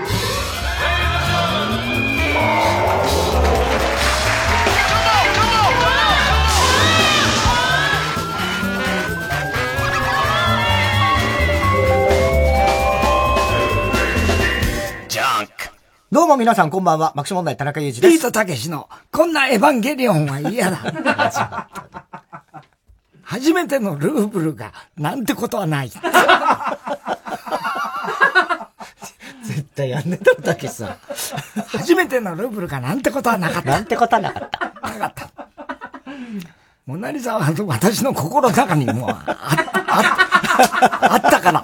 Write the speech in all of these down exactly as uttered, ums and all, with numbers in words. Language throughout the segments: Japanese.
どうも皆さんこんばんは。爆笑問題田中裕二です。 ビートたけしのこんなエヴァンゲリオンは嫌だ。初めてのルーブルがなんてことはない。絶対やんねえだろ、たけしさん。 初めてのルーブルがなんてことはなかった。 なんてことはなかった。 なかった。モナリザは私の心の中にもうあった、あった、あったから。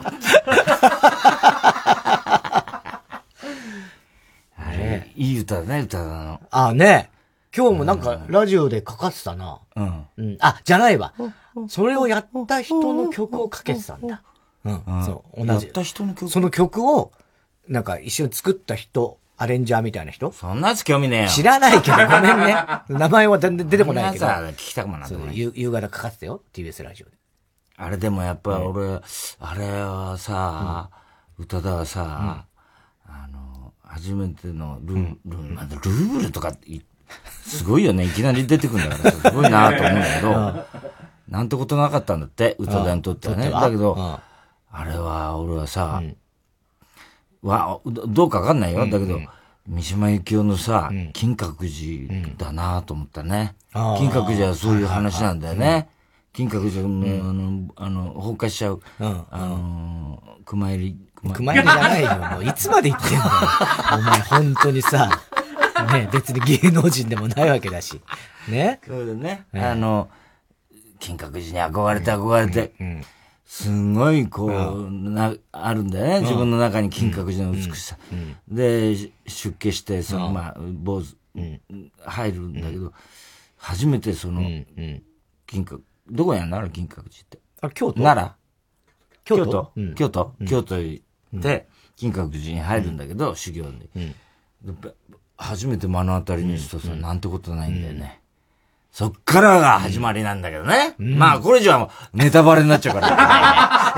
いい歌だね、歌だな。 ああね。今日もなんか、ラジオでかかってたな。うん。うん。あ、じゃないわ。それをやった人の曲をかけてたんだ。うん。そう。同じ。 やった人の曲？ その曲を、なんか一緒に作った人、アレンジャーみたいな人？ そんなやつ興味ねえよ。 知らないけど、ごめんね。名前は全然出てこないけど。 聞きたくもなってもない。 夕方かかってたよ、ティービーエス ラジオで。 あれでもやっぱ俺、あれはさ、歌だはさ、初めてのルー、ルー、まだルーブルとか、すごいよね。いきなり出てくるんだからすごいなと思うんだけど、なんてことなかったんだって、歌だにとってはね。だけど、あれは、俺はさ、わ、どうかわかんないよ。だけど、三島由紀夫のさ、金閣寺だなと思ったね。金閣寺はそういう話なんだよね。金閣寺の、あの、崩壊しちゃう、あの、熊入り、 熊入りじゃないよ。もういつまで言ってんのよ。お前本当にさ、ね、別に芸能人でもないわけだし。ね。 そうだね。あの、金閣寺に憧れて憧れて、すごいこう、な、あるんだよね。自分の中に金閣寺の美しさ。で、出家して、その、まあ、坊主、入るんだけど、初めてその、金閣、どこやんのある金閣寺って。 あ、京都？ 奈良？ 京都？ 京都？京都で、金閣寺に入るんだけど、修行で。初めて目の当たりにしたさ、なんてことないんだよね。そっからが始まりなんだけどね。まあ、これじゃネタバレになっちゃうから。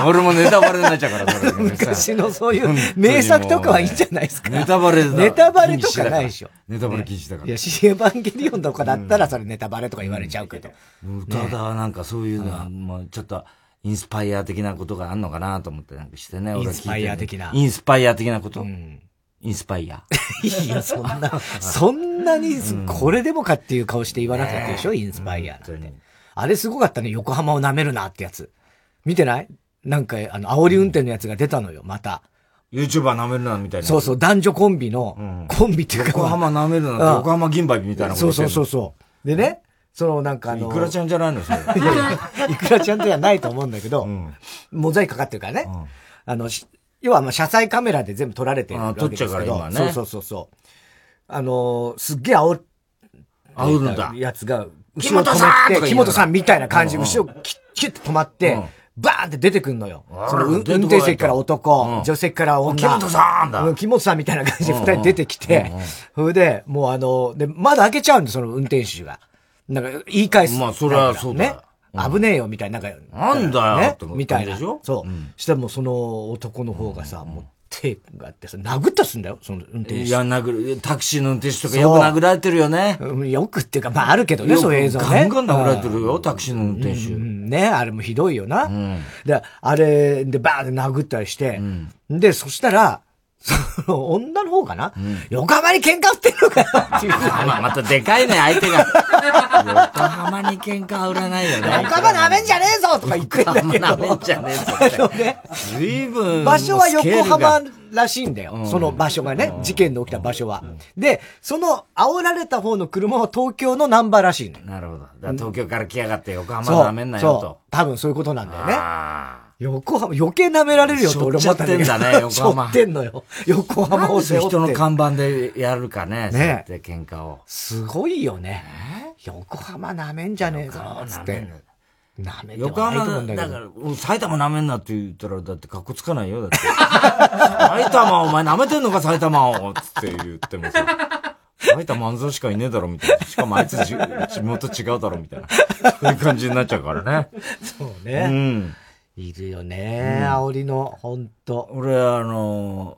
俺もネタバレになっちゃうから、 昔のそういう名作とかはいいんじゃないですか。 ネタバレだ。 ネタバレとかないでしょ。 ネタバレ禁止だから。 いや、シエヴァンゲリオンとかだったらそれネタバレとか言われちゃうけど。 歌だはなんかそういうのは、もうちょっと、インスパイア的なことがあんのかなと思ってなんかしてね。 インスパイア的な。 インスパイア的なこと。インスパイア。 いや、そんな、そんなに、これでもかっていう顔して言わなかったでしょ、インスパイアなんて。あれすごかったね、横浜を舐めるなってやつ。見てない？なんか、あの、煽り運転のやつが出たのよ、また。 YouTuber 舐めるな、みたいな。 そうそう、男女コンビの、コンビっていうか。 横浜舐めるな、横浜銀杯みたいなこと。 そうそうそうそう。でね、そのなんかあの。 いくらちゃんじゃないのそれ。 いやいや、いくらちゃんではないと思うんだけど、モザイクかかってるからね。あの、要はまあ車載カメラで全部撮られてるわけですけど。 撮っちゃうから今ね。 そうそうそうそう。あのー、すっげえ煽る。 煽るんだ。 やつが、後ろ止めて、木本さんみたいな感じで、後ろキュッキュッて止まって、バーンって出てくんのよ。その運転席から男、助手席から女。 木本さんだ。 木本さんみたいな感じで二人出てきて、それで、もうあの、で、窓開けちゃうんで、その運転手が。なんか、言い返す。 まあ、それはそうだね。危ねえよ、みたいな。なんか、 なんだよ、 みたいな。そう。そしたらもうその男の方がさ、もう手があってさ、殴ったすんだよ、その運転手。 いや、殴る。タクシーの運転手とかよく殴られてるよね。 よくっていうか、まああるけどね、そういう映像ね。 ガンガン殴られてるよ、タクシーの運転手。 ね、あれもひどいよな。で、あれでバーンって殴ったりして、で、そしたら、その女の方かな、うん、横浜に喧嘩売ってんのかよっていう。 まあ、またでかいね、相手が。横浜に喧嘩売らないよね。 横浜舐めんじゃねえぞとか言ってんだけど。 横浜舐めんじゃねえぞって。ね、随分。 場所は横浜らしいんだよ。うん、その場所がね、うん、事件で起きた場所は。うん、で、その煽られた方の車は東京のナンバーらしいの。 なるほど。だから東京から来やがって横浜舐めんなよと。 そう。多分そういうことなんだよね。横浜、余計舐められるよと俺思ったんだけど。 しょってんだね、横浜。 しょってんのよ。横浜を背負って。 人の看板でやるかね、ね。そうやって喧嘩を。 すごいよね。横浜舐めんじゃねえぞ、つって。舐めん横浜、だから、埼玉舐めんなって言ったら、だって格好つかないよ、だって。埼玉、お前舐めてんのか、埼玉を、つって言ってもさ。埼玉安蔵しかいねえだろ、みたいな。しかもあいつ地元違うだろ、みたいな。そういう感じになっちゃうからね。 そうね。うん。いるよね、うん、煽りの、ほんと。 俺、あの、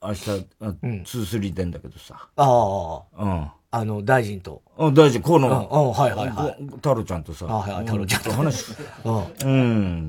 明日、ツースリー出んだけどさ。 ああ。 うん。 あの、大臣と。 うん、大臣、河野。 うん、はいはいはい。 太郎ちゃんとさ。 あはいはい、太郎ちゃんと話。うん。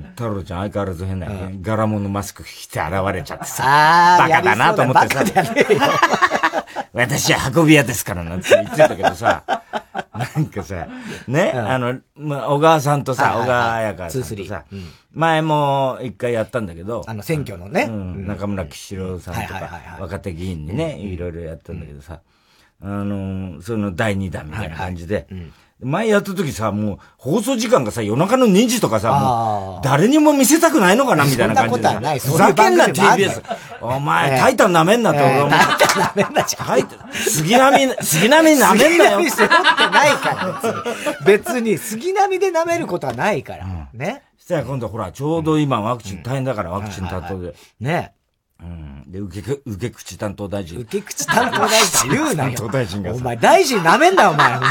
太郎ちゃん相変わらず変な、柄物マスク着て現れちゃってさ。バカだなと思ってさ。私は運び屋ですからなんて言ってたけどさ。なんかさ、ね、あの、ま、小川さんとさ、小川彩香さんとさ、前も一回やったんだけど。 あの、選挙のね。 中村喜四郎さんとか、若手議員にね、いろいろやったんだけどさ。あの、そのだいにだんみたいな感じで。はいはいうん、前やった時さ、もう放送時間がさ、夜中のにじとかさ、もう誰にも見せたくないのかなみたいな感じで。そんなことはない。ふざけんな ティービーエス。お前、えー、タイタン舐めんなって俺は思う。タイタン舐めんなじゃん。杉並、杉並舐めんなよ。 杉並背負ってないから別に。別に、杉並で舐めることはないから。うん、ね。 そしたら今度ほら、ちょうど今ワクチン大変だから、ワクチン担当で。 ね。 うん。で、受け、受け口担当大臣。 受け口担当大臣言うなよ。 担当大臣が。 お前大臣舐めんなよ、お前。本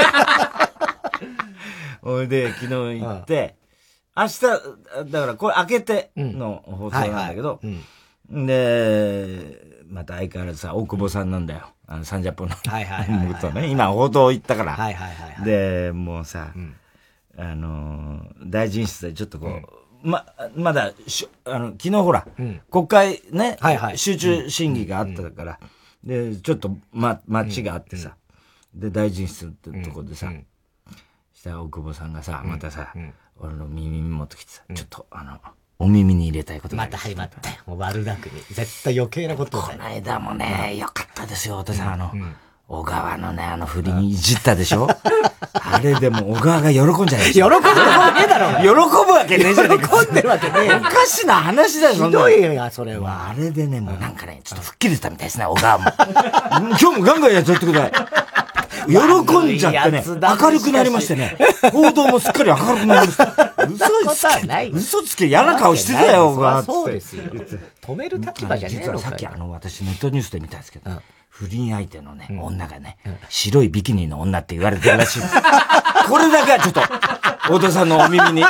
当に。おいで、昨日行って、明日、だからこれ開けての放送なんだけど、で、また相変わらずさ、大久保さんなんだよ。あの、サンジャポの。 はいはいはい。 とね、今報道行ったから。 はいはいはい。 で、もうさ、あの、大臣室でちょっとこう、ま、まだ、しあの、昨日ほら、うん、国会ね、はいはい、集中審議があったから、うん、で、ちょっと、ま、待ちがあってさ、うん、で、大臣室ってとこでさ、うん、したら大久保さんがさ、またさ、うん、俺の耳に持ってきてさ、うん、ちょっと、あの、お耳に入れたいことがある。 また始まったよ。もう悪楽に。絶対余計なことだよ。この間もね、よかったですよ、お父さん、あの、うん小川のね、あの振りにいじったでしょあれでも小川が喜んじゃない喜んでるわけだろ喜ぶわけねえじゃねえか。 喜んでるわけねえ。 おかしな話だよ、 ひどいよ、それは。 あれでね、もうなんかね、ちょっと吹っ切れてたみたいですね、小川も。今日もガンガンやっちゃってください。喜んじゃってね、明るくなりましてね。報道もすっかり明るくなりました。嘘つけ、嘘つけ、嫌な顔してたよ、小川。 そうですよ。止める立場じゃねえのか。 実はさっきあの、私ネットニュースで見たんですけど、不倫相手のね、うん、女がね、うん、白いビキニの女って言われてるらしい。これだけはちょっと、太田さんのお耳に。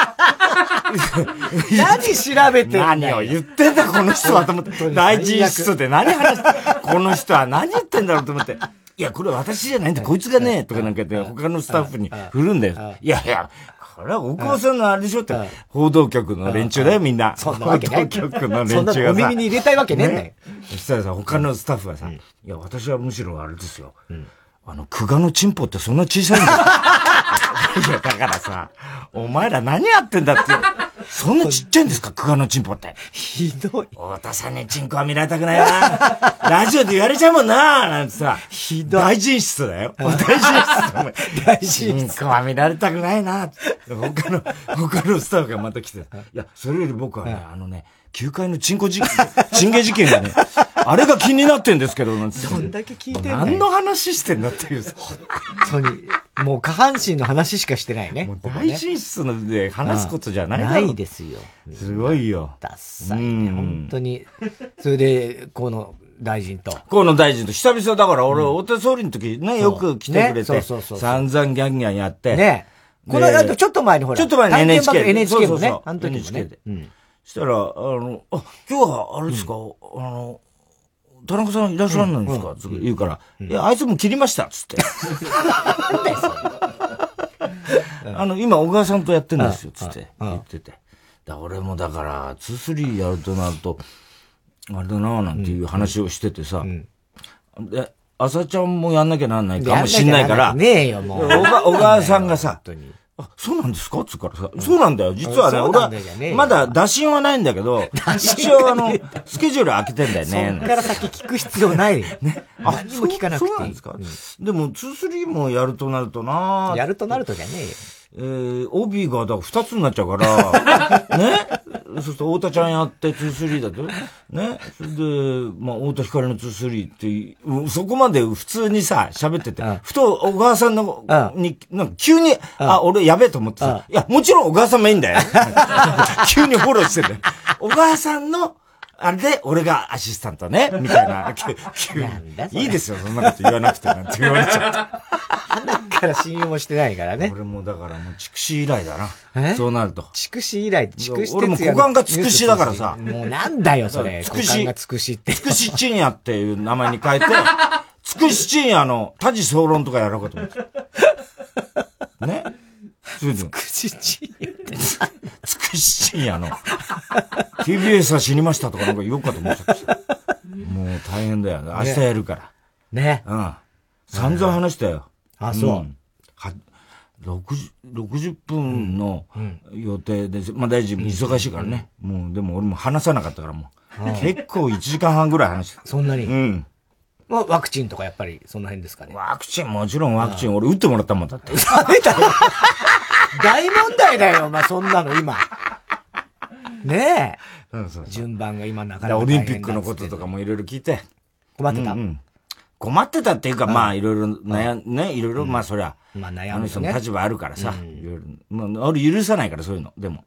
何調べてんだ何を言ってんだ、この人はと思って。大臣室で何話して、この人は何言ってんだろうと思って。いや、これ私じゃないんだ、こいつがね、とかなんか言って、他のスタッフに振るんだよ。いやいや、これは大久保さんのあれでしょって、報道局の連中だよ、みんな。 そんなわけない。 報道局の連中がさ。 そんなお耳に入れたいわけねえんだよ。 そしたらさ、他のスタッフがさ、いや、私はむしろあれですよ。あの、久我のチンポってそんな小さいんだよ。いや、だからさ、お前ら何やってんだって。そんなちっちゃいんですか、久我のチンポって。 ひどい。 太田さんにチンコは見られたくないな。ラジオで言われちゃうもんな、なんてさ。 ひどい。 大臣室だよ。大臣室だもん。大臣室。チンコは見られたくないな。他の、他のスタッフがまた来て。いや、それより僕はね、あのね、きゅうかいのチンコ事件、チンゲ事件がね、あれが気になってんですけど、なんて。 どんだけ聞いてんの何の話してんだっていう。 本当に。もう下半身の話しかしてないね。 もう大臣室で話すことじゃないだろ。 ないですよ。 すごいよ。 ダッサいね。本当に。それで、河野大臣と。 河野大臣と久々だから、俺、お手総理の時ね、よく来てくれて、散々ギャンギャンやって。 ね。この間、ちょっと前にほら。 ちょっと前に エヌエイチケー。 エヌエイチケー もね。あの時もね。 したら、あの、あ、今日は、あれですか、あの、田中さんいらっしゃらないんですか、つって言うから、いや、あいつも切りました、つって。あの、今、小川さんとやってんですよ、つって言ってて。だ俺もだから、ツースリーやるとなると、あれだなぁ、なんていう話をしててさ、で、朝ちゃんもやんなきゃなんないかもしんないから、 ねえよ、もう。 小川さんがさ、あ、そうなんですかつからさ、そうなんだよ。実はね、俺は、まだ打診はないんだけど、一応あの、スケジュール開けてんだよね。 そっから先聞く必要ない。ね。あ、何も聞かなくていい。 そうなんですかでも、ツースリーもやるとなるとなやるとなるとじゃねえよ。 えー、帯が、だから二つになっちゃうから、ねそうすると、太田ちゃんやって、ツースリーだと、ねそれで、まあ、太田光のツースリーって、そこまで普通にさ、喋ってて、ふと、小川さんの、に、なんか急に、あ、俺やべえと思ってさ、いや、もちろん小川さんもいいんだよ。急にフォローしてて。小川さんの、 あれで、俺がアシスタントね、みたいな。急に。いいですよ、そんなこと言わなくて、なんて言われちゃった。 だから信用もしてないからね。 俺もだからもう、筑紫以来だな。そうなると。 筑紫以来、筑紫俺も股間が筑紫だからさ。 もうなんだよ、それ。股間が筑紫って。 筑紫鎮屋っていう名前に変えて、筑紫鎮屋の多事総論とかやろうかと思って。ね。 筑紫鎮屋って。 筑紫鎮屋の ティービーエス は死にましたとかなんか言おうかと思っちゃった。もう大変だよ。明日やるから。 ね。 うん。散々話したよ。 あ、そう。うんは、ろくじゅう、ろくじゅっぷんの予定で、まあ大臣忙しいからね。もう、でも俺も話さなかったからもう。結構いちじかんはんぐらい話した。 そんなに？ うん。 まあ、ワクチンとかやっぱりその辺ですかね。 ワクチン、もちろんワクチン、俺打ってもらったもんだって。 ダメだよ。大問題だよ、まあそんなの今。ねえ。 そうそう。 順番が今なかなかオリンピックのこととかもいろいろ聞いて。 困ってた、 うんうん、困ってたっていうか、まあいろいろ悩ん、ね、いろいろ、まあそりゃ、 まあ悩む、ね、 あの人の立場あるからさ、いろいろ、まあ俺許さないからそういうの、でも。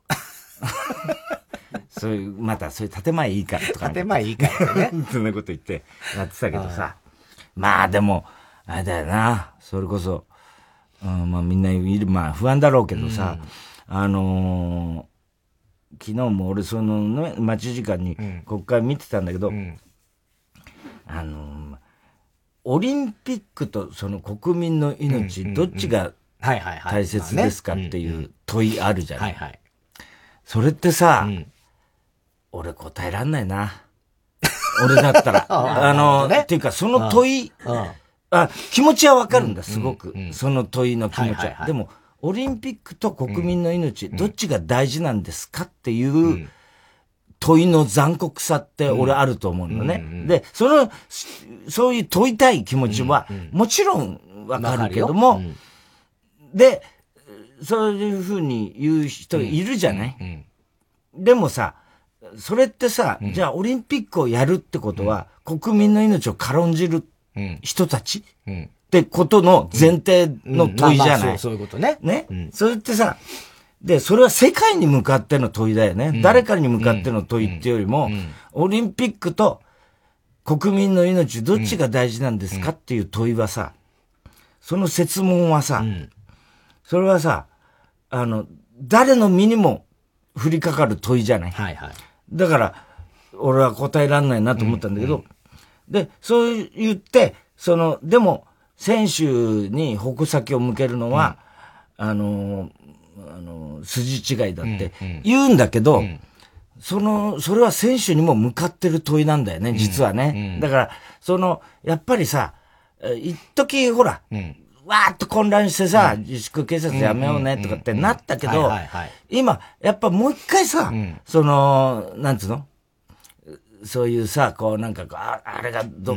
そういう、またそういう建前いいからとか。 建前いいからね。 そんなこと言ってやってたけどさ。まあでも、あれだよな、それこそ、うん、まあみんないる、まあ不安だろうけどさ、うん、あのー、昨日も俺そのね、待ち時間に国会見てたんだけど、うん、あのー、オリンピックとその国民の命、どっちが大切ですかっていう問いあるじゃない。はいはい、それってさ、うん、俺答えらんないな。俺だったら。あの、ね、っていうかその問い、あ、気持ちはわかるんだ、すごく。うんうん、その問いの気持ちは。はいはいはい、でも、オリンピックと国民の命、うん、どっちが大事なんですかっていう問いの残酷さって俺あると思うのね。うんうんうん、で、その、そういう問いたい気持ちは、もちろんわかるけども、うん、で、そういうふうに言う人いるじゃない、うんうんうん、でもさ、それってさ、うん、じゃあオリンピックをやるってことは、うん、国民の命を軽んじる人たち、うん、ってことの前提の問いじゃない。 そういうことね。 ね、うん。それってさ、で、それは世界に向かっての問いだよね。うん、誰かに向かっての問いっていうよりも、うんうん、オリンピックと国民の命どっちが大事なんですかっていう問いはさ、その設問はさ、うん、それはさ、あの、誰の身にも降りかかる問いじゃない。はいはい。だから、俺は答えらんないなと思ったんだけど、うんうん、で、そう言って、その、でも、選手に矛先を向けるのは、うん、あの、あの、筋違いだって言うんだけど、うんうん、その、それは選手にも向かってる問いなんだよね、実はね。うんうん、だから、その、やっぱりさ、一時ほら、うん、わーっと混乱してさ、うん、自粛警察やめようねとかってなったけど、今、やっぱもう一回さ、うん、その、なんつうのそういうさ、こうなんかあ、あれがど、うん、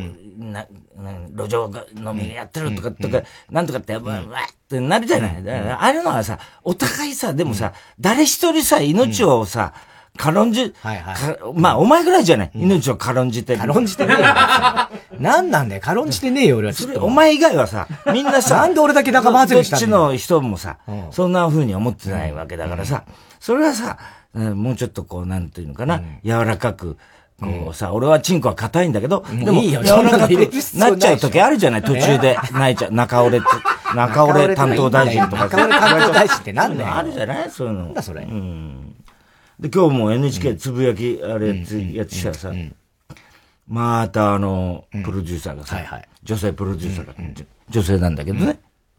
な、路上飲みやってるとか、とか、なんとかって、わ、わってなるじゃない。だからあれのはさ、お互いさ、でもさ、誰一人さ、命をさ、軽んじ、はいはい、まあ、お前ぐらいじゃない、うん、命を軽んじてる。 軽んじてねえよ。なんなんだよ、軽んじてねえよ、俺はちょっと。 お前以外はさ、みんなさ、 なんで俺だけ仲間外れしたんだよ。 どっちの人もさ、うん、そんな風に思ってないわけだからさ、うん、それはさ、もうちょっとこう、なんていうのかな、うん、柔らかく、こうさ、俺はチンコは硬いんだけど、でも、柔らかくなっちゃう時あるじゃない、途中で泣いちゃう。中折れって、中折れ担当大臣とか。 中折れ担当大臣ってなんだよ。 あるじゃないそういうの。 なんだそれ。うん。で、今日も エヌエイチケー つぶやき、あれやってきたらさ、またあの、プロデューサーがさ、女性プロデューサーが、女性なんだけどね、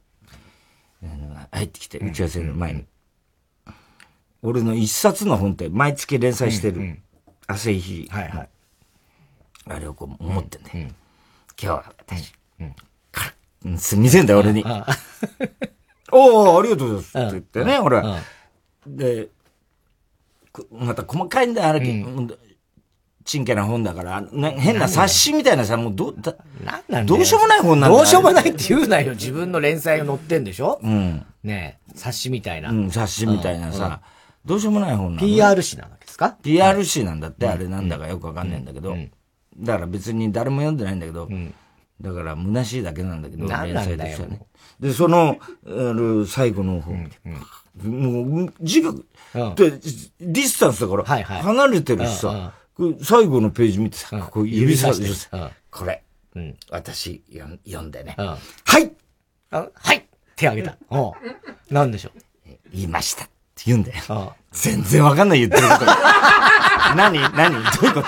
入ってきて、打ち合わせの前に。俺の一冊の本って毎月連載してる。朝日。はいはい。あれをこう思ってんだよ。今日は私、すみませんだよ、俺に。おー、ありがとうございます。って言ってね、俺は。で、また細かいんだよ、あれ、ちんけな本だから、変な冊子みたいなさ、もうど、どうしようもない本なんだ。 どうしようもないって言うなよ、自分の連載が載ってんでしょうん。ねえ、冊子みたいな。 うん、冊子みたいなさ、どうしようもない本なの。 ピーアール 誌なわけですか ?ピーアール 誌なんだって、あれなんだかよくわかんないんだけど、だから別に誰も読んでないんだけど、だから虚しいだけなんだけど、連載としてはね。で、その、最後の本、もう、字が、で、ディスタンスだから、離れてるしさ、 最後のページ見てさ、こう指さして、 うん、 これ、うん、私読んでね、 うん、 はいあはい手挙げた。おうなんでしょう。 言いましたって言うんだよ。ああ全然わかんない言ってること。何何どういうことどういうこと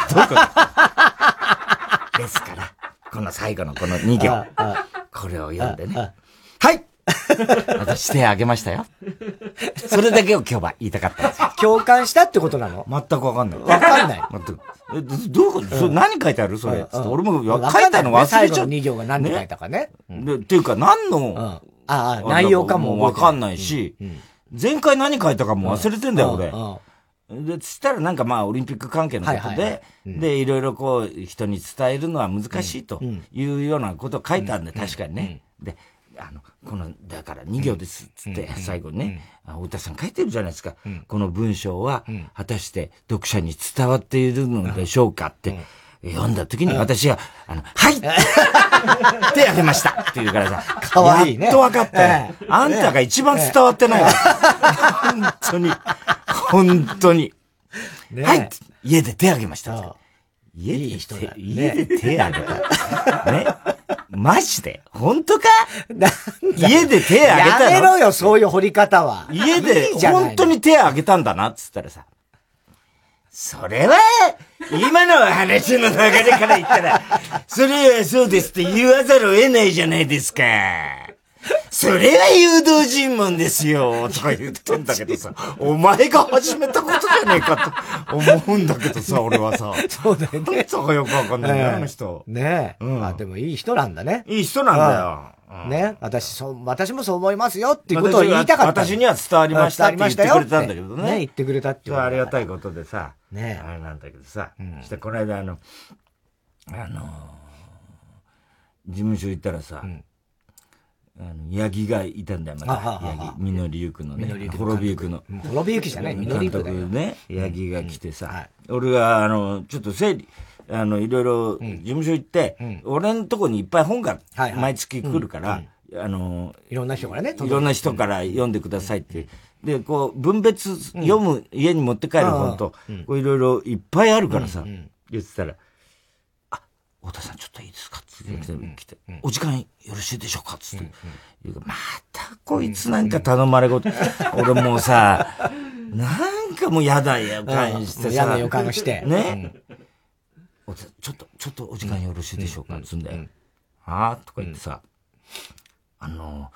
ですから、この最後のこのに行、ああこれを読んでね。ああはい私手挙げましたよ。それだけを今日は言いたかったんですよ。 共感したってことなの？ 全くわかんない。 わかんない。 全く。え、どういうこと、うん、それ何書いてあるそれ。うん、俺も書いたの忘れちゃう。 最後のに行が何で書いたかね。 ねでっていうか何の、うん、 ああ、内容かもわかんないし、うんうん、前回何書いたかも忘れてんだよ、俺。で、つったらなんかまあオリンピック関係のことで、はいはいはいうん、で、いろいろこう人に伝えるのは難しいというようなことを書いたんで、うん、確かにね。うん、で、あの、この、だからに行ですつって、最後にね、うん、太田さん書いてるじゃないですか。うん、この文章は、果たして読者に伝わっているのでしょうかって、うん読んだ時に私は、あの、はい手挙げましたって言うからさ、 かわいいね。 やっと分かったよ。あんたが一番伝わってないわ。本当に、本当に。はい家で手挙げました。家で手、家で手挙げた。ね。マジで本当か家で手挙げたのやめろよ、そういう掘り方は。 家で本当に手挙げたんだなっつったらさ、それは、今の話の流れから言ったら、それはそうですって言わざるを得ないじゃないですか。それは誘導尋問ですよ、とか言ってんだけどさ、お前が始めたことじゃねえかと思うんだけどさ、俺はさ。 そうだよね。 そうかよくわかんないね、あの人。 ねえ。うん。あ、でもいい人なんだね。 いい人なんだよ。 うん、ね、私、そう、私もそう思いますよっていうことを言いたかった。 私には伝わりましたって言ってくれたんだけどね。 ね、言ってくれたっていう。 ありがたいことでさ。 ねあれなんだけどさ。うん、してこの間あの、あのー、事務所行ったらさ、うん、あの、ヤギがいたんだよ、また。ヤギ。みのりゆくのね。滅びゆくの。 滅びゆきじゃない、みのりゆくだよ。 ね、ヤギが来てさ、うんはい、俺があの、ちょっと整理、あの、いろいろ、事務所行って、うん、俺のとこにいっぱい本が毎月来るから、あの、 いろんな人からね、 いろんな人から読んでくださいって。で、こう、分別読む、うん、家に持って帰る本と、うん、こういろいろいっぱいあるからさ、うんうん、言ってたら、あ、太田さんちょっといいですかって来て、うんうん、お時間よろしいでしょうかつって、うんうん、またこいつなんか頼まれごと、俺もうさ、なんかもう嫌だよ、感じしてさ。 嫌な予感をして。 ね。うん、ちょっと、ちょっとお時間よろしいでしょうかつんで、あーとか言ってさ、あの、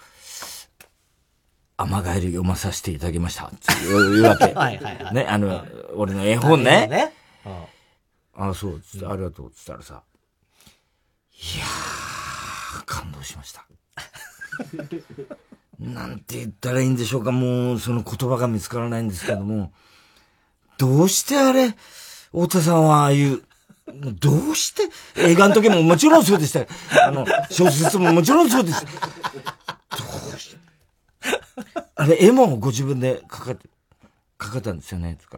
雨帰り読まさせていただきました。って言うわけ。はいはいはい。ね、あの、俺の絵本ね。ねああ、そう、つって、ありがとう、つったらさ、いやー、感動しました。なんて言ったらいいんでしょうか、もう、その言葉が見つからないんですけども、どうしてあれ、太田さんはああいう、どうして、映画の時ももちろんそうでした。あの、小説ももちろんそうです。どうして、あれ、絵もご自分で描かて、描かたんですよね、つから。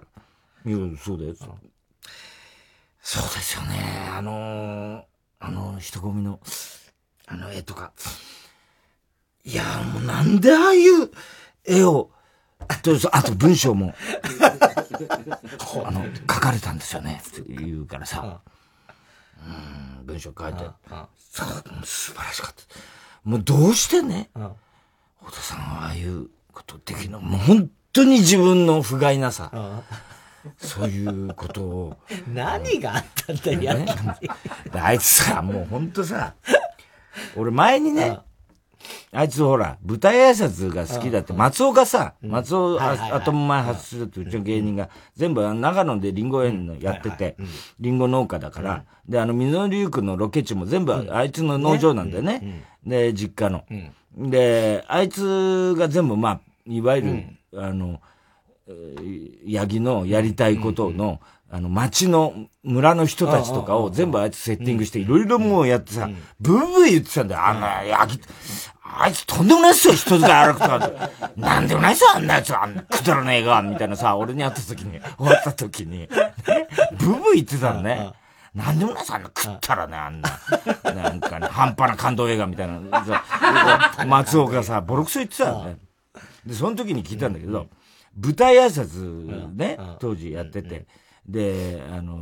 いや、そうだよ。そうですよね。あの、あの、人混みの、あの絵とか。いや、もうなんでああいう絵を、あと、あと文章も、あの、書かれたんですよね、って言うからさ。うん、文章書いて。そう、素晴らしかった。もうどうしてね、太田さんはああいうことできるの、もう本当に自分の不甲斐なさ。そういうことを。 何があったんだよ、や、ね、 あいつさ、もう本当さ、俺前にね、あいつほら、舞台挨拶が好きだって、松尾がさ、松尾頭前発するってうちの芸人が、全部長野でリンゴ園のやってて、リンゴ農家だから、で、あの、みのりゆくのロケ地も全部あいつの農場なんだよね。で、実家の。で、あいつが全部まあ、いわゆる、あの、ヤギのやりたいことの、あの、町の村の人たちとかを全部あいつセッティングして、いろいろもうやってさ、ブーブー言ってたんだよ。あんなヤギ、あいつとんでもないっすよ、人使い歩くとか。なんでもないっすよ、あんなやつ、あんなくだらねえが、みたいなさ、俺に会った時に、終わった時に、ブーブー言ってたのね。なんでもないっすよ、あんな食ったらね、あんな。なんかね、半端な感動映画みたいな。松尾がさ、ボロクソ言ってたのね。で、その時に聞いたんだけど、舞台挨拶ね、当時やってて、で、あの、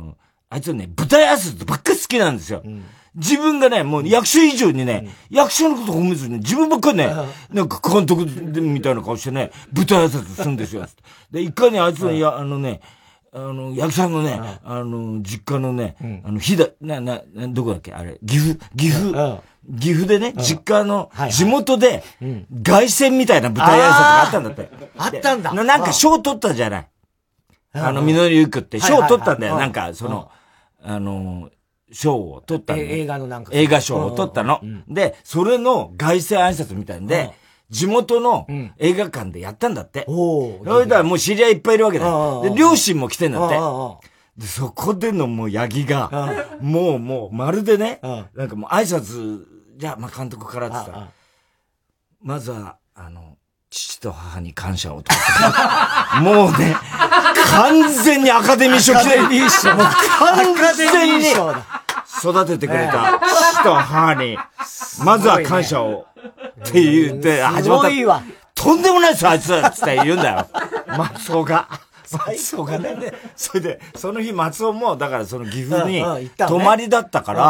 あいつはね、舞台挨拶ばっかり好きなんですよ。うん、自分がね、もう役所以上にね、うん、役所のこと褒めずに、ね、自分ばっかりね、なんか監督みたいな顔してね、舞台挨拶するんですよ。で、一回ね、あいつの、いや、あのね、あの、役者のね、あの、実家のね、うん、あの、ひだ、な、な、どこだっけあれ、岐阜、岐阜、岐阜でね、実家の、地元で、凱旋みたいな舞台挨拶があったんだって。 あったんだ。 な、なんか賞取ったじゃない。あの、みのりゆくって賞取ったんだよ。なんか、その、あの、賞を取ったの。 映画のなんか。 映画賞を取ったの。で、それの凱旋挨拶みたいんで、地元の映画館でやったんだって。おー。それではもう知り合いいっぱいいるわけだよ。で、両親も来てんだって。で、そこでのもうヤギが、もうもうまるでね、なんかもう挨拶、じゃあ、まあ、監督からって言ったら、まずは、あの、父と母に感謝をとか。もうね、完全にアカデミー賞来てる。アカデミー賞。もう完全に育ててくれた父と母に、まずは感謝を。って言って始まった。すごいわ。とんでもないですあいつつって言うんだよ。松尾が。松尾がね。それで、その日松尾も、だからその岐阜に泊まりだったから、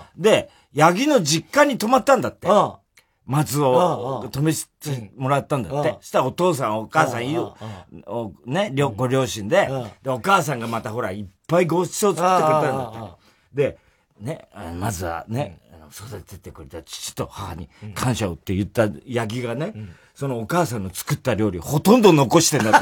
で、八木の実家に泊まったんだって。松尾泊めてもらったんだって。そしたらお父さんお母さんいる、ね、ご両親で、で、お母さんがまたほら、いっぱいごちそう作ってくれたんだって。で、ね、まずはね、育ててくれた父と母に感謝をって言ったヤギがね、うん、そのお母さんの作った料理ほとんど残してんだって。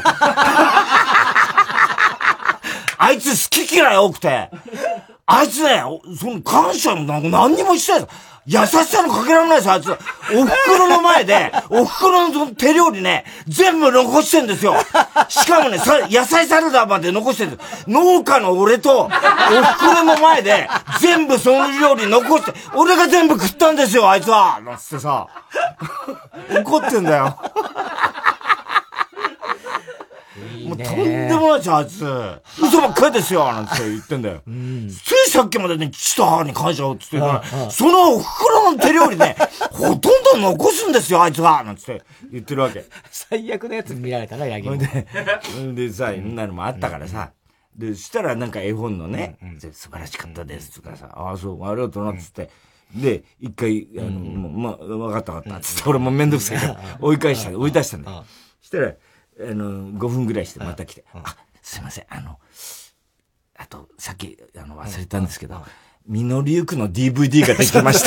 あいつ好き嫌い多くて、あいつね、その感謝も何にもしてない。優しさのかけられないです、あいつ。お袋の前で、お袋の手料理ね、全部残してんですよ。しかもね、さ野菜サラダまで残してるんです。農家の俺と、お袋の前で、全部その料理残して、俺が全部食ったんですよ、あいつはなんつってさ、怒ってんだよ。もうとんでもないじゃん、あいつ。嘘ばっかりですよ、なんて言ってんだよ。うん、ついさっきまでね、父と母に感謝をって言ってたら、そのお袋の手料理ね、ほとんど残すんですよ、あいつはなんて言ってるわけ。 最悪のやつ見られたな、ヤギも。 で、でさ、そんなのもあったからさ、で、したらなんか絵本のね、うんうん、素晴らしかったです、とかさ、ああ、そう、ありがとうな、つって。で、一回、あの、もう、まあ、わかったわかった、つって、俺もめんどくさいから、追い返した、追い出したんだよ。したら、あの、ごふんぐらいしてまた来て、あ、あすいません、あの、あと、さっき、あの、忘れたんですけど、みのりゆくの ディーブイディー ができました。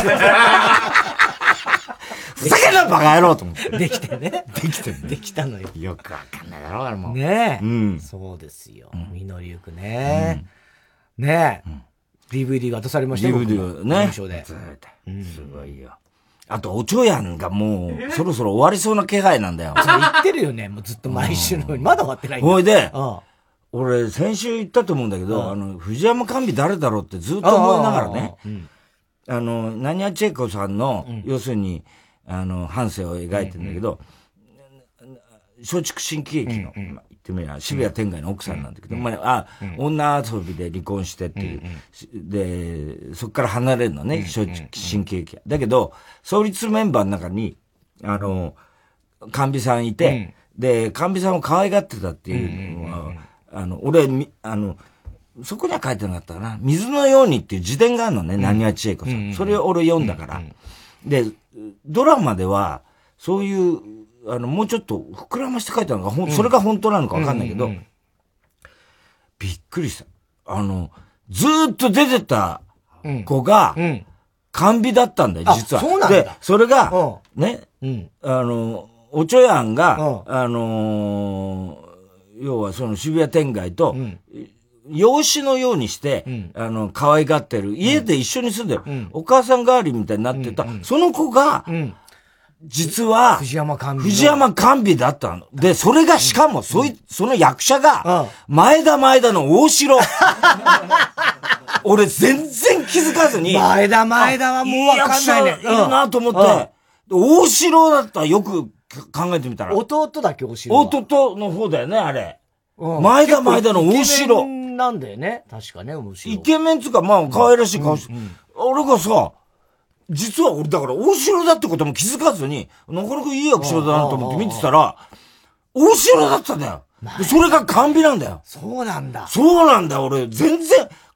ふざけんなバカ野郎と思って。 できてね。 できてね。 できたのよ。 よくわかんないだろう、あれも。 ねえ。 うん。 そうですよ。みのりゆくね。ねえ。ディーブイディー 渡されましたよ。 ディーブイディー ね。すごいよ。あと、おちょやんがもう、そろそろ終わりそうな気配なんだよ。 それ言ってるよね、もうずっと毎週のように。まだ終わってないんだ。 ほいで、俺、先週言ったと思うんだけど、あの、藤山甘美誰だろうってずっと思いながらね、あの、ナニャチェコさんの、要するに、あの、半生を描いてるんだけど、松竹新喜劇の、言ってみれば、渋谷天外の奥さんなんだけど、まあ、あ、女遊びで離婚してっていう、で、そっから離れるのね、松竹新喜劇。だけど、創立メンバーの中に、あの、甘美さんいて、で、甘美さんを可愛がってたっていうのは、あの、俺、あの、そこには書いてなかったかな。水のようにっていう自伝があるのね、ナニャチェコさん。それを俺読んだから。で、ドラマでは、そういう、あの、もうちょっと膨らまして書いたのか、ほん、それが本当なのかわかんないけど、うんうんうん、びっくりした。あの、ずーっと出てた子が、甘美だったんだよ、実は。 そうなんだ。 で、それが、うん、ね、うん、あの、おちょやんが、うん、あのー、要はその渋谷天外と、うん、養子のようにして、うん、あの、可愛がってる。家で一緒に住んでる。うん、お母さん代わりみたいになってた。うんうん、その子が、うん実は、 藤山甘美。 藤山甘美だったの。で、それがしかも、そい、その役者が、前田前田の大城。俺全然気づかずに。 前田前田はもうわかんないね。 いるなと思って。大城だったらよく考えてみたら。 弟だっけ、大城。 弟の方だよね、あれ。前田前田の大城。 イケメンなんだよね。確かね、大城。 イケメンつうか、まあ、可愛らしい顔して。俺がさ、実は俺だから大城だってことも気づかずに、なかなかいい役者だなと思って見てたら、大城だったんだよ。それが甘美なんだよ。 そうなんだ。 そうなんだよ、俺。全然、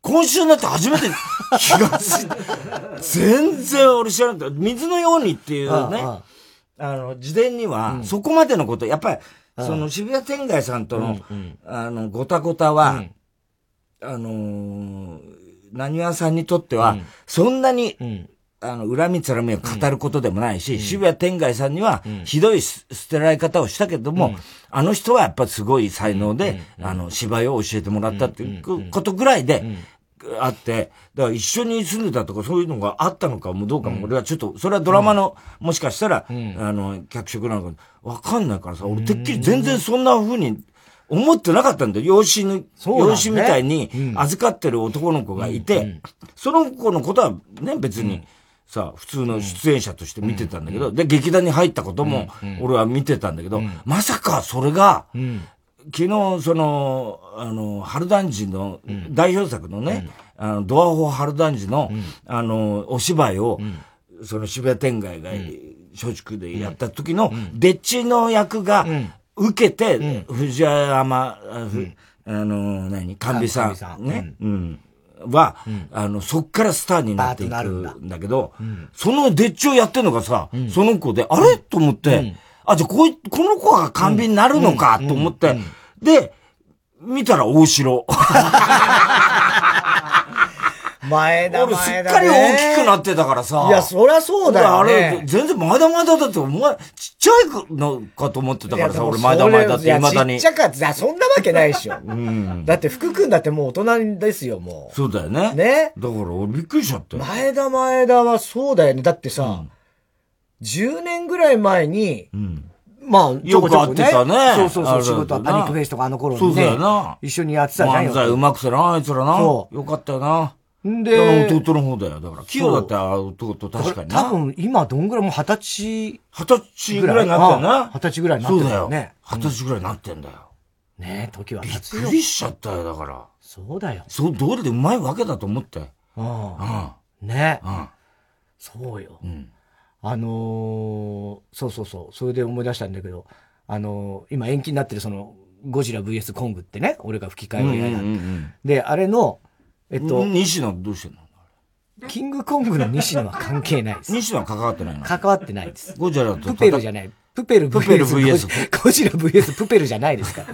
今週になって初めて気がついた。全然俺知らなかった。水のようにっていうね、あ, あ, あの、自伝には、そこまでのこと、やっぱり、その渋谷天外さんとの、うんうん、あの、ごたごたは、うん、あのー、なにわさんにとっては、うん、そんなに、うん、あの、恨みつらみを語ることでもないし、うん、渋谷天外さんには、ひどい捨てられ方をしたけども、うん、あの人はやっぱすごい才能で、うん、あの、芝居を教えてもらったっていうことぐらいで、うんあって、だから一緒に住んでたとかそういうのがあったのかもどうかも、俺はちょっと、それはドラマの、うん、もしかしたら、うん、あの、脚色なのか、わかんないからさ、俺てっきり全然そんな風に思ってなかったんだよ。養子に、養子みたいに預かってる男の子がいて、うん、その子のことはね、別に、さ、普通の出演者として見てたんだけど、うん、で、劇団に入ったことも、俺は見てたんだけど、うん、まさかそれが、うん昨日、その、あの、春団治の、代表作のね、うん、あの、ドアホ春団治の、うん、あの、お芝居を、うん、その渋谷天外が、松竹でやった時の、でっちの役が、受けて、うん、藤山、うん、あの、何、甘美さん、ね、うん、は、うん、あの、そっからスターになっていくんだけど、うん、そのでっちをやってんのがさ、うん、その子で、あれと思って、うんあ、じゃあこい、この子が甘美になるのか、と思って、うんうんうん、で、見たら大城。 前田前田、ね。 俺すっかり大きくなってたからさ。 いや、そりゃそうだよね。 あれ、全然前田前田だって、お前、ちっちゃいのかと思ってたからさ、俺前田前田って未だに。 ちっちゃかった。そんなわけないでしょ。うん、だって福君だってもう大人ですよ、もう。そうだよね。 ね。 だから俺びっくりしちゃったよ。 前田前田はそうだよね。だってさ、うんじゅうねんぐらい前に、うん、まあ、 ちょこちょこね。よく会ってたね。 そうそうそう、仕事はパニックフェイスとかあの頃にね。 そうだよな。 一緒にやってたじゃんよ。 漫才うまくせな、あいつらな。そう。よかったよな。んで、弟の方だよ。だから、器用だった弟、確かにな。 多分、今どんぐらいもう二十歳。 二十歳ぐらいになってんな。 二十歳ぐらいになってんだよね。 二十歳ぐらいになってんだよ。 ねえ、時は経つよ。びっくりしちゃったよ、だから。 そうだよ。 そう、どれでうまいわけだと思って。 うん。うん。ねえ。うん。そうよ。うん。あのー、そうそうそう、それで思い出したんだけど、あのー、今延期になってるその、ゴジラ ブイエス コングってね、俺が吹き替えをやる、うんうんうん。で、あれの、えっと、 西野どうしてんのキングコングの西野は関係ないです。 西野は関わってないの関わってないです。 ゴジラとプペルじゃない。プペル ブイエス。 ブイエス。 ゴジラ ブイエス プペルじゃないですから。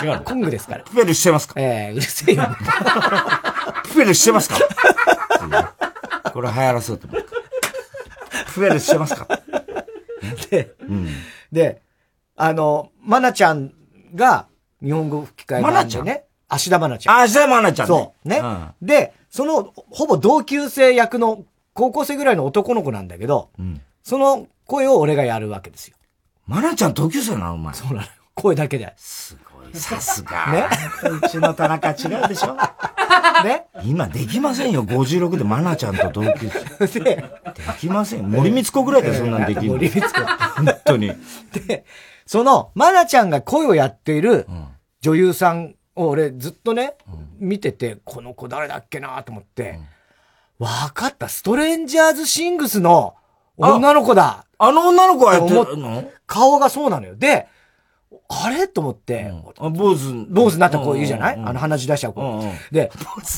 違う。コングですから。 プペルしてますかええー、うるせえよ。 プペルしてますかこれ流行らそうと思って。プペルしてますかで、うん、で、あの、マナちゃんが日本語吹き替え版でね、芦田愛菜ちゃん。 芦田愛菜ちゃんね。 そう。ね、うん。で、その、ほぼ同級生役の高校生ぐらいの男の子なんだけど、うん、その声を俺がやるわけですよ。 愛菜ちゃん同級生なのお前。 そうなのよ。声だけで。 すごい、さすが。 ね。うちの田中違うでしょね。 今できませんよ。ごじゅうろくで愛菜ちゃんと同級生。で、できません。森光子ぐらいでそんなんできる。 森光子。 本当に。 で、その、愛菜ちゃんが声をやっている女優さんを俺ずっとね、うん、見てて、この子誰だっけなと思って、わ、うん、かった。ストレンジャーズシングスの女の子だ。 あ, あの女の子はやってるの？ 顔がそうなのよ。で、あれと思って、 うん、坊主。 坊主になった子いるじゃない、うんうん、あの鼻血出しちゃう子。うんうん、で、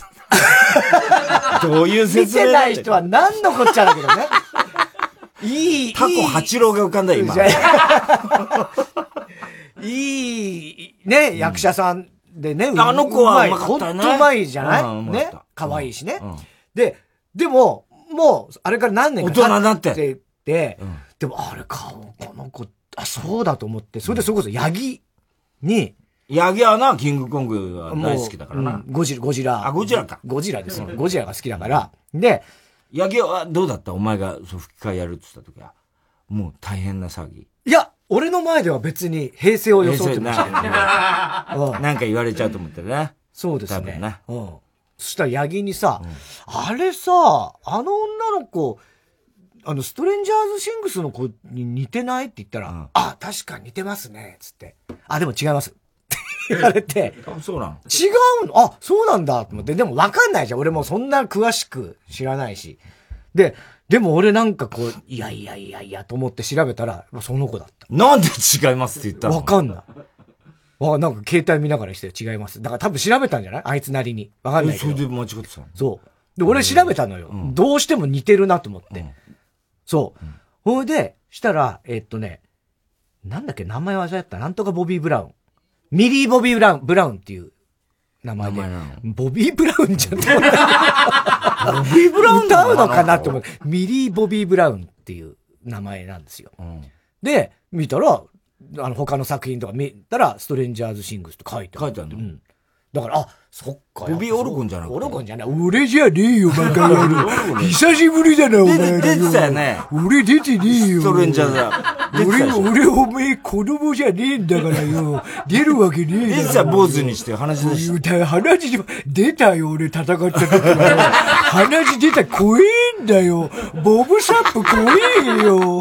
どういう説明？ 見てない人は何のこっちゃだけどね。いい、 タコ八郎が浮かんだよ、今。 いい、ね、うん、役者さんでね、 あの子はうまかったね。 ほんとうまいじゃない、うん、ね。可愛いしね、うん。で、でも、もう、あれから何年か経って。大人になって。で、うん、でも、あれ顔、この子、あ、そうだと思って、それでそれこそ、ヤギに、 ヤギはな、キングコングは大好きだからな。 うん、ゴジラ、ゴジラ。 あ、ゴジラか。 ゴジラですよ。うん、ゴジラが好きだから。で、 ヤギはどうだったお前がそう吹き替えやるって言った時は。もう大変な騒ぎ。 いや、俺の前では別に平成を装ってましたけどね。 なんか言われちゃうと思ってね。 そうですね。多分ね。 うん。そしたらヤギにさ、うん、あれさ、あの女の子、あの、ストレンジャーズシングスの子に似てないって言ったら、うん、あ、確かに似てますね、つって。あ、でも違います。って言われて。 そうなん違うのあ、そうなんだ、と思って。でも分かんないじゃん。俺もそんな詳しく知らないし。で、でも俺なんかこう、いやいやいやいやと思って調べたら、その子だった。 なんで違いますって言ったの分かんない。 あ、なんか携帯見ながらして違います。だから多分調べたんじゃないあいつなりに。わかんないけど。 それで間違ってたの？ そう。で、俺調べたのよ。うん、どうしても似てるなと思って。うん、そう。ほ、うん、いで、したら、えー、っとね、なんだっけ、名前忘れた。なんとかボビー・ブラウン。ミリー・ボビー・ブラウン、ブラウンっていう名前で。前ボビー・ブラウンじゃん。ボビー・ブラウン歌うのかなって思う。ミリー・ボビー・ブラウンっていう名前なんですよ。うん、で、見たら、あの、他の作品とか見たら、ストレンジャーズ・シングスって書いてある。 書いてあるんだよ。うん。 だから、あ、そっか。 ボビー・オルゴンじゃなくて。 オルゴンじゃない。俺じゃねえよ、バカ野郎。久しぶりだな、お前。 出てたよね。 俺出てねえよ。 ストレンジャーズだ。 俺、俺、おめえ、子供じゃねえんだからよ。出るわけねえよ。出てた坊主にして話でした。 鼻血出たよ、俺戦った時は。鼻血出た、怖えんだよ。ボブサップ怖えよ。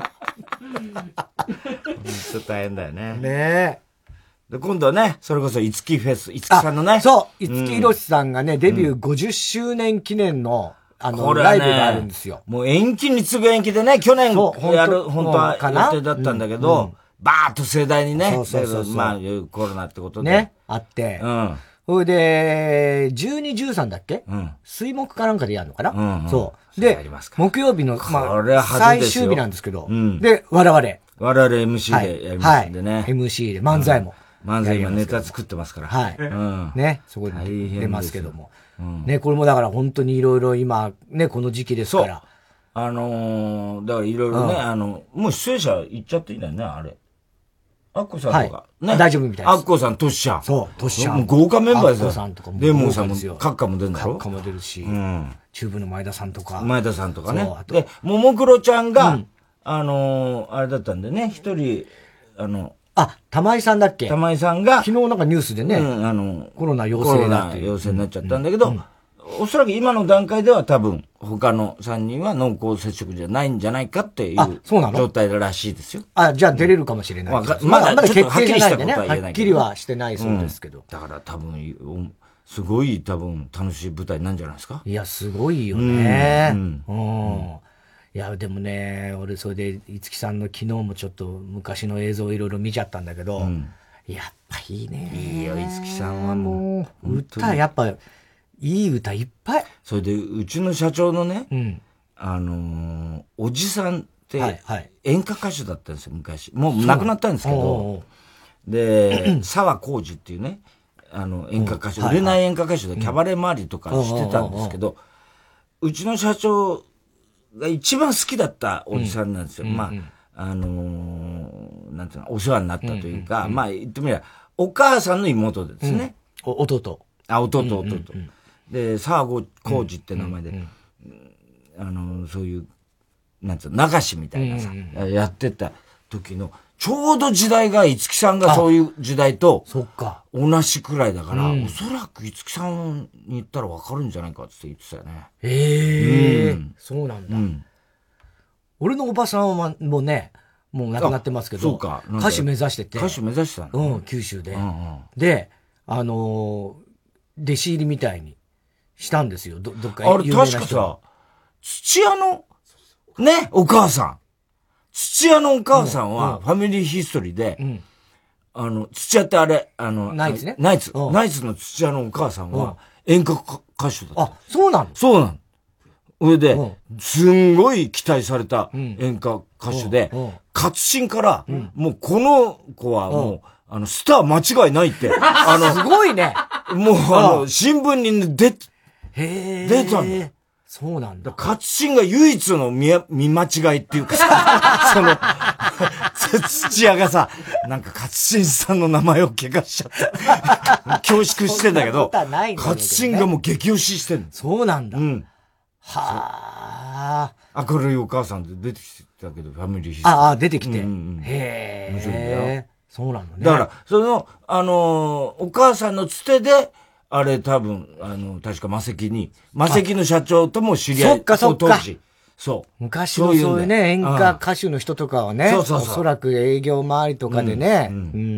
ちょっと大変だよね。 ねえ。 で、今度はね、それこそ、いつきフェス、いつきさんのね。 そう、いつきひろしさんがね、うん、デビューごじゅっしゅうねん記念の、あの、ね、ライブがあるんですよ。 もう延期に次ぐ延期でね、去年やる、本当は予定だったんだけど、うんうん、バーッと盛大にね、そうそうそうそうまあ、コロナってことで。 ね、あって。うん。それで、じゅうに、じゅうさんだっけうん。水木かなんかでやるのかなうん、うん。そう。で、木曜日の、まあ、最終日なんですけど、うん、で、我々。 我々 エムシー でやりますんでね。はいはい、 エムシー で漫才も。 うん、漫才今ネタ作ってますから。 はい。うん。ね、そこに出ますけども。うん、ね、これもだから本当にいろいろ今、ね、この時期ですから。 あのー、だからいろいろね、うん、あの、もう出演者行っちゃっていいんだよね、あれ。アッコさんとか。はい、 ね。大丈夫みたいです。 アッコさん、トッシャン。 そう、トッシャン。 豪華メンバーですよ。 アッコさんとかも。 レモンさんも、カッカも出るんだろカッカも出るし。うん。チューブの前田さんとか。 前田さんとかね。で、ももクロちゃんが、うん、あのー、あれだったんでね、一人、あの、 あ、玉井さんだっけ玉井さんが、 昨日なんかニュースでね、うん、あの、コロナ陽性だって。 陽性になっちゃったんだけど、うんうんおそらく今の段階では多分、他のさんにんは濃厚接触じゃないんじゃないかっていう状態らしいですよ。 あ、じゃあ出れるかもしれない。まだ、まだ決定じゃないんでね。はっきりはしてないそうですけど。 だから多分、すごい多分楽しい舞台なんじゃないですか。 いや、すごいよね。うん。うん。いや、でもね、俺それで、五木さんの昨日もちょっと昔の映像をいろいろ見ちゃったんだけど、やっぱいいね。 いいよ、五木さんはもう。歌、やっぱ、いい歌いっぱい。 それで、うちの社長のね、うん、あのー、おじさんって、演歌歌手だったんですよ、昔。もう亡くなったんですけど、で、沢浩二っていうね、あの、演歌歌手、売れない演歌歌手でキャバレー回りとかしてたんですけど、うちの社長が一番好きだったおじさんなんですよ。うん、まあ、あのー、なんていうの、お世話になったというか、うんうんうん、まあ言ってみれば、お母さんの妹ですね。 うん、弟。 あ、弟、弟。うんうんうんで、沢浩二って名前で、うんうん、あの、そういう、なんつうの、流しみたいなさ、うんうん、やってた時の、ちょうど時代が、五木さんがそういう時代と、 そっか。 同じくらいだから、うん、おそらく五木さんに言ったらわかるんじゃないかって言ってたよね。 へえ、うん、そうなんだ、うん。俺のおばさんはもうね、もう亡くなってますけど、 そうか。 歌手目指してて。 歌手目指してたの、 うん、九州で。うんうん、で、あのー、弟子入りみたいに。したんですよ。ど、どっか有名な人。 あれ確かさ、土屋の、ね、お母さん。土屋のお母さんは、ファミリーヒストリーで、うん、あの、土屋ってあれ、あの、 ナイツね。 ナイツ。ナイツの土屋のお母さんは、演歌歌手だった。 あ、そうなのそうなの。上で、すんごい期待された演歌歌手で、活心から、もうこの子はもう、あの、スター間違いないって。あの、すごいね。 もう、あの、新聞に出、 へ出たんだ。 そうなんだ。 勝新が唯一の見、見間違いっていうかさ、その、土屋がさ、なんか勝新さんの名前を怪我しちゃった。恐縮してんだけど、勝新がもう激推ししてんの。 そうなんだ。 うん。 はあ。明るいお母さんで出てきてたけど、ファミリーヒストリー。ああ、出てきて。うんうん、へえ。面白いんだよ。そうなのね。 だから、その、あのー、お母さんのつてで、あれ多分、あの、確か魔石に、魔石の社長とも知り合い。 そっかそっか。当時。 そう。 昔のそういうね、演歌歌手の人とかはね、そうそうそう。おそらく営業周りとかでね、うん。うんうん、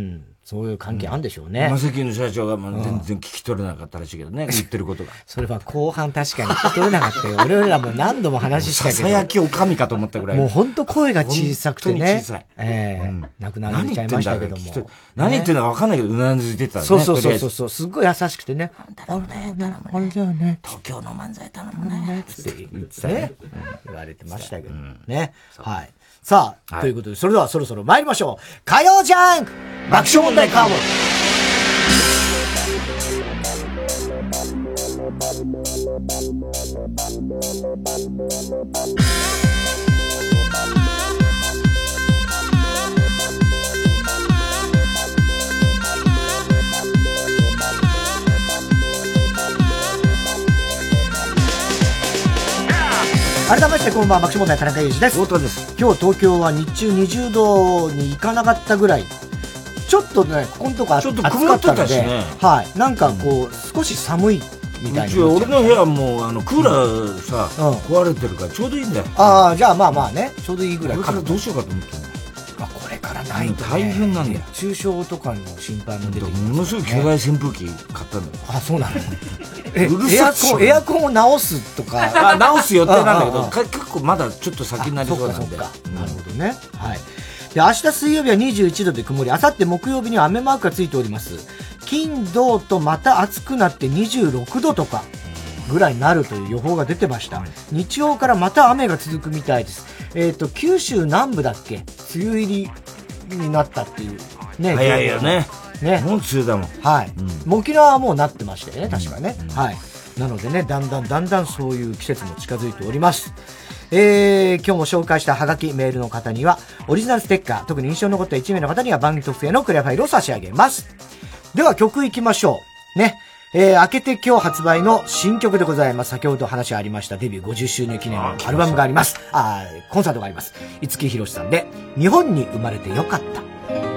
そういう関係あるんでしょうね。 マセキの社長がまあ全然聞き取れなかったらしいけどね、言ってることが。 それは後半確かに聞き取れなかったよ。俺らも何度も話したけど。 ささやきおかみかと思ったぐらい。 もう本当声が小さくてね。 本当に小さい。 ええーうん、亡くなられちゃいましたけども。 何言ってんのか分かんないけど、うなずいてたね。 そうそうそうそう。すっごい優しくてね。 あれだよね。 あれだよね。 東京の漫才頼むね。 って言ってね。言われてましたけど。ね。はい。さあ、はい、ということで、それではそろそろ参りましょう。火曜ジャンク爆笑問題カーボン。改めましてこんばんは、爆笑問題田中裕二です。 太田です。 今日東京は日中にじゅうどに行かなかったぐらい、ちょっとね、ここのとこ暑かったので、ね、はい、なんかこう、うん、少し寒いみたいな。 俺の部屋もあのクーラーさ、うん、壊れてるからちょうどいいんだよ。 ああ、じゃあまあまあね、ちょうどいいぐらい。 これからどうしようかと思ってる。 あ、これからないと、ね、 大変なんだよ。 熱中症とかの心配も出てきて、 ものすごい巨大扇風機買ったんだよ。 あ、そうなの。え、エアコン、エアコンを直すとか。 あ、直す予定なんだけど、結構まだちょっと先になりそうなんで。 なるほどね。はい。で、明日水曜日はにじゅういちどで曇り、明後日木曜日には雨マークがついております。金、土とまた暑くなってにじゅうろくどとかぐらいになるという予報が出てました。日曜からまた雨が続くみたいです。えっと、九州南部だっけ、梅雨入りになったっていう。 ね。早いよね。 ね。 もう梅雨だもん。 はい。うん、沖縄はもうなってましたよね、確かね。うんうん、はい。なのでね、だんだんだんだんそういう季節も近づいております。えー、今日も紹介したハガキメールの方には、オリジナルステッカー、特に印象に残ったいち名の方には番組特製のクリアファイルを差し上げます。では曲いきましょう。ね。えー、明けて今日発売の新曲でございます。先ほど話ありましたデビューごじゅっしゅうねん記念のアルバムがあります。あー、コンサートがあります。五木ひろしさんで、日本に生まれてよかった。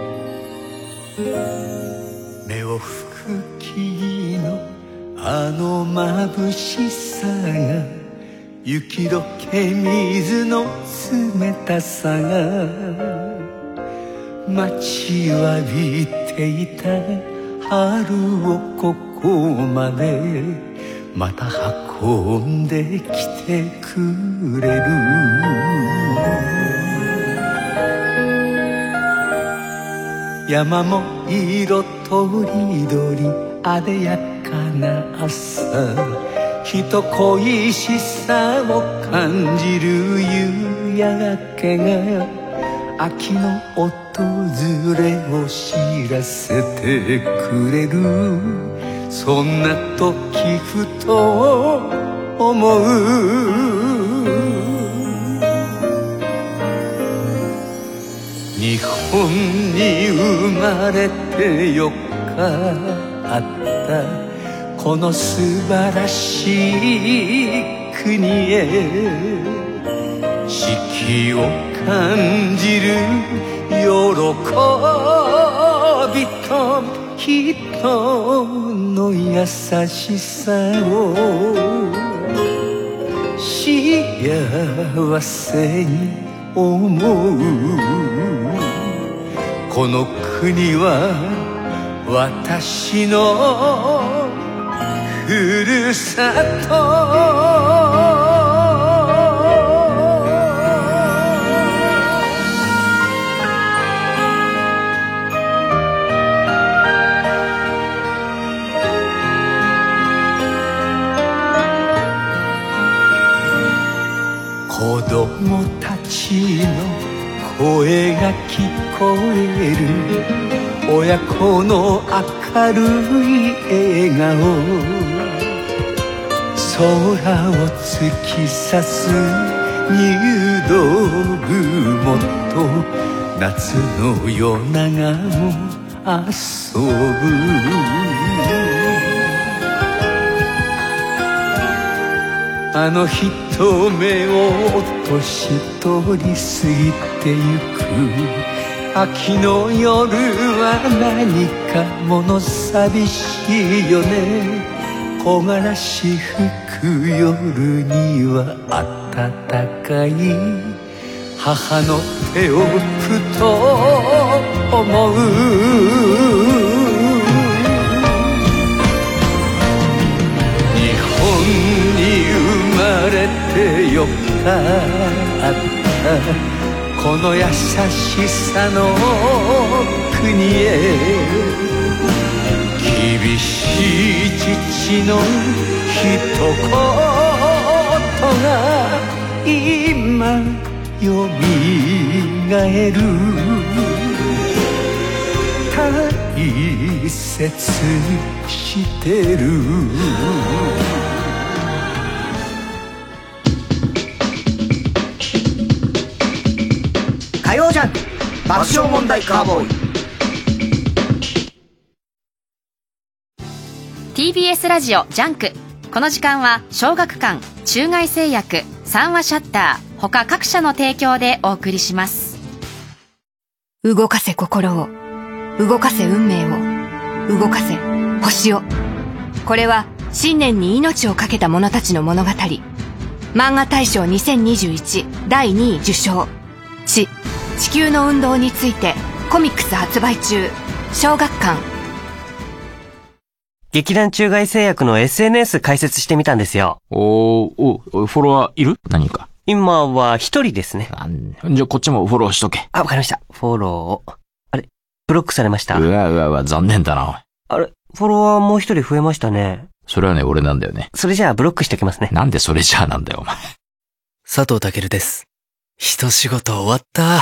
目を拭く木のあの眩しさが、雪解け水の冷たさが、待ちわびていた春をここまでまた運んできてくれる。山も色とりどりあでやかな朝、人恋しさを感じる夕焼けが秋の訪れを知らせてくれる。そんな時ふと思う、日本に生まれてよかった、この素晴らしい国へ四季を感じる喜びと人の優しさを幸せに思う。この国は私のふるさと。子供たちの声が聞こえる、親子の明るい笑顔、空を突き刺す入道雲と夏の夜長も遊ぶ。あの人目を年取り過ぎてゆく、秋の夜は何か物寂しいよね。木枯らし吹く夜には暖かい母の手をふと思う日本に生まれてよかったこの優しさの国へ厳しい父の一言が今よみがえる大切にしてる火曜ジャンク爆笑問題カーボーイティービーエス ラジオジャンク。この時間は小学館、中外製薬、三話シャッター他各社の提供でお送りします。 動かせ心を、動かせ運命を、動かせ星を。これは信念に命を懸けた者たちの物語。漫画大賞にせんにじゅういちだいにい受賞。地、地球の運動についてコミックス発売中。小学館。 劇団中外製薬の エスエヌエス 開設してみたんですよ。 おー、お、フォロワーいる？何か。 今は一人ですね。 じゃあこっちもフォローしとけ。 あ、わかりました。フォロー。あれブロックされました。 うわうわうわ、残念だな、おい。 あれフォロワーもう一人増えましたね。 それはね、俺なんだよね。 それじゃあブロックしときますね。 なんでそれじゃあなんだよ、お前。 佐藤健です。一仕事終わった。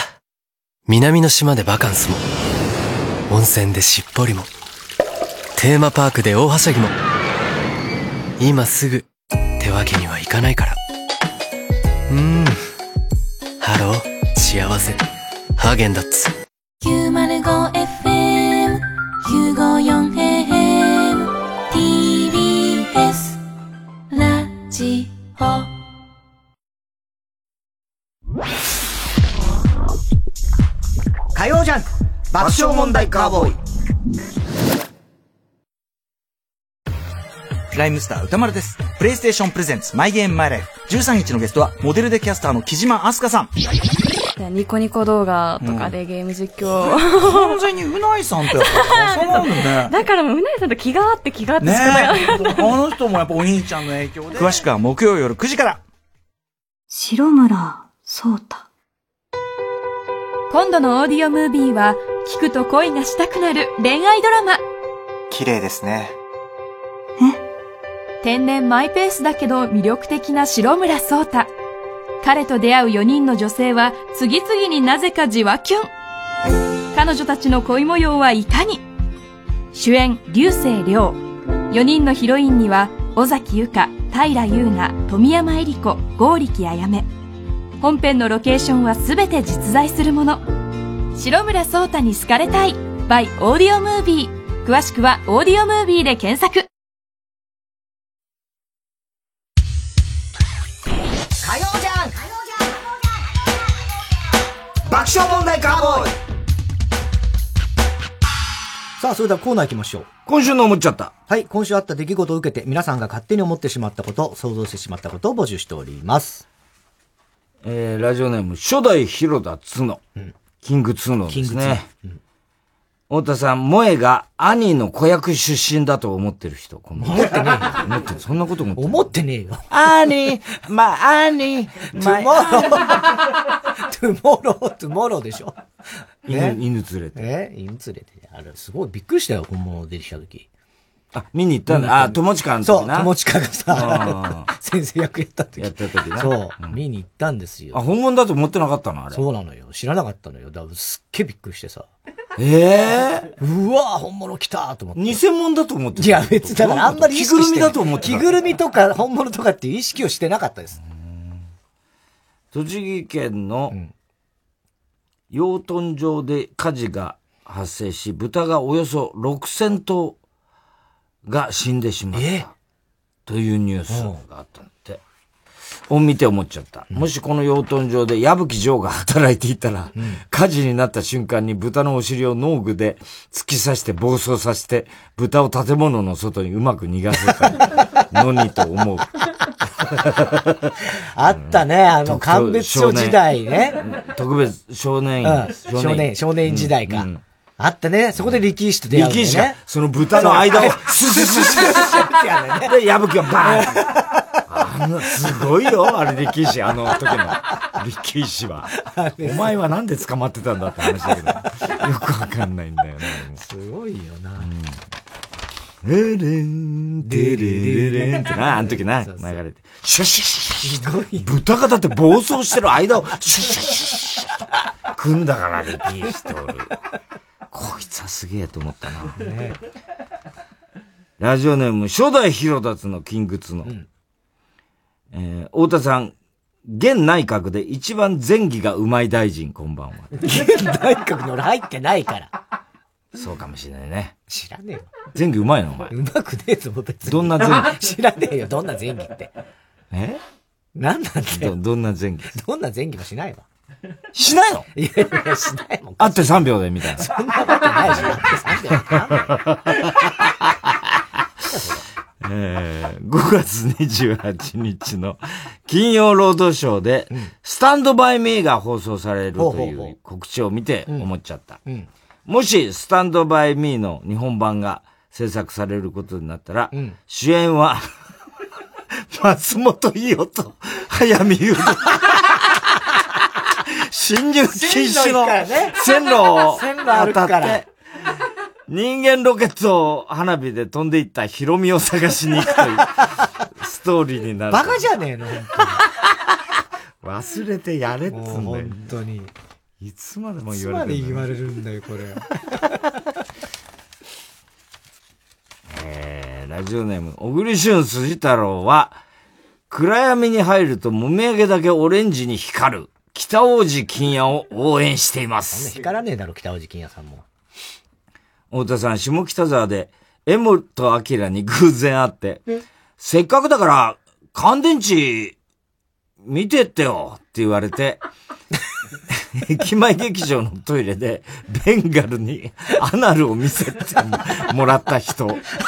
南の島でバカンスも。温泉でしっぽりも。テーマパークで大はしゃぎも。今すぐってわけにはいかないから。うーん。ハロー、幸せ。ハーゲンダッツ。 きゅうまるごエフエム、きゅうごよんエフエム、ティービーエス、ラジオ。 火曜ジャンク爆笑問題カーボーイ。 ライムスター歌丸です。プレイステーションプレゼンツマイゲームマイライフ。じゅうさんにちのゲストはモデルでキャスターの木島明日香さん。 ニコニコ動画とかでゲーム実況、 うん、完全にうないさんとやっぱ重なるね。 だからもううないさんと気があって気があってしかない、 ね、あの人もやっぱお兄ちゃんの影響で。詳しくは木曜夜くじから。 白村聡太。 今度のオーディオムービーは聞くと恋がしたくなる恋愛ドラマ。 綺麗ですね。 え？ 天然マイペースだけど魅力的な白村聡太。彼と出会うよにんの女性は次々になぜかじわキュン。彼女たちの恋模様はいかに。主演竜星涼。よにんのヒロインには尾崎由香、平優奈、富山恵里子、剛力彩芽。本編のロケーションはすべて実在するもの。白村聡太に好かれたい by オーディオムービー。詳しくはオーディオムービーで検索。 火曜じゃん爆笑問題カーボーイ。さあ、それではコーナー行きましょう。 今週の思っちゃった。 はい、今週あった出来事を受けて皆さんが勝手に思ってしまったこと、想像してしまったことを募集しております。 えー、ラジオネーム初代広田つの、うん、キングつのですね。太田さん、萌えが兄の子役出身だと思ってる人。 思ってねえよ。 思ってそんなこと思って思ってねえよ。 兄、まあ、兄、 トゥモロー。トゥモロー、トゥモローでしょ。 犬、犬連れて。 え犬連れて。あれ、すごいびっくりしたよ、本物出てきた時。 あ、見に行ったんだ。あ、友近の時な。 そう、友近がさ、先生役やった時。 やった時な。 そう、うん、見に行ったんですよ。 あ、本物だと思ってなかったのあれ。 そうなのよ。知らなかったのよ。だからすっげえびっくりしてさ。 ええー、うわぁ、本物来たと思って。 偽物だと思ってた。 いや、別にだからあんまり意識して。 着ぐるみだと思ってた。 着ぐるみとか本物とかっていう意識をしてなかったです。 栃木県の養豚場で火事が発生し、豚がおよそろくせんとうが死んでしまった。というニュースがあったんで。を見て思っちゃった。うん、もしこの養豚場で矢吹城が働いていたら、うん、火事になった瞬間に豚のお尻を農具で突き刺して暴走させて、豚を建物の外にうまく逃がせたのにと思う。 あったね、あの、鑑別所時代ね。 特別少年院、 うん、少年、少年時代か。うんあったね。そこで力士と出会うんだよね。 力士が、その豚の間を、スススススってやるね。で、矢吹がバーンあの、すごいよ、あれ力士、あの時の。力士は。お前はなんで捕まってたんだって話だけど、よくわかんないんだよね。 すごいよな。 レレン、デレレレンってな、あの時な、流れて。シュッシュッシュッ。すごい。豚がだって暴走してる間を、シュッシュッシュッ。組んだから力士しておる。こいつはすげえと思ったな。ね、ラジオネーム、初代広達のキングツの。うん、えー、太田さん、現内閣で一番前儀がうまい大臣、こんばんは。 現内閣に俺入ってないから。 そうかもしれないね。 知らねえよ。 前儀うまいのお前。 うまくねえぞ、別に。 どんな前儀知らねえよ、どんな前儀って。 えなんなんだよ。 ど、どんな前儀どんな前儀もしないわ。 しないのいやいや、しないもん。 あってさんびょうでみたいな。 そんなことないし、あってさんびょうでなんだよ。 えー、ごがつにじゅうはちにちの金曜ロードショーで、うん、スタンドバイミーが放送されるという告知を見て思っちゃった。うんうん、もしスタンドバイミーの日本版が制作されることになったら、うん、主演は松本伊代と早見優。侵入禁止の線路を渡って、人間ロケットを花火で飛んでいったヒロミを探しに行くというストーリーになる。 バカじゃねえの、本当に。忘れてやれっつうんだよ。 本当に。 いつまでも言われる。 いつまで言われるんだよ、これ。 えー、ラジオネーム、小栗旬辻太郎は、暗闇に入るともみあげだけオレンジに光る。北大路欣也を応援しています。 そんな光らねえだろ、北大路欣也さんも。 太田さん、下北沢で、江本明に偶然会って、せっかくだから、乾電池、見てってよって言われて、駅前劇場のトイレで、ベンガルにアナルを見せてもらった人。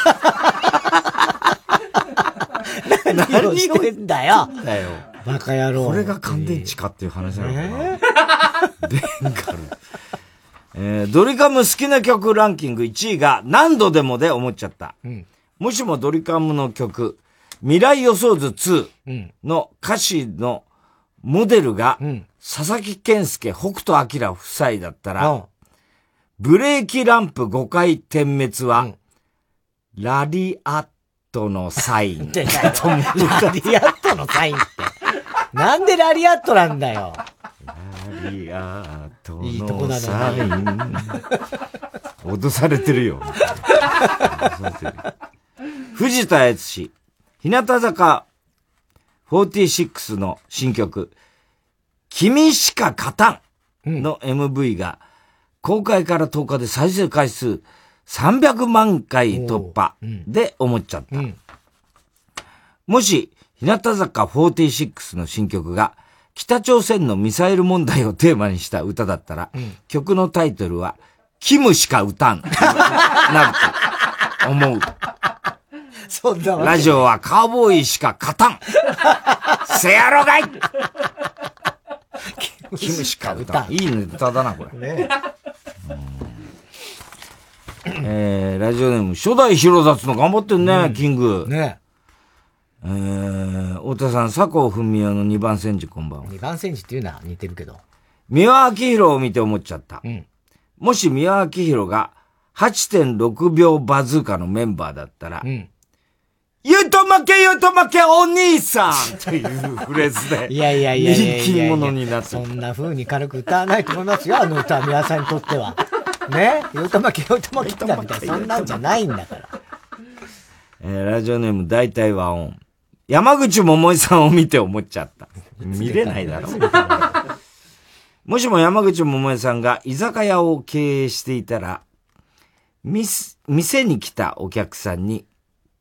何をしてんだよ。 だよ。 バカ野郎。 これが乾電池かっていう話なのかな。えー、ベンガル。えー、ドリカム好きな曲ランキングいちいが何度でもで思っちゃった。うん、もしもドリカムの曲、未来予想図ツーの歌詞のモデルが、佐々木健介、北斗晶夫妻だったら、うん、ブレーキランプごかい点滅は、うん、ラリアットのサイン。 ラリアットのサインって。なんでラリアットなんだよ。 ラリアットのサイン。脅されてるよ。藤田悦司、日向坂フォーティーシックスの新曲、君しか勝たんの エムブイ が公開からとおかで再生回数さんびゃくまんかい突破で思っちゃった。うん、もし、日向坂フォーティーシックスの新曲が北朝鮮のミサイル問題をテーマにした歌だったら、うん、曲のタイトルは、キムしか歌ん。なると思う。 そんなわけラジオはカウボーイしか勝たん。せやろがいキムしか歌ん。いいネタだな、これ。ねえー、ラジオネーム、初代広雑の頑張ってんね、うん、キング。 ねえー、太田さん、佐藤文夫のにばん戦時こんばんは。 にばん戦時っていうのは似てるけど。 三輪明宏を見て思っちゃった。うん、もし三輪明宏が はちてんろくびょうバズーカのメンバーだったら、うん、言うと負け言うと負けお兄さんというフレーズで、 いやいやいやいや人気者になってそんな風に軽く歌わないと思いますよ、あの歌は三輪さんにとっては。ね言うと負け言うと負けだみたいな、そんなんじゃないんだから。 えー、ラジオネーム大体和音。山口百恵さんを見て思っちゃった。見れないだろ。もしも山口百恵さんが居酒屋を経営していたら、みす、店に来たお客さんに、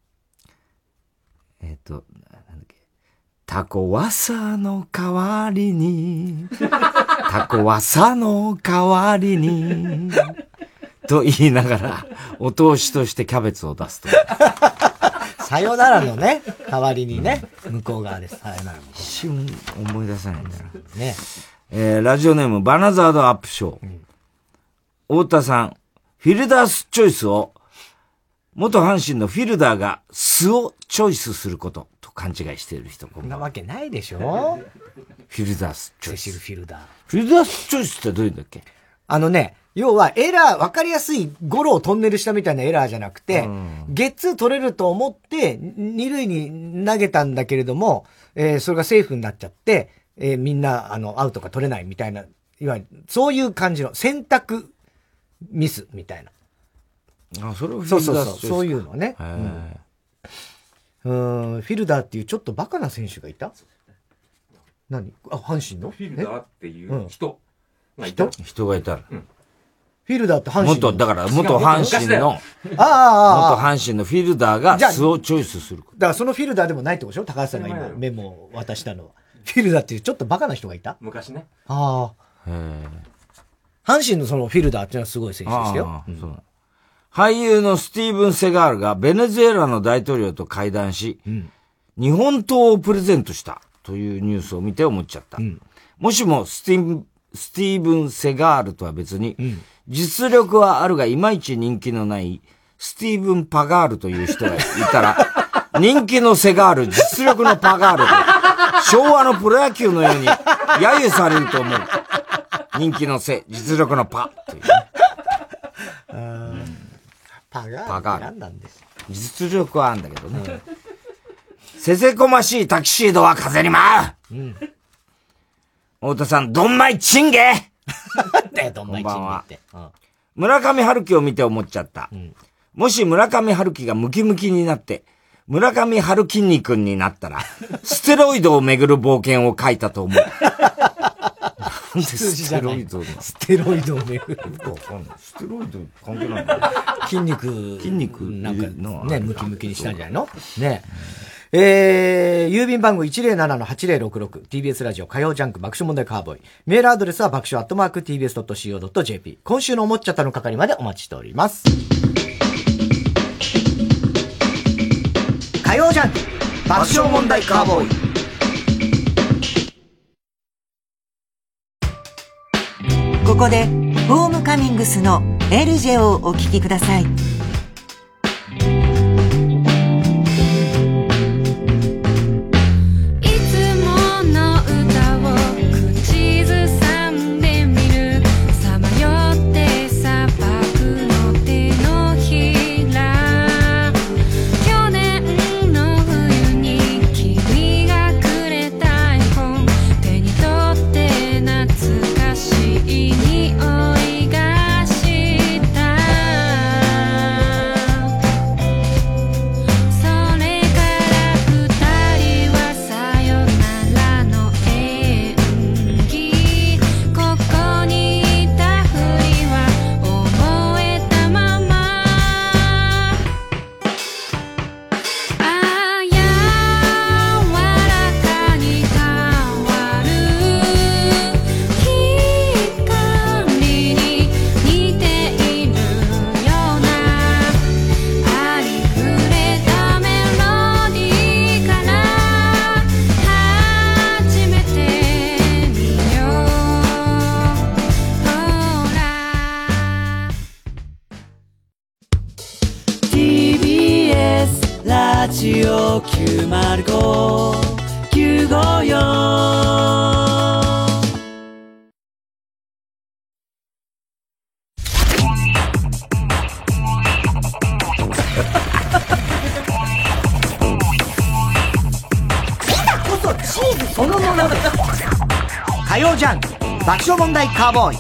えっと、なんだっけ、タコワサの代わりに、タコワサの代わりに、と言いながら、お通しとしてキャベツを出すと。 さよならのね、代わりにね、向こう側です。さよならも。 一瞬思い出さないんだな。 ね。 えー、ラジオネームバナザードアップショー。うん、太田さん、 フィルダースチョイスを、元阪神のフィルダーが素をチョイスすることと勘違いしている人。 そんなわけないでしょフィルダースチョイス。 セシル・フィルダー。 フィルダースチョイスってどういうんだっけ？ あのね、要はエラー、わかりやすいゴロをトンネルしたみたいなエラーじゃなくて、うん、ゲッツー取れると思って、二塁に投げたんだけれども、えー、それがセーフになっちゃって、えー、みんな、あの、アウトが取れないみたいな、いわゆる、そういう感じの選択ミスみたいな。 あ、それをフィルダースチョイス。 そうそうそう、そういうのね。うん、うんフィルダーっていうちょっとバカな選手がいた？何？あ、阪神の？ フィルダーっていう人がいた。人？人がいたら。うんフィルダーって阪神の元、だから元阪神の、 ああ、 元阪神のフィルダーが素をチョイスする。 だからそのフィルダーでもないってことでしょ？高橋さんが今メモを渡したのは。フィルダーっていうちょっとバカな人がいた？ 昔ね。 ああ。阪神のそのフィルダーっていうのはすごい選手でしたよ。 うん、俳優のスティーブン・セガールがベネズエラの大統領と会談し、うん、日本刀をプレゼントしたというニュースを見て思っちゃった。うん、もしもスティスティーブン・セガールとは別に、うん実力はあるがいまいち人気のないスティーブン・パガールという人がいたら、人気のセガール、実力のパガールと、昭和のプロ野球のように揶揄されると思う。人気のセ、実力のパという、ね。 パガール。 パガール。実力はあるんだけどね。うん、せせこましいタキシードは風に舞う、うん、太田さん、どんまいチンゲどんまいチンゲって。うん、 村上春樹を見て思っちゃった。うん、もし村上春樹がムキムキになって、村上春樹に君になったら、ステロイドをめぐる冒険を書いたと思う。なんでステロイドステロイドをめぐる。 ステロイド関係ないんだ。 筋肉。 筋肉。 なんか、ね、ムキムキにしたんじゃないのね。えー、郵便番号 いちまるななのはちまるろくろく ティービーエス ラジオ火曜ジャンク爆笑問題カーボーイ。メールアドレスは爆笑アットマーク ティービーエスドットシーオードットジェーピー。今週の思っちゃったの係までお待ちしております。火曜ジャンク爆笑問題カーボーイ。 ここでホームカミングスのエルジェをお聴きください。 問題カーボーイ。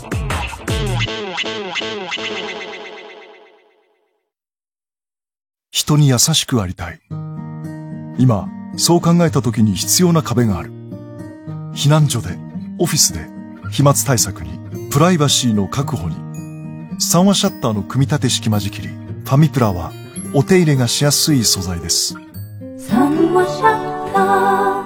人に優しくありたい。今そう考えた時に必要な壁がある。避難所で、オフィスで、飛沫対策に、プライバシーの確保に。三話シャッターの組み立て式間仕切りファミプラはお手入れがしやすい素材です。 三話シャッター。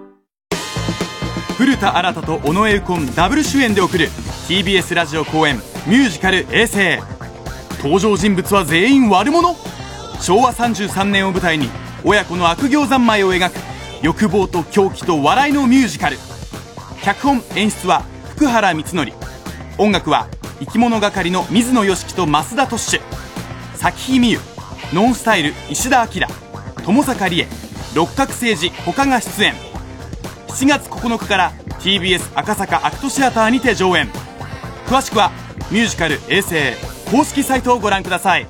古田新太と尾上右近ダブル主演で送る ティービーエス ラジオ公演ミュージカル衛星。登場人物は全員悪者。昭和さんじゅうさんねんを舞台に親子の悪行三昧を描く欲望と狂気と笑いのミュージカル。脚本演出は福原光則。音楽は生き物係の水野良樹と増田トッシュ、咲日美優、ノンスタイル石田明、友坂理恵、六角誠治他が出演。しちがつここのかから ティービーエス 赤坂アクトシアターにて上演。詳しくはミュージカル衛星公式サイトをご覧ください。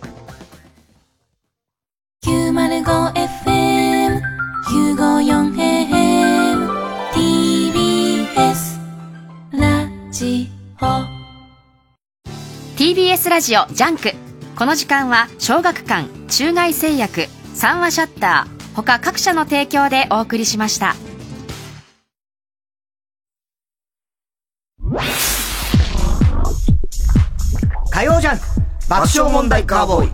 きゅうまるごエフエム きゅうごよんエーエム ティービーエス ラジオティービーエス ラジオジャンク。この時間は小学館、中外製薬、三話シャッター他各社の提供でお送りしました。 火曜ジャンク爆笑問題カーボーイ。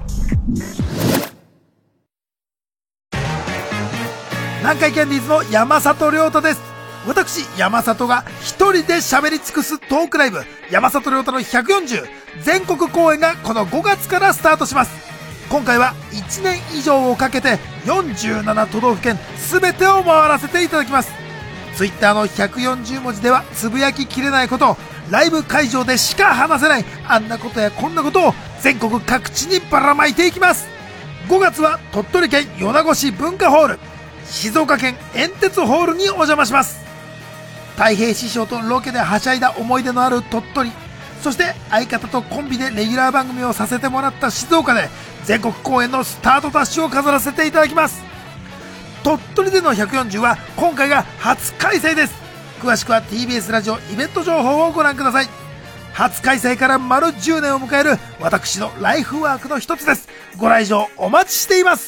南海キャンディーズの山里亮太です。私山里が一人で喋り尽くすトークライブ、山里亮太のひゃくよんじゅう全国公演がこのごがつからスタートします。今回はいちねん以上をかけてよんじゅうなな都道府県全てを回らせていただきます。ツイッターのひゃくよんじゅうもじではつぶやききれないこと、ライブ会場でしか話せないあんなことやこんなことを全国各地にばらまいていきます。ごがつは鳥取県米子市文化ホール、静岡県煙鉄ホールにお邪魔します。太平師匠とロケではしゃいだ思い出のある鳥取、そして相方とコンビでレギュラー番組をさせてもらった静岡で全国公演のスタートダッシュを飾らせていただきます。鳥取でのひゃくよんじゅうは今回が初開催です。詳しくは ティービーエス ラジオイベント情報をご覧ください。初開催から丸じゅうねんを迎える私のライフワークの一つです。ご来場お待ちしています。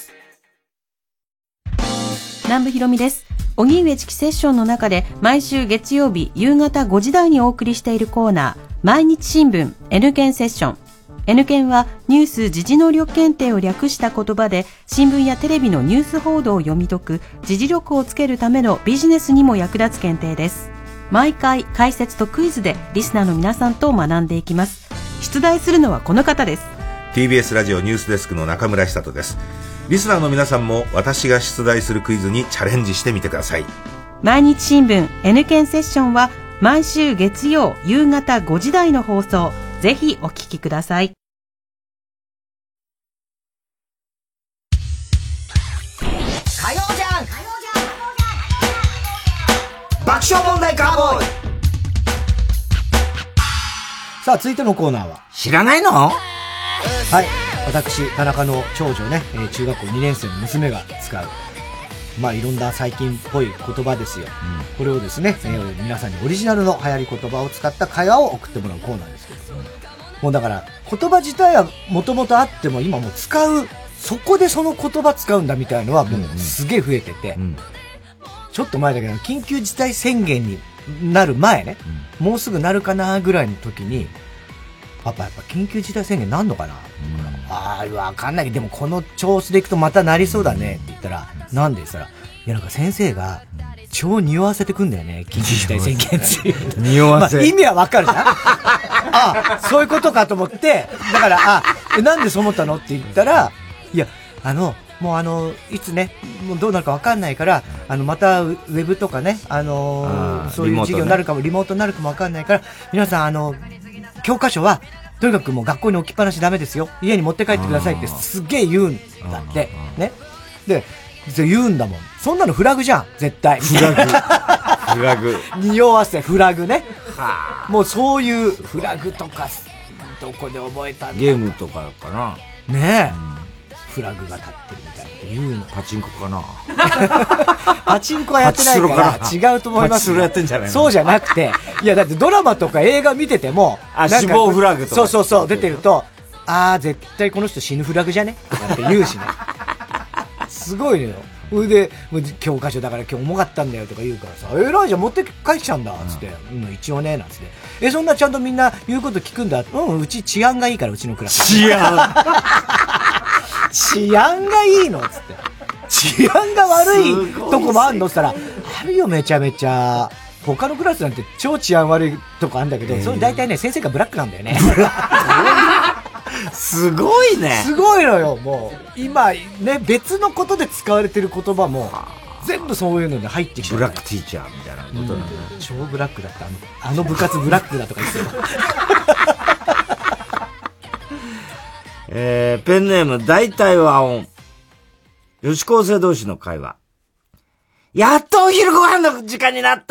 南部ひろみです。荻上チキセッションの中で毎週月曜日夕方ごじ台にお送りしているコーナー、毎日新聞 N 検セッション。N 検はニュース時事能力検定を略した言葉で、新聞やテレビのニュース報道を読み解く時事力をつけるためのビジネスにも役立つ検定です。毎回解説とクイズでリスナーの皆さんと学んでいきます。出題するのはこの方です。 ティービーエス ラジオニュースデスクの中村久人です。リスナーの皆さんも私が出題するクイズにチャレンジしてみてください。 毎日新聞 N 検セッションは毎週月曜夕方ごじ台の放送、ぜひお聞きください。 火曜ジャンク爆笑問題カーボーイ。さあ続いてのコーナーは知らないの？はい、 私田中の長女ね、えー、中学校にねん生の娘が使うまあいろんな最近っぽい言葉ですよ、うん、これをですね、えー、皆さんにオリジナルの流行り言葉を使った会話を送ってもらうコーナーですけど、うん、もうだから言葉自体はもともとあっても今もう使う、そこでその言葉使うんだみたいのはもうすげえ増えてて、うんうん、ちょっと前だけど緊急事態宣言になる前ね、うん、もうすぐなるかなぐらいの時にパパやっぱ緊急事態宣言なんのかな、うん、ああわかんないけどでもこの調子でいくとまたなりそうだねって言ったら、うん、なんで言ったらいやなんか先生が超匂わせてくんだよね緊急事態宣言っていう匂わせ、 まあ、意味はわかるじゃんあそういうことかと思ってだからあなんでそう思ったのって言ったらいやあのもうあのいつねもうどうなるかわかんないからあのまたウェブとかねあのー、そういう授業になるかもリモートになるかもわかんないから皆さんあの教科書はとにかくもう学校に置きっぱなしダメですよ家に持って帰ってくださいってすっげえ言うんだってねで言うんだもんそんなのフラグじゃん絶対フラグフラグ匂わせフラグねもうそういうフラグとかどこで覚えたんだゲームとかかなねえ、うんフラグが立ってるみたいな言うのパチンコかなパチンコはやってないから違うと思います。 パチスロやってんじゃないのそうじゃなくていやだってドラマとか映画見ててもあ死亡フラグとかそうそうそう出てるとあー絶対この人死ぬフラグじゃねとかって言うしねすごいのよ。それで教科書だから今日重かったんだよとか言うからさえらいじゃん持って帰っちゃうんだつって、うん、一応ねなんつってえそんなちゃんとみんな言うこと聞くんだうんうち治安がいいからうちのクラス治安治安がいいのつって治安が悪いとこもあんのって言ったらあるよめちゃめちゃ他のクラスなんて超治安悪いとこあんだけど、えー、それ大体ね先生がブラックなんだよねすごいねすごいのよもう今ね別のことで使われてる言葉も全部そういうので入ってきてブラックティーチャーみたいなことなんだ、 うん、超ブラックだったあの、あの部活ブラックだとか言ってえー、ペンネーム大体和音。女子高生同士の会話。やっとお昼ご飯の時間になった。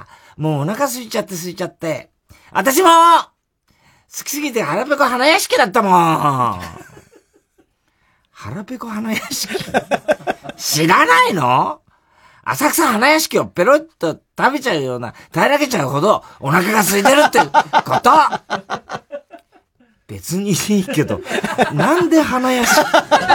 もうお腹空いちゃって空いちゃって。私も好きすぎて腹ペコ花屋敷だったもん。腹ペコ花屋敷知らないの？浅草花屋敷をペロッと食べちゃうような、平らげちゃうほどお腹が空いてるってこと別にいいけど、なんで花屋敷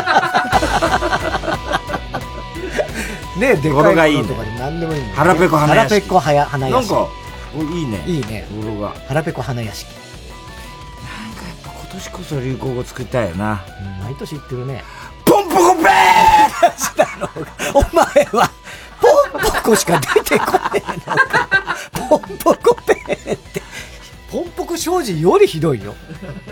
ねえ、でかいものとかで何でもいいんだよね。 腹ペコ花屋敷。 腹ペコ花屋敷。 なんか、いいね。 いいね。 語呂が。 腹ペコ花屋敷。 なんかやっぱ今年こそ流行語作りたいよな。 うん、毎年言ってるね。 ポンポコペーしたのお前は、ポンポコしか出てこねえのか。ポンポコペーって。ポンポコ障子よりひどいよ。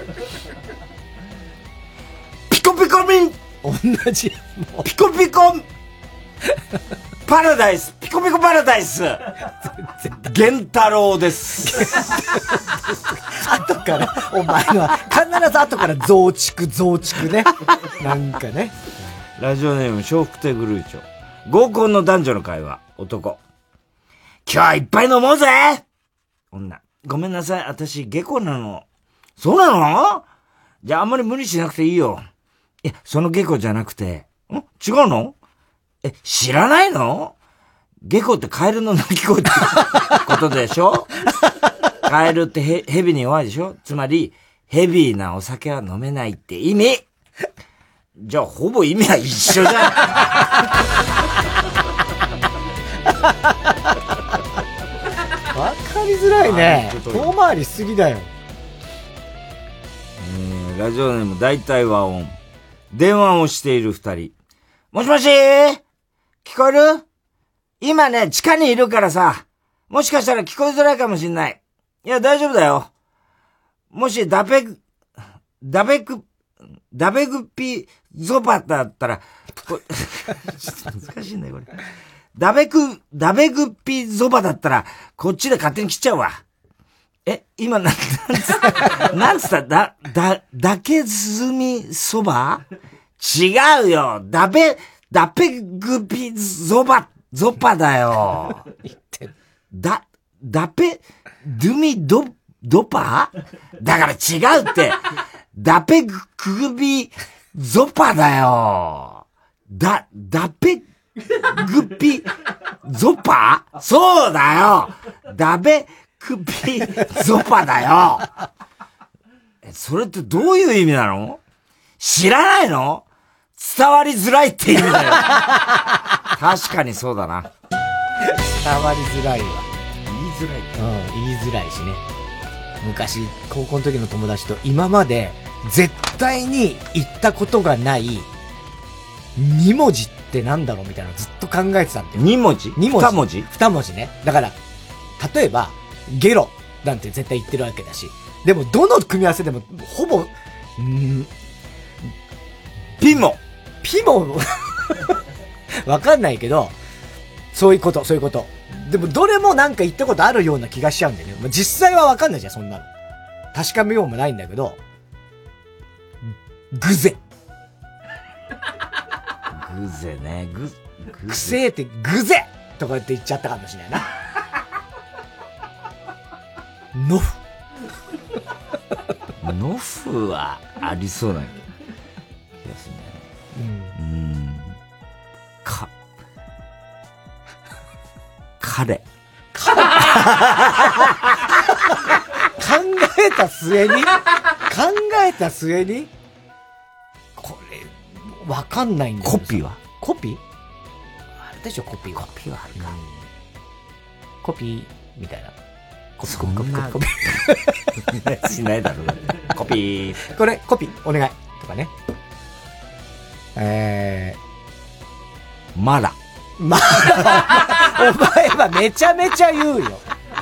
ピコピコミン同じ。 ピコピコパラダイスピコピコパラダイス源太郎です後からお前のは必ず後から増築増築ねなんかね。 ラジオネーム笑福亭グルーチョ。合コンの男女の会話。男。今日はいっぱい飲もうぜ。女。ごめんなさい、私下戸なの。そうなの？じゃああんまり無理しなくていいよ。いや、その下戸じゃなくて、ん？違うの？え、知らないの？下戸ってカエルの鳴き声ってことでしょ？カエルってヘヘビに弱いでしょ？つまり、ヘビーなお酒は飲めないって意味。じゃあ、ほぼ意味は一緒じゃん。 わかりづらいね。遠回りしすぎだよ。 えー、ラジオネーム大体和音。電話をしている二人。もしもしー？聞こえる？今ね、地下にいるからさ、もしかしたら聞こえづらいかもしんない。いや、大丈夫だよ。もし、ダベ、ダベク、ダベグピゾバだったら、こちょっと難しいんだよ、これ。ダベク、ダベグピゾバだったら、こっちで勝手に切っちゃうわ。え、今、な、なんつった、なんつった、だ、だ、だけずみそば？違うよ。ダベ、ダペグピゾバ、ゾパだよ。だ、ダペ、ドゥミド、ドパ？だから違うって。ダペグビゾパだよ。だ、ダペグピゾパ？そうだよ。ダベグピゾパだよ。え、それってどういう意味なの？知らないの？伝わりづらいって意味だよ。確かにそうだな。 伝わりづらいわ。 言いづらい。 うん、言いづらいしね。昔、高校の時の友達と今まで絶対に言ったことがないに文字ってなんだろうみたいなのずっと考えてたんだよ。 に文字？ に文字。 二文字？ 二文字ね。だから、例えば、ゲロなんて絶対言ってるわけだし。でも、どの組み合わせでも、ほぼ、んー、 ピモピモわかんないけど、そういうこと、そういうこと。でも、どれもなんか言ったことあるような気がしちゃうんだよね。まあ、実際はわかんないじゃん、そんなの。確かめようもないんだけど、グゼ。 グゼね、グ、 グセーってグゼとかって言っちゃったかもしれないな。ノフ。 ノフはありそうな気がするね。うん。うん。か、彼。 考えた末に考えた末にこれ、わかんないんだよ。 コピーはコピーあれでしょ、コピーは。 コピーはあるか。 コピーみたいな。 コピー、コピー、コピー。しないだろう。コピー。 これ、コピー、お願い。とかね。えー。マラ。 マラ。お前はめちゃめちゃ言うよ。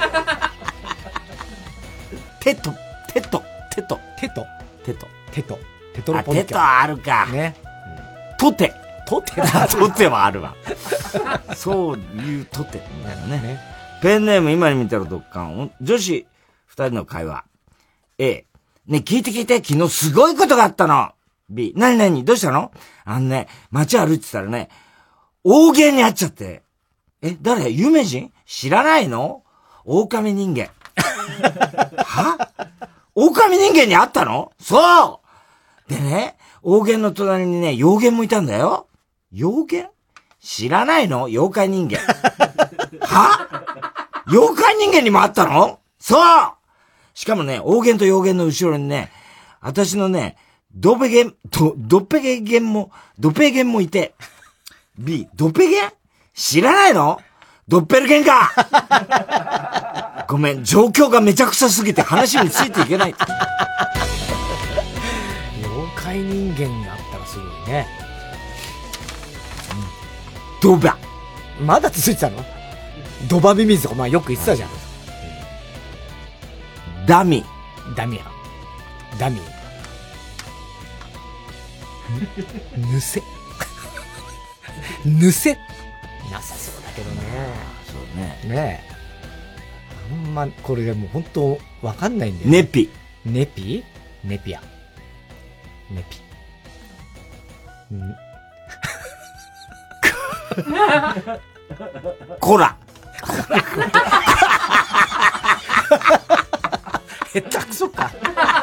テト、テト、テト、 テト、 テト、 テト、テトロポリテトあるか。 ね。 トテ。 トテだ。 トテはあるわ。そういうトテ。みたいなね。ねペンネーム今に見たらドッカン。女子二人の会話。A。ね、聞いて聞いて、昨日すごいことがあったの。 B、なになにどうしたの？あのね、街歩いてたらね、大芸に会っちゃって。え、誰？有名人？知らないの？狼人間。は？狼人間に会ったの？そうでね、大言の隣にね、妖言もいたんだよ。妖言？知らないの？妖怪人間。は？妖怪人間にも会ったの？そうしかもね、大言と妖言の後ろにね、私のね、ドペゲン、ド、ドペゲゲンも、ドペゲンもいて。B、ドペゲン？知らないの？ドッペルゲンかごめん、状況がめちゃくちゃすぎて話についていけない。 妖怪人間にあったらすごいね。 ドバ。 まだ続いてたの？ドバミミズとか、まあよく言ってたじゃん。 ダミ。 ダミアン。ダミー。ぬせ。ぬせ。なさそうだけどね。 そうね。 ねえ。あんま、これでも本当わかんないんだよね。ネピ。 ネピネピア。ネピ。んコラ。 下手くそか。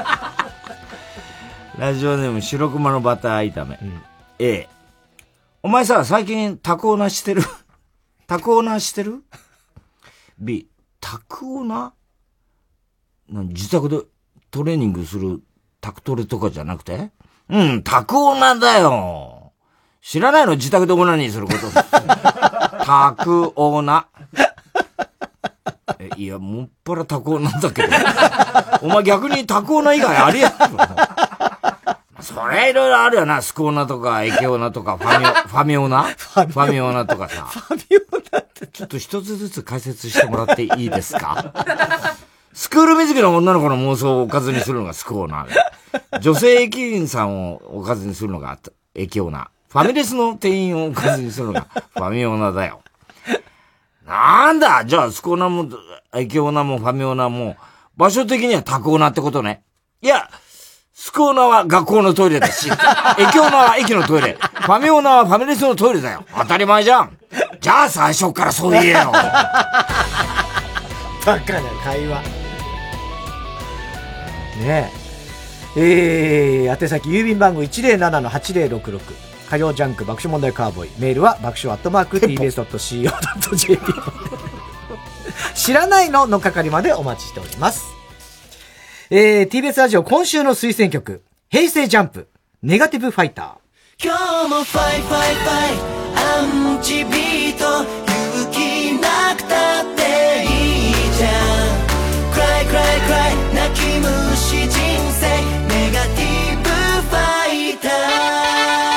ラジオネーム白熊のバター炒め。うん、A。お前さ、最近タクオナしてるタクオナしてる ?B。タクオナ自宅でトレーニングするタクトレとかじゃなくてうん、タクオナだよ。知らないの？自宅でオナニーすること。タクオナ。え、いや、もっぱらタクオナだけど。お前逆にタクオナ以外ありやんの？それいろいろあるよな。スコーナとかエケオナとかファミオ、ファミオナファミオナとかさ。 ファミオナってちょっと一つずつ解説してもらっていいですか？スクール水着の女の子の妄想をおかずにするのがスコーナ。女性駅員さんをおかずにするのがエケオナ。ファミレスの店員をおかずにするのがファミオナだよ。なんだじゃあスコーナもエケオナもファミオナも場所的にはタクオナってことね。いや、スコーナは学校のトイレだし、エケオナは駅のトイレ、ファミオナはファミレスのトイレだよ。当たり前じゃん。じゃあ最初からそう言えよ。 バカな会話。ねえ。えー、宛先郵便番号 いちゼロななのはちゼロろくろく。火曜ジャンク爆笑問題カーボーイ。メールは爆笑アットマーク ティービーエスドットシーオードットジェーピー。知らないのの係までお待ちしております。えー、ティービーエス ラジオ今週の推薦曲、平成ジャンプ、ネガティブファイター。 今日もファイファイファイ、アンチビート、勇気なくたっていいじゃん。クライクライクライ、泣き虫人生、ネガティブファイター。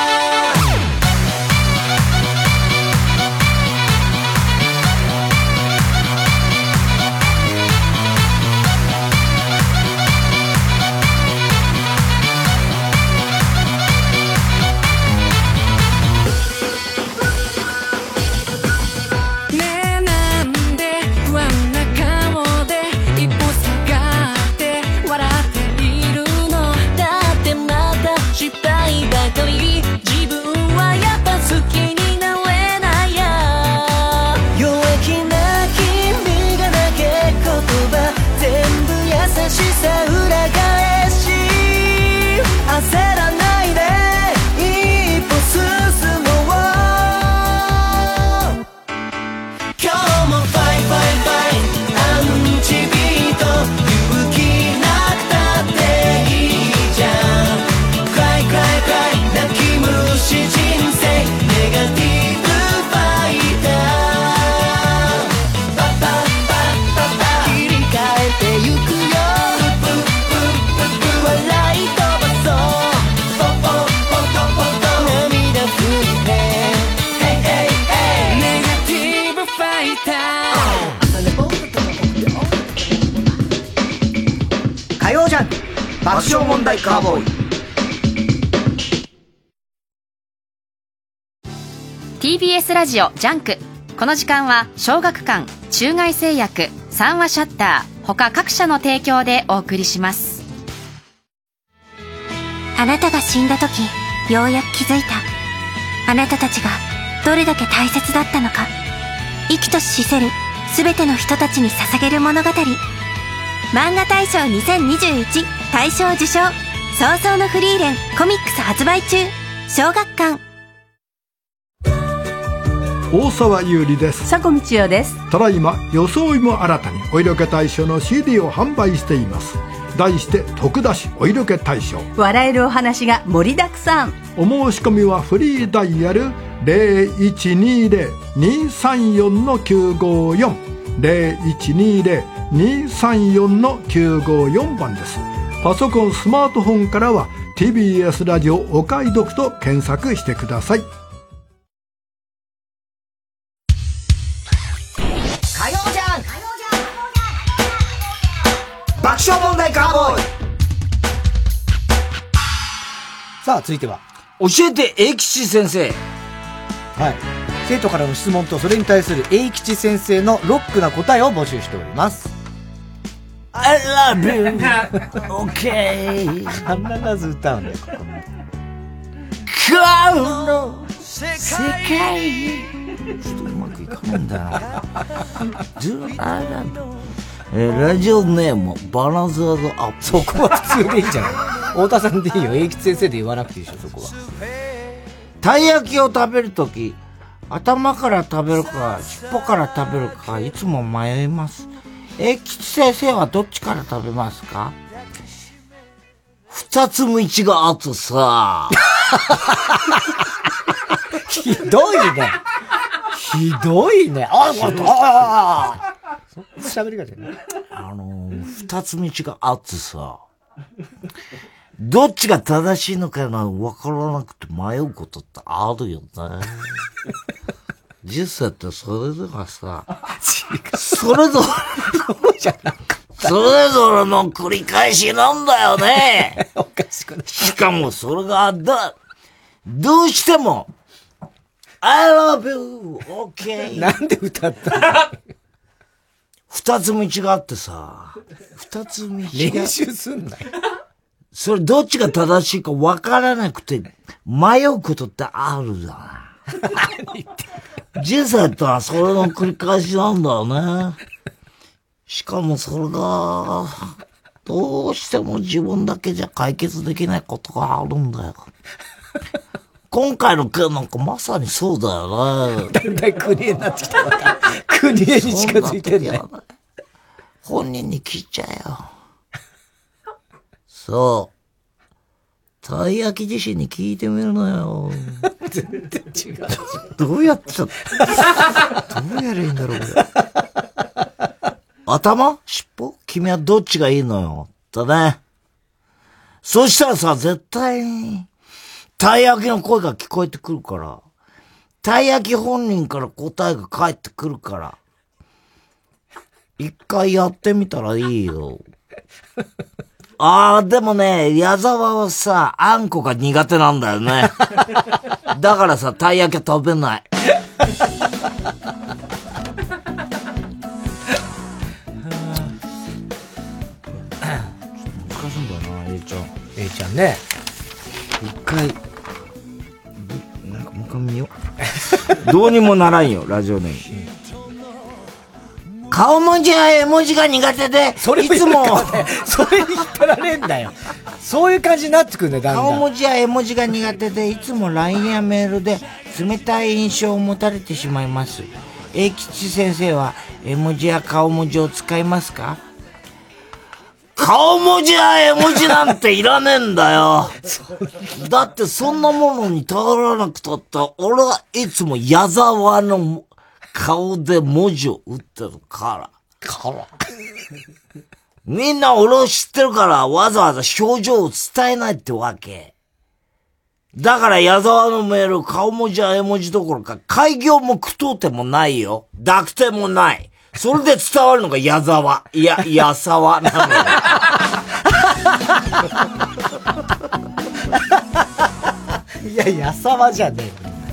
爆笑問題カーボーイ。 ティービーエス ラジオジャンク。この時間は小学館、中外製薬、三話シャッター他各社の提供でお送りします。 あなたが死んだ時、ようやく気づいた。あなたたちがどれだけ大切だったのか。生きとし死せるすべての人たちに捧げる物語。漫画大賞にせんにじゅういち大賞受賞。早々のフリーレンコミックス発売中。小学館。 大沢優里です。 佐古道代です。 ただいま装いも新たにお色気大賞の シーディー を販売しています。題して徳田氏お色気大賞。 笑えるお話が盛りだくさん。 お申し込みはフリーダイヤル ゼロいちにゼロ にさんよん きゅうごよん ゼロいちにゼロ にさんよん きゅうごよん 番です。パソコンスマートフォンからは ティービーエス ラジオお買い得と検索してください。 火曜じゃん爆笑問題カーボーイ。 さあ続いては教えて英吉先生。 はい、生徒からの質問とそれに対する英吉先生のロックな答えを募集しております。I love you OK 必ず歌うんだよここ。 今日の世界ちょっとうまくいかないんだよなえー、ラジオネームバランスワードアップ。 そこは普通でいいんじゃない太田さんでいいよ。英吉先生で言わなくていいでしょそこは。 たい焼きを食べるとき頭から食べるか尻尾から食べるかいつも迷います。英吉先生はどっちから食べますか？二つ道があってさひどいねひどいね。ああああそんな喋り方じゃない。 あのー、二つ道があってさどっちが正しいのかな分からなくて迷うことってあるよね実際ってそれぞれさそれぞれそれぞれの繰り返しなんだよねおかしくない。 しかもそれがだどうしても I love you OK なんで歌ったの二つ道があってさ二つ道が練習すんなよ。 それどっちが正しいか分からなくて迷うことってあるじゃない人生ってのはそれの繰り返しなんだよね。しかもそれがどうしても自分だけじゃ解決できないことがあるんだよ。今回の件なんかまさにそうだよね。 だんだん国へになってきたのか。国へに近づいてんね。 本人に聞いちゃえよ。そう。たい焼き自身に聞いてみるのよ。 全然違う。 どうやっちゃった、どうやればいいんだろう、これ。頭？尻尾？君はどっちがいいのよ。だね。そしたらさ、絶対に、たい焼きの声が聞こえてくるから、たい焼き本人から答えが返ってくるから、一回やってみたらいいよ。ああ、でもね、矢沢はさ、あんこが苦手なんだよね。だからさ、たい焼きは食べない。難しいんだよな、Aちゃん。 Aちゃんね。 一回、なんかもう一回見よう。どうにもならんよ、ラジオネーム。顔文字や絵文字が苦手で、 それいつも、それに引っ張られんだよ。そういう感じになってくるんだよ、だんだん。 顔文字や絵文字が苦手で、いつも ライン やメールで冷たい印象を持たれてしまいます。英吉先生は絵文字や顔文字を使いますか？顔文字や絵文字なんていらねえんだよ。だってそんなものに頼らなくたって、俺はいつも矢沢の顔で文字を打ってるから。 から。 みんな俺を知ってるからわざわざ表情を伝えないってわけ。だから矢沢のメール、顔文字や絵文字どころか、開業も句読点もないよ。濁点もない。それで伝わるのが矢沢。いや、矢沢なのよ。 いや、矢沢じゃね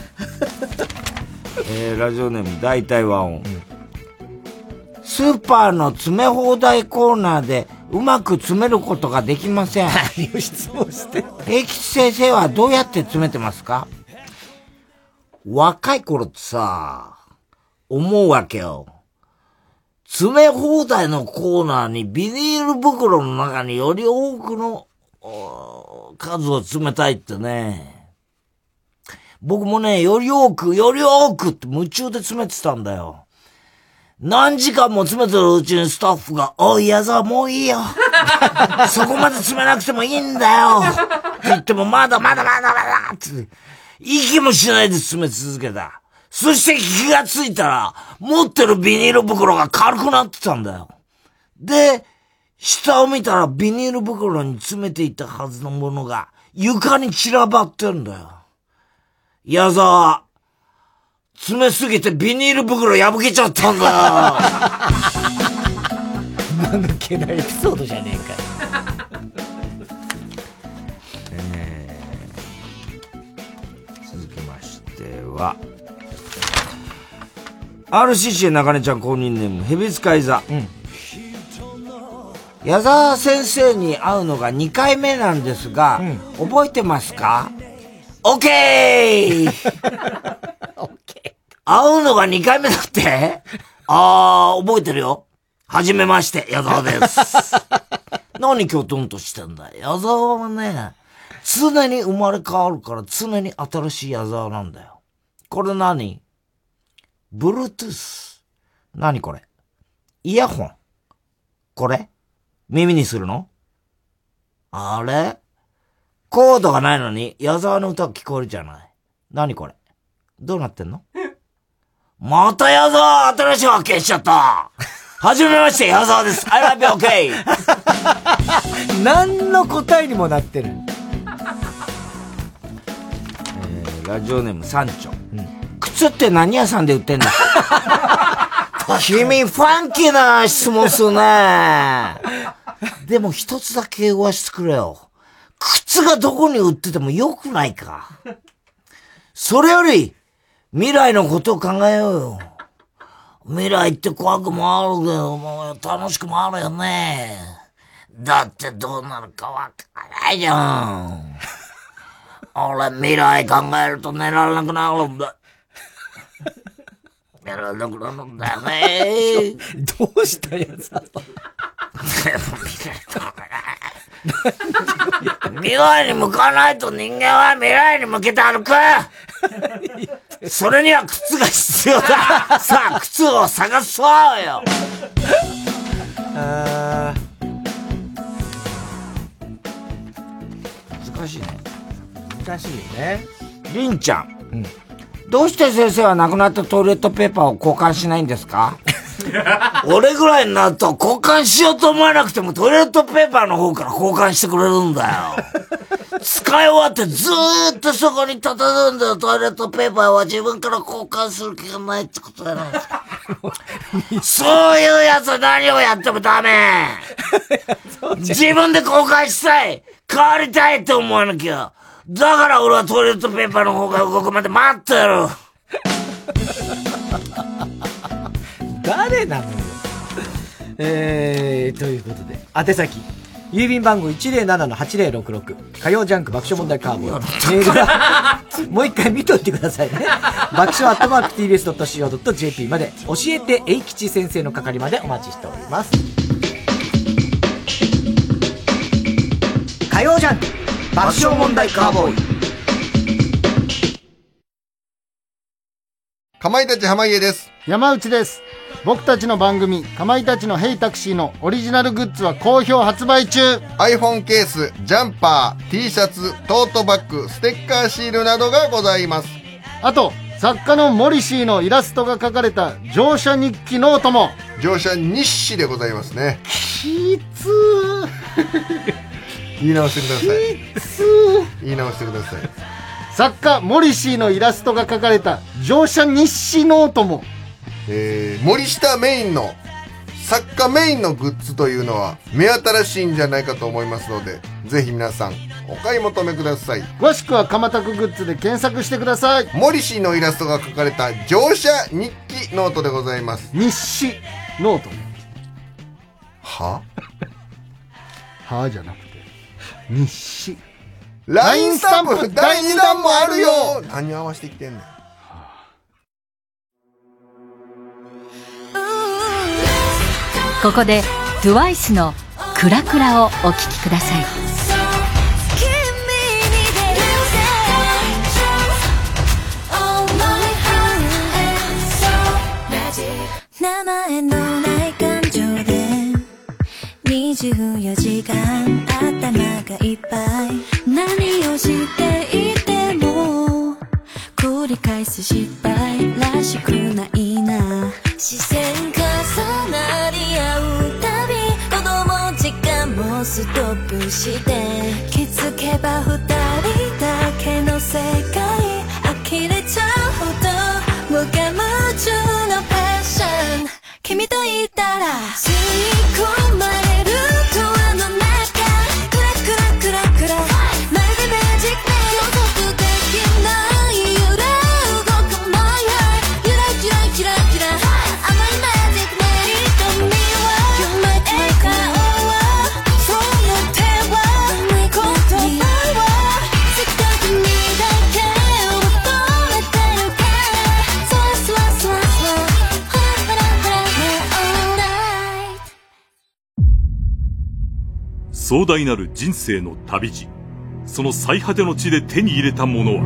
え。えー、ラジオネーム大体和音、うん、スーパーの詰め放題コーナーでうまく詰めることができません。 何を質問して平吉先生はどうやって詰めてますか？若い頃ってさ、思うわけよ。詰め放題のコーナーにビニール袋の中により多くの数を詰めたいってね。僕もね、より多く、より多くって夢中で詰めてたんだよ。何時間も詰めてるうちにスタッフが、おい、矢沢もういいよ。そこまで詰めなくてもいいんだよ。って言っても、まだまだまだまだって、息もしないで詰め続けた。そして気がついたら、持ってるビニール袋が軽くなってたんだよ。で、下を見たらビニール袋に詰めていたはずのものが床に散らばってんだよ。矢沢、詰めすぎてビニール袋破けちゃったんだよ。 なんだっけなエピソードじゃねえかよ。 えー、続きましては、アールシーシー 中根ちゃん公認ネーム、ヘビ使い座。うん。矢沢先生に会うのがにかいめなんですが、うん、覚えてますか？オッケー会うのがにかいめだってあー、覚えてるよ。はじめまして、矢沢です。何きょとんとしてんだよ。矢沢はね、常に生まれ変わるから常に新しい矢沢なんだよ。これ何？Bluetooth。何これ？イヤホン。これ？耳にするの？あれ？コードがないのに矢沢の歌が聞こえるじゃない。何これ？どうなってんの？また矢沢新しい発見しちゃった。はじめまして矢沢です。I love you, okay。 何の答えにもなってる。 えー、ラジオネームサンチョ。うん、靴って何屋さんで売ってんだ？君ファンキーな質問するね。でも一つだけ言わしてくれよ。靴がどこに売っててもよくないか。それより未来のことを考えようよ。未来って怖くもあるけども楽しくもあるよね。だってどうなるかわからないじゃん。俺未来考えると寝られなくなるんだ。寝られなくなるんだよね。 どうしたやつだと。 未来に向かないと人間は未来に向けて歩く。それには靴が必要だ。さあ靴を探そうよ。あ難しいね。 難しいよね。 りんちゃん、うん、どうして先生は亡くなったトイレットペーパーを交換しないんですか？俺ぐらいになると交換しようと思わなくてもトイレットペーパーの方から交換してくれるんだよ。使い終わってずーっとそこに佇んでるトイレットペーパーは自分から交換する気がないってことじゃないですか。そういうやつは何をやってもダメ。自分で交換したい、変わりたいって思わなきゃ。だから俺はトイレットペーパーの方が動くまで待ってる。 誰なのよ。えー、ということで、宛先、郵便番号 いちまるななのはちまるろくろく、火曜ジャンク爆笑問題カーボーイ。メールは、もう一回見といてくださいね。爆笑アットマーク ティービーエスドットシーオードットジェーピー まで、教えて英吉先生の係までお待ちしております。火曜ジャンク爆笑問題カーボーイ。 かまいたち濱家です。 山内です。僕たちの番組かまいたちのヘイタクシーのオリジナルグッズは好評発売中。 iPhone ケース、ジャンパー、 T シャツ、トートバッグ、ステッカーシールなどがございます。 あと作家のモリシーのイラストが描かれた乗車日記ノートも。 乗車日誌でございますね。 きつー言い直してください。 きつー言い直してください。 作家モリシーのイラストが描かれた乗車日誌ノートも。 えー、森下メインの作家メインのグッズというのは目新しいんじゃないかと思いますので、ぜひ皆さんお買い求めください。 詳しくはかまたくグッズで検索してください。 モリシーのイラストが描かれた乗車日記ノートでございます。 日誌ノートははーじゃなくて、日誌。 ラインスタンプだいにだんもあるよ。何合わせてきてんねん。 ここで トゥワイス のクラクラをお聴きください。 名前のない感情でにじゅうよじかん頭がいっぱい、何をしていても繰り返す失敗らしくないな。視線重なり合うたび子供時間もストップして、気づけば二人だけの世界、呆れちゃうほど無我夢中のパッション。君といたら吸い込まれるドアの中、クラクラクラクラ、まるでマジックね、予測できない揺れ動く My heart、 ゆらゆらキラキラ、甘いマジックね、瞳は You're my anchor、 そういう手は言葉は好きだ君だけを求めてるから、そわそわそわそわ、 壮大なる人生の旅路、その最果ての地で手に入れたものは、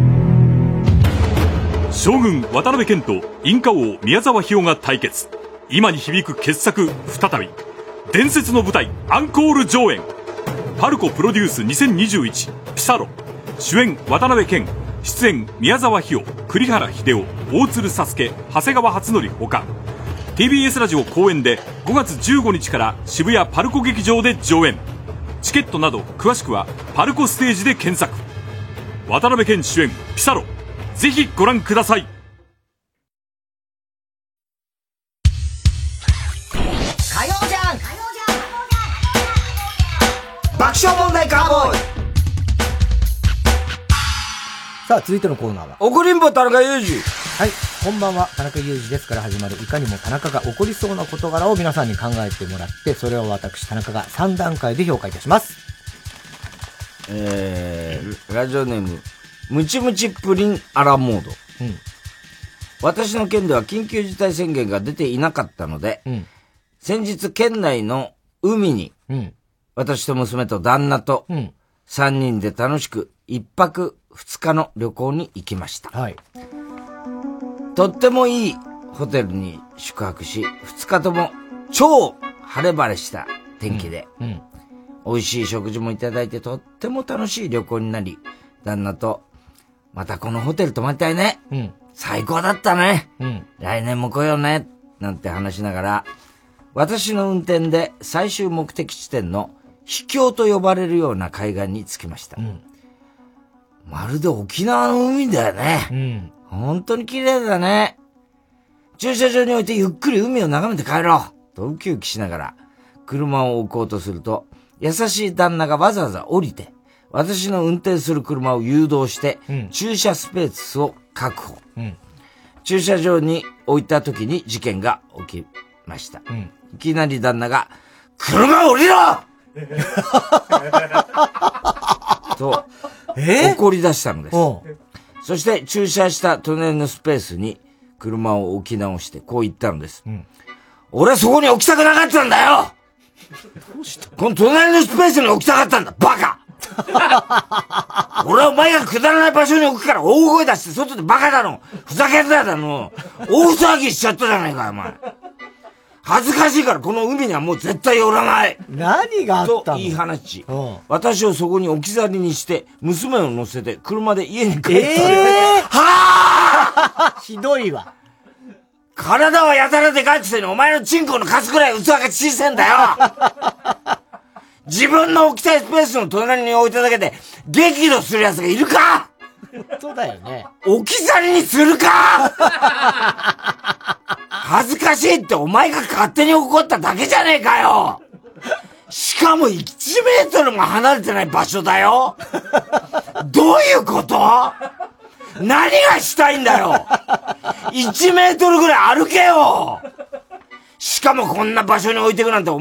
将軍渡辺謙とインカ王宮沢ひよが対決。今に響く傑作再び、伝説の舞台アンコール上演。パルコプロデュースにせんにじゅういちピサロ、主演渡辺謙、出演宮沢ひよ、栗原秀夫、大鶴佐助、長谷川初則ほか。 ティービーエス ラジオ公演でごがつじゅうごにちから渋谷パルコ劇場で上演。チケットなど詳しくはパルコステージで検索。渡辺謙主演ピサロ、ぜひご覧ください。 火曜じゃん爆笑問題カーボーイ。 さあ、続いてのコーナーは怒りんぼ田中裕二。 はい、こんばんは、田中裕二ですから始まる、いかにも田中が起こりそうな事柄を皆さんに考えてもらって、それを私田中がさんだんかいで評価いたします。 えー、ラジオネームムチムチプリンアラモード。うん、私の県では緊急事態宣言が出ていなかったので、うん、先日県内の海に、うん、私と娘と旦那とさんにんで楽しくいっぱくふつかの旅行に行きました。はい、とってもいいホテルに宿泊し、ふつかとも超晴れ晴れした天気で、うんうん、美味しい食事もいただいてとっても楽しい旅行になり、旦那とまたこのホテル泊まりたいね、うん、最高だったね、うん、来年も来ようねなんて話しながら、私の運転で最終目的地点の秘境と呼ばれるような海岸に着きました。うん、まるで沖縄の海だよね。うん、本当に綺麗だね。駐車場に置いてゆっくり海を眺めて帰ろうとウキウキしながら車を置こうとすると、優しい旦那がわざわざ降りて私の運転する車を誘導して、うん、駐車スペースを確保、うん、駐車場に置いた時に事件が起きました。うん、いきなり旦那が車を降りろと怒り出したのです。そして駐車した隣のスペースに車を置き直してこう言ったのです。うん、俺はそこに置きたくなかったんだよ。どうした？この隣のスペースに置きたかったんだ、バカ俺はお前がくだらない場所に置くから大声出して外でバカだの、ふざけんなだの、大騒ぎしちゃったじゃないかよ、お前。恥ずかしいからこの海にはもう絶対寄らない。 何があったのと言い放ち、私をそこに置き去りにして娘を乗せて車で家に帰った。えー、はぁひどいわ。 体はやたらでかいくせにお前のチンコのカスくらい器が小さいんだよ自分の置きたいスペースの隣に置いただけで激怒する奴がいるか。 そうだよね。 置き去りにするか恥ずかしいってお前が勝手に怒っただけじゃねえかよ。しかもいちメートルも離れてない場所だよ。どういうこと？何がしたいんだよ。いちメートルぐらい歩けよ。しかもこんな場所に置いてくなんてお前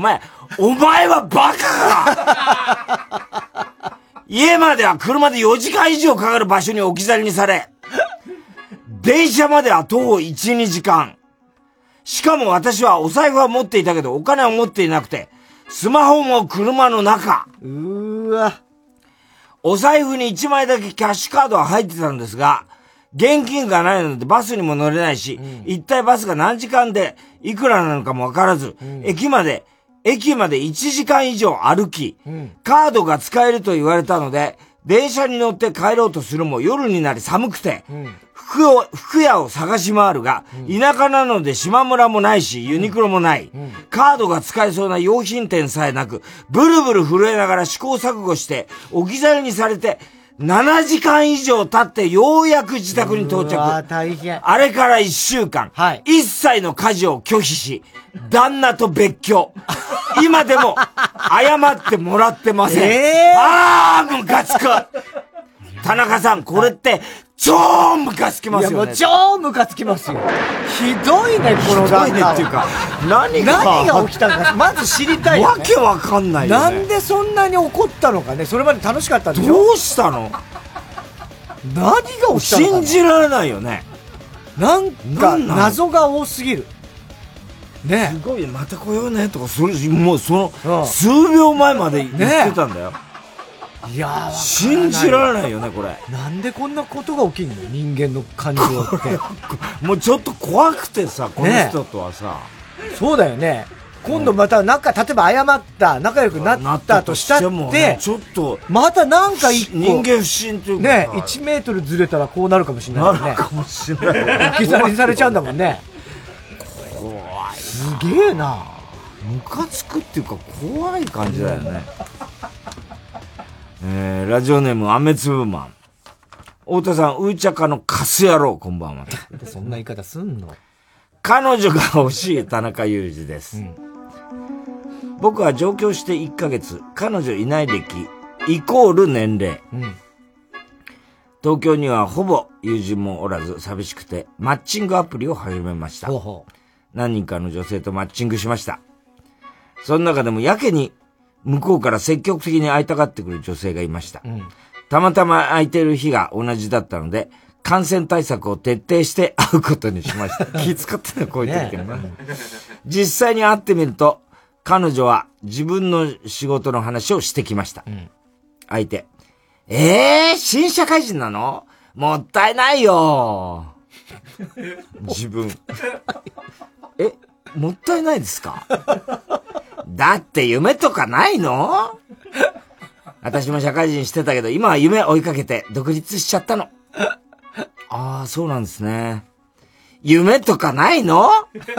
お前はバカか家までは車でよじかん以上かかる場所に置き去りにされ、電車までは徒歩いち、にじかん。しかも私はお財布は持っていたけどお金は持っていなくて、スマホも車の中。 うーわ。 お財布にいちまいだけキャッシュカードは入ってたんですが、現金がないのでバスにも乗れないし、うん、一体バスが何時間でいくらなのかもわからず、うん、駅まで、駅までいちじかん以上歩き、うん、カードが使えると言われたので、電車に乗って帰ろうとするも夜になり寒くて、うん、服を、服屋を探し回るが、うん、田舎なので島村もないし、ユニクロもない、うん、カードが使えそうな用品店さえなく、ブルブル震えながら試行錯誤して、置き去りにされて、ななじかん以上経ってようやく自宅に到着。 大変。 あれからいっしゅうかん、はい、一切の家事を拒否し、旦那と別居。今でも謝ってもらってません。えー、あー、ムカつく。田中さん、これって超ムカつきますよね。いや、もう超ムカつきますよ。ひどいね、この旦那。ひどいねっていうか、何が何が起きたのか、まず知りたいよね。 わけわかんないよね。 なんでそんなに怒ったのかね。それまで楽しかったんでしょ。 どうしたの？ 何が起きたのか信じられないよね。 なんか謎が多すぎる。ね、 すごい、また来ようねとか、それもうその数秒前まで言ってたんだよ。ね、 いやー、 信じられないよね、これ。 なんでこんなことが起きんの？人間の感情って。 もうちょっと怖くてさ、この人とはさ。 ね、そうだよね。今度また仲、例えば謝った、仲良くなったとしたって、ね、 ちょっと、 またなんか一個、 人間不信というか。 ね、いちメートルずれたらこうなるかもしれないね。 なるかもしれない。 置き去りにされちゃうんだもんね。 怖い。 すげえな。 ムカつくっていうか怖い感じだよね。えー、ラジオネーム、雨粒マン。太田さん、うーちゃかのカス野郎、こんばんは。 そんな言い方すんの？ 彼女が欲しい田中裕二です。うん、僕は上京していっかげつ、彼女いない歴、イコール年齢。うん、東京にはほぼ友人もおらず寂しくて、マッチングアプリを始めました。ほうほう、何人かの女性とマッチングしました。その中でもやけに向こうから積極的に会いたがってくる女性がいました。うん、たまたま空いてる日が同じだったので、感染対策を徹底して会うことにしました。気遣ってんのこう言ってるけどな。ね、実際に会ってみると、彼女は自分の仕事の話をしてきました。うん、相手。えー、新社会人なの？もったいないよ。自分。え、もったいないですか？だって夢とかないの？私も社会人してたけど、今は夢追いかけて独立しちゃったの。ああ、そうなんですね。夢とかないの？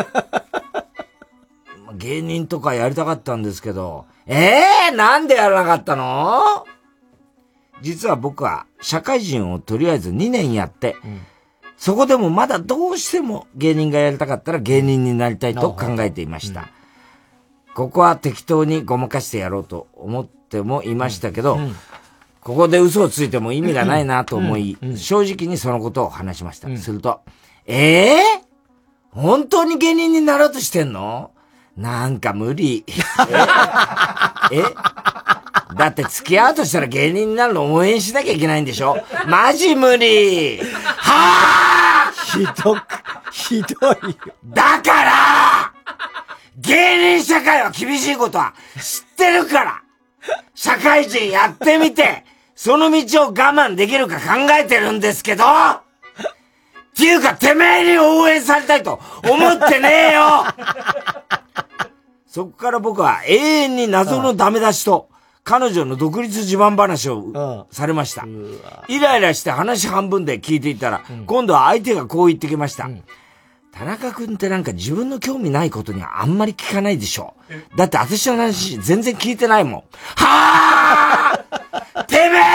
芸人とかやりたかったんですけど。ええー、なんでやらなかったの？実は僕は社会人をとりあえずにねんやって、うん、そこでもまだどうしても芸人がやりたかったら芸人になりたいと考えていました。うん、ここは適当にごまかしてやろうと思ってもいましたけど、うんうん、ここで嘘をついても意味がないなと思い、うんうん、正直にそのことを話しました。うん、すると、ええー、本当に芸人になろうとしてんの？なんか無理。ええだって付き合うとしたら芸人になるの応援しなきゃいけないんでしょ？マジ無理。はぁひどく、ひどいよ。 だから芸人社会は厳しいことは知ってるから社会人やってみて、その道を我慢できるか考えてるんですけど、っていうかてめえに応援されたいと思ってねえよ。そこから僕は永遠に謎のダメ出しと彼女の独立自慢話をされました。イライラして話半分で聞いていたら、うん、今度は相手がこう言ってきました。うん、田中君ってなんか自分の興味ないことにはあんまり聞かないでしょ。だって私の話全然聞いてないもん。はぁてめえ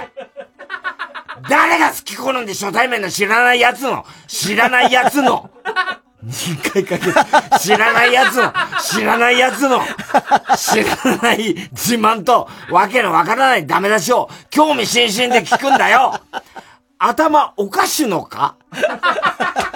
誰が好き好んで初対面の知らないやつの知らないやつのにかいかけて知らないやつの知らないやつの知らない自慢とわけのわからないダメ出しを興味津々で聞くんだよ。頭おかしのか？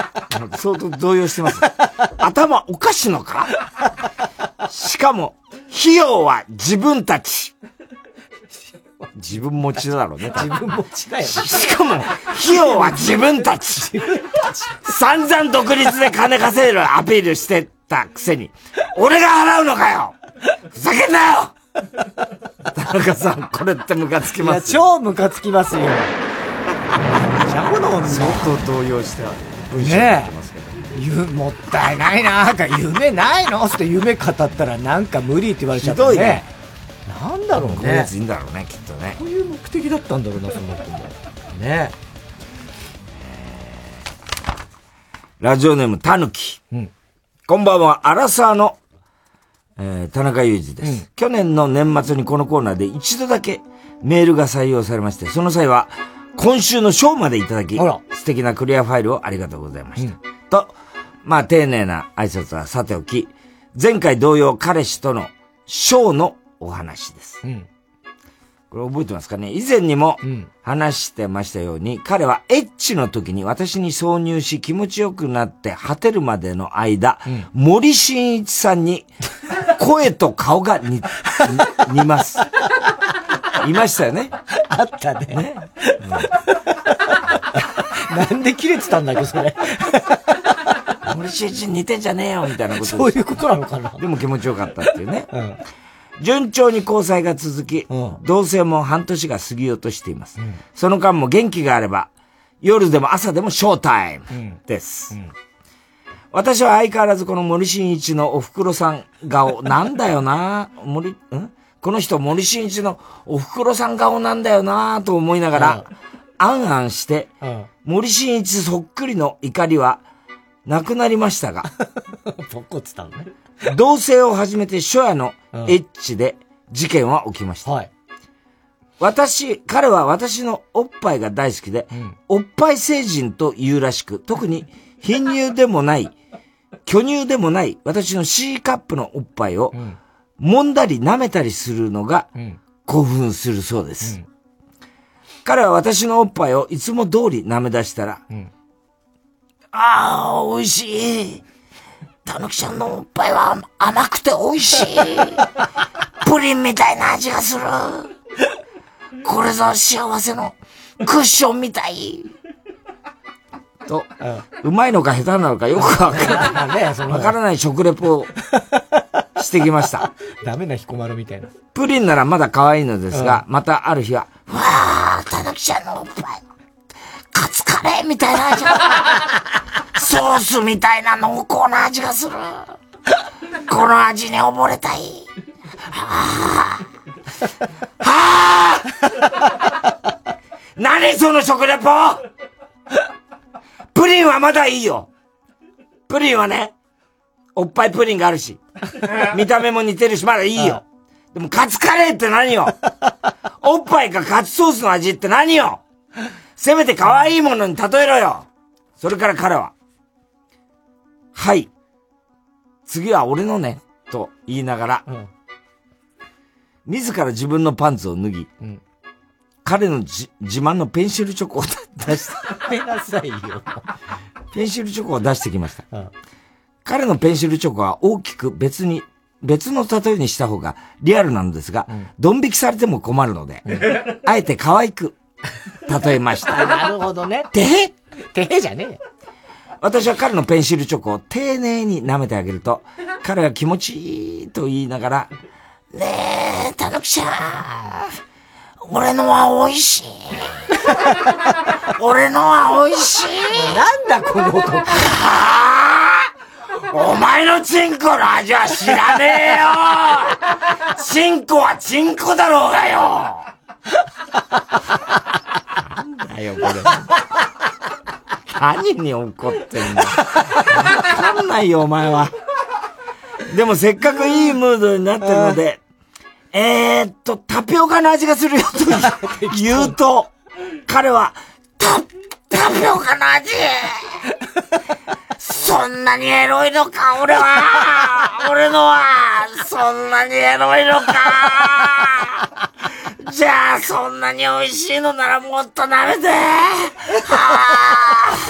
相当動揺してます。頭おかしのか？しかも費用は自分たち。自分持ちだろうね。 自分持ちだよ。 しかも、費用は自分たち。自分たち。散々独立で金稼いでるアピールしてたくせに、俺が払うのかよふざけんなよ田中さん、これってムカつきますよ。いや、超ムカつきますよ。じゃもの女相当動揺した文章になってますけど。 ねえ。もったいないな。なんか夢ないのって夢語ったらなんか無理って言われちゃったね。 ひどいね。 なんだろうね。 こういうやついいんだろうね、きっとね。 こういう目的だったんだろうな、その子も。ねラジオネーム、たぬき。うん、こんばんは、アラサーの、えー、田中裕二です、うん。去年の年末にこのコーナーで一度だけメールが採用されまして、その際は、今週のショーまでいただき、素敵なクリアファイルをありがとうございました。うん、と、まあ、丁寧な挨拶はさておき、前回同様彼氏とのショーのお話です。うん、これ覚えてますかね？以前にも話してましたように、うん、彼はエッチの時に私に挿入し気持ちよくなって果てるまでの間、うん、森進一さんに声と顔が似、似ます。いましたよね。 あったね。ね、うん、なんで切れてたんだっけ、それ。 森進一似てんじゃねえよ、みたいなこと。 そういうことなのかな。 でも気持ちよかったっていうね。うん、順調に交際が続き、うん、同棲も半年が過ぎようとしています。うん、その間も元気があれば、夜でも朝でもショータイムです。うんうん、私は相変わらずこの森進一のお袋さん顔、なんだよな森、んこの人森進一のお袋さん顔なんだよなと思いながら、あんあんして、うん、森進一そっくりの怒りはなくなりましたが、 どこつったのね。 同棲を始めて初夜のエッチで事件は起きました。うんはい、私、彼は私のおっぱいが大好きで、うん、おっぱい成人と言うらしく、特に貧乳でもない、巨乳でもない私の C カップのおっぱいを、うん揉んだり舐めたりするのが興奮するそうです。うん、彼は私のおっぱいをいつも通り舐め出したら、うん、ああ、美味しい。たぬきちゃんのおっぱいは甘くて美味しい。プリンみたいな味がする。これぞ幸せのクッションみたい。と、うん、うまいのか下手なのかよくわからない。わからない食レポをしてきました。 ダメな彦摩呂みたいな。 プリンならまだ可愛いのですが、うん、またある日は、わー、たぬきちゃんのおっぱい、カツカレーみたいな味が、ソースみたいな濃厚な味がする。この味に溺れたい。はぁ、はぁ何その食レポプリンはまだいいよ。プリンはね、おっぱいプリンがあるし、見た目も似てるし、まだいいよ。でもカツカレーって何よおっぱいかカツソースの味って何よせめて可愛いものに例えろよ。それから彼は、はい。次は俺のね、と言いながら、うん、自ら自分のパンツを脱ぎ、うん、彼のじ自慢のペンシルチョコを出して、 やめなさいよ。 ペンシルチョコを出してきました。うん、彼のペンシルチョコは大きく別に、別の例えにした方がリアルなのですが、うん、ドン引きされても困るので、うん、あえて可愛く例えました。 なるほどね。 てへてへじゃねえよ。 私は彼のペンシルチョコを丁寧に舐めてあげると、彼は気持ちいいと言いながら、ねえ、たぬきちゃん、俺のは美味しい。俺のは美味しい。 なんだこの男。 お前のチンコの味は知らねえよ。チンコはチンコだろうがよ。なんだよこれ。何に怒ってんだ。わかんないよお前は。でもせっかくいいムードになってるので、えーっと、タピオカの味がするよと言うと、彼は、タ、タピオカの味そんなにエロいのか俺は俺のは、そんなにエロいのかじゃあ、そんなに美味しいのならもっと舐めては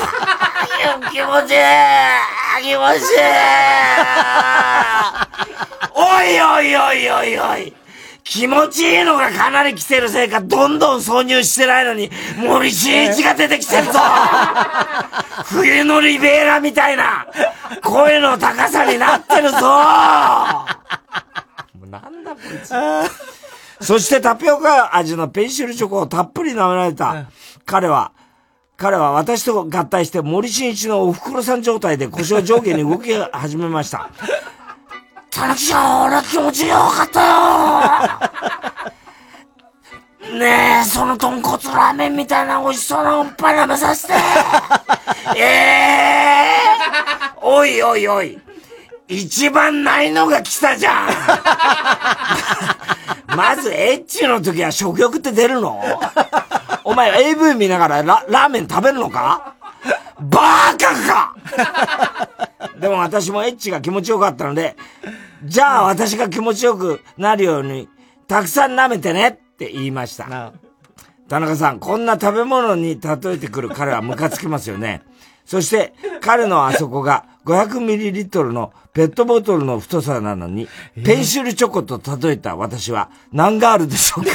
ぁ気持ちいい気持ちいいおおいおいおいおいおい。気持ちいいのがかなり来てるせいか、どんどん挿入してないのに、森進一が出てきてるぞ冬のリベーラみたいな声の高さになってるぞもうなんだこいつ。そしてタピオカ味のペンシルチョコをたっぷり舐められた彼は、彼は私と合体して森進一のお袋さん状態で腰を上下に動き始めました。たぬきちゃん、俺気持ちよかったよねえ、その豚骨ラーメンみたいな美味しそうなおっぱい舐めさせてええー、おいおいおい、一番ないのが来たじゃんまずエッチの時は食欲って出るの？お前 エーブイ 見ながら ラ, ラーメン食べるのか？バーカかでも私もエッチが気持ちよかったので、じゃあ私が気持ちよくなるようにたくさん舐めてねって言いました。田中さん、こんな食べ物に例えてくる彼はムカつきますよね。そして彼のあそこが ごひゃくミリリットル のペットボトルの太さなのに、ペンシルチョコと例えた私は何ガールでしょうか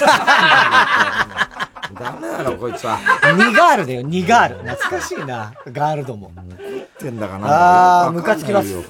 ダメだろこいつは。 ニガールだよ、ニガール。懐かしいな、ガールども。 ってんだかな。 ああ、ムカつきます。もう、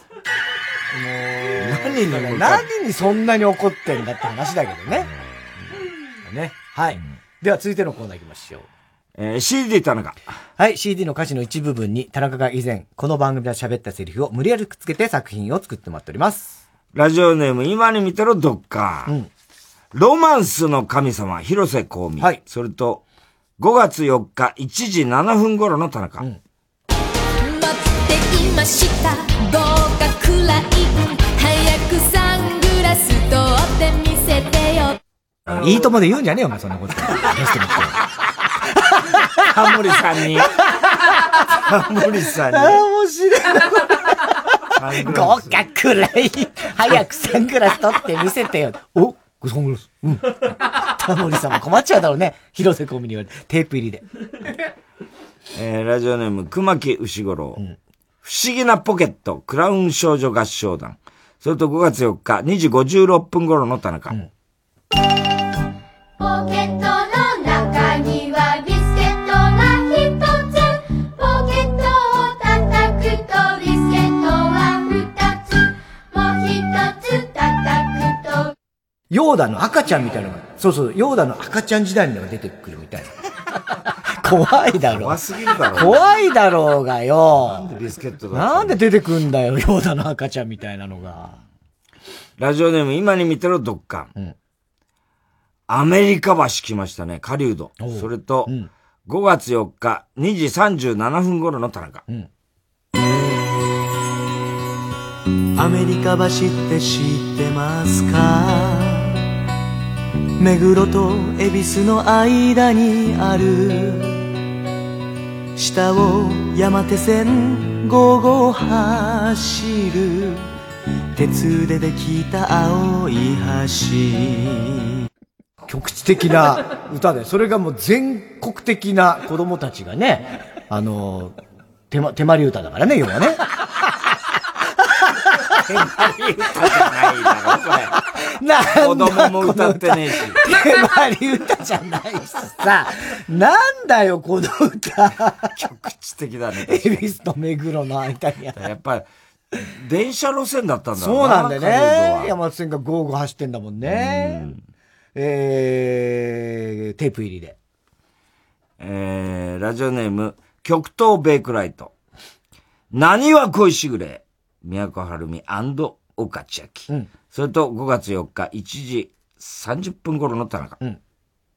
何に、 何にそんなに怒ってんだって話だけどね。ね。はい。では続いてのコーナー行きましょう。 えー、シーディー 田中。 はい、シーディー の歌詞の一部分に田中が以前、この番組で喋ったセリフを無理やりくっつけて作品を作ってもらっております。 ラジオネーム、今に見てろどっか。うん。ロマンスの神様、広瀬香美。はい。それと、ごがつよっかいちじななふん頃の田中。うん。待っていました、合格ライン。早くサングラス取ってみせてよ。 いいともで言うんじゃねえよ、お前そんなこと。ゲストに来て。 タモリさんに。タモリさんに。 ああ、面白いな。合格ライン。早くサングラス取ってみせてよ。おサングラス。うん。タモリさんも困っちゃうだろうね。広瀬香美に言われて。テープ入りで。 えー、ラジオネーム、熊木牛五郎。うん、不思議なポケット、クラウン少女合唱団。それとごがつよっかにじごじゅうろっぷん頃の田中。うん、 ポケットの中にはビスケットが一つ。ポケットを叩くとビスケットは二つ。もう一つ叩くと。 ヨーダの赤ちゃんみたいなのが、そうそう、ヨーダの赤ちゃん時代のが出てくるみたいな。怖いだろう。 怖すぎるだろう。 怖いだろうがよ。 なんでビスケットだなんで出てくんだよ、ヨーダの赤ちゃんみたいなのが。 ラジオネーム、今に見てろ、どっか。うん、アメリカ橋来ましたね、狩人。それと、うん、ごがつよっかにじさんじゅうななふん頃の田中。うん、 アメリカ橋って知ってますか？目黒と恵比寿の間にある、下を山手線午後走る、鉄でできた青い橋。 局地的な歌で、それがもう全国的な子供たちがね、あの、手ま、手まり歌だからね、要はね。 手まり歌じゃないだろ、これ。子供も歌ってねえし。 手まり歌じゃないしさ。なんだよ、この歌。 局地的だね。 恵比寿と目黒の間にある。 やっぱり、電車路線だったんだろうな。 そうなんだよね。山手線がゴーゴー走ってんだもんね。うん、えー、テープ入りで。 えー、ラジオネーム、極東ベイクライト。何は恋しぐれ。宮古晴美&岡千秋。うん、それとごがつよっかいちじさんじゅっぷん頃の田中。うん、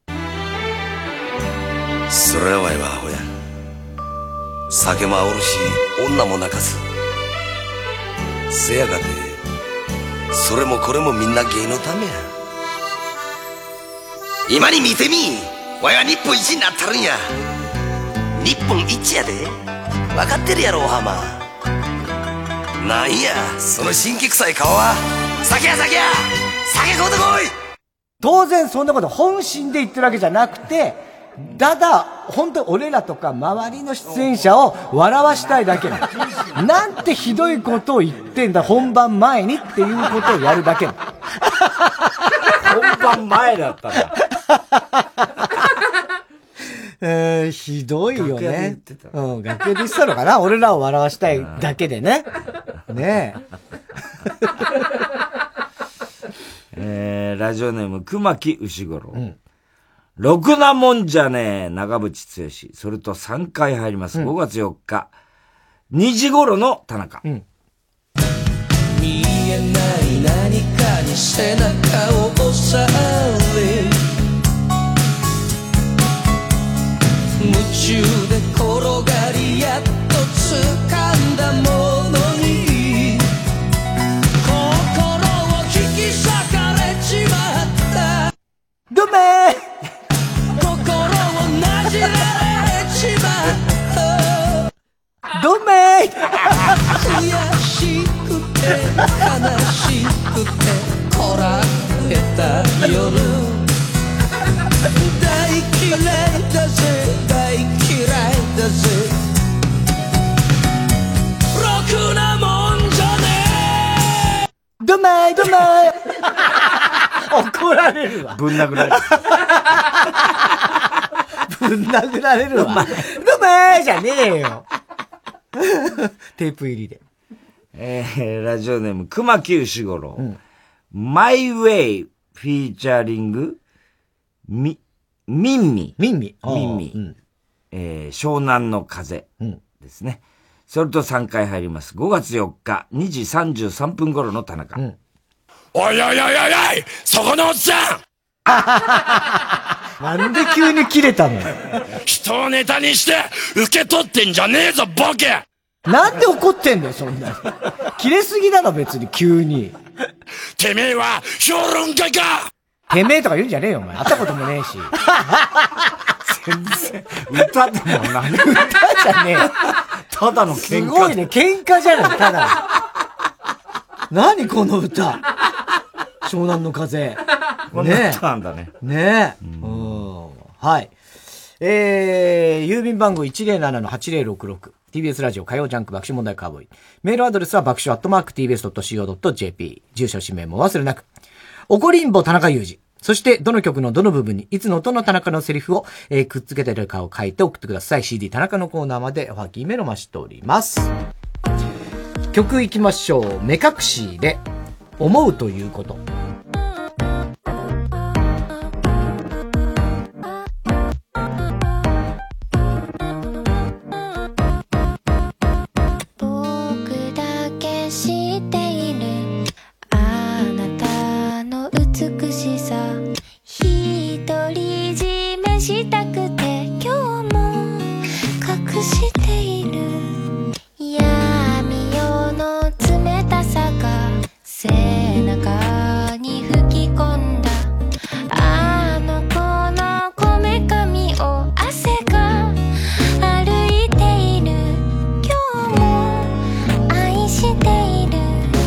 それはわいはアホや。酒もあおるし、女も泣かす。せやがて、それもこれもみんな芸のためや。今に見てみ、わいは日本一になったるんや。日本一やで。分かってるやろ、お浜。なんや、その神経臭い顔は。酒や酒や酒買うてこい。 当然そんなこと本心で言ってるわけじゃなくて、 ただ、本当俺らとか周りの出演者を笑わしたいだけなの。なんてひどいことを言ってんだ、本番前にっていうことをやるだけなの。 本番前だったんだ。 えー、ひどいよ楽屋で言っねてた。 うん、楽屋で言ってたのかな俺らを笑わしたいだけでね。ねえ。えー、ラジオネーム、熊木牛五郎。うん、ろくなもんじゃねえ、長渕剛。それとさんかい入ります。うん、ごがつよっか。にじ頃の田中。うん、 見えない何かに背中を押され、夢中で転がりやっと掴んだものに心を引き裂かれちまった。 どめー心をなじられちまった。 どめー悔しくて悲しくてこらえた夜、大嫌いだぜ大嫌いだぜ、ろくなもんじゃねえ。 どめーどめー怒られるわ。 ぶん殴られる。 ぶん殴られるわ。どめーじゃねえよ。テープ入りで。 えー、ラジオネーム、熊木牛五郎。うん、マイウェイフィーチャリングみ、ミンミ。 ミンミ。 ミンミ。うん、えー、湘南の風ですね。うん、それとさんかい入ります。ごがつよっか、にじさんじゅうさんぷん頃の田中。うん、 おいおいおいおいおいそこのおっさんなんで急に切れたのよ。 人をネタにして受け取ってんじゃねえぞボケ。 なんで怒ってんだよそんな。切れすぎだろ別に急に。 てめえは評論家か。 てめえとか言うんじゃねえよお前。会ったこともねえし。 全然歌でも何歌じゃねえ。 ただの喧嘩。すごいね喧嘩じゃないただの。何この歌。湘南の風。 こんな歌なんだね。 ねえ。うん。はい。えー、郵便番号 いちまるななのはちまるろくろく。ティービーエス ラジオ火曜ジャンク爆笑問題カーボーイ。メールアドレスは爆笑アットマーク ティービーエスドットシーオードットジェーピー。住所氏名も忘れなく。怒りんぼ田中裕二。そして、どの曲のどの部分に、いつのどの田中のセリフを、えー、くっつけてるかを書いて送ってください。シーディー 田中のコーナーまでおはぎメロマしております。曲いきましょう。目隠しで、思うということ。 したくて今日も隠している闇夜の冷たさが背中に吹き込んだあの子のこめかみを汗が歩いている今日も愛している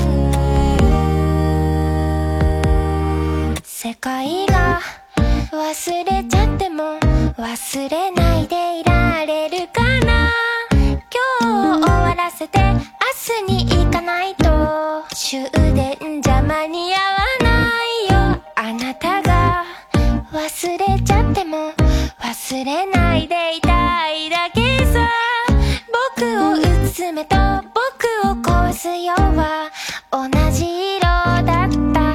世界が忘れちゃっても忘れないでいられるかな今日終わらせて明日に行かないと終電じゃ間に合わないよあなたが忘れちゃっても忘れないでいたいだけさ僕を打つ目と僕を壊すよは同じ色だった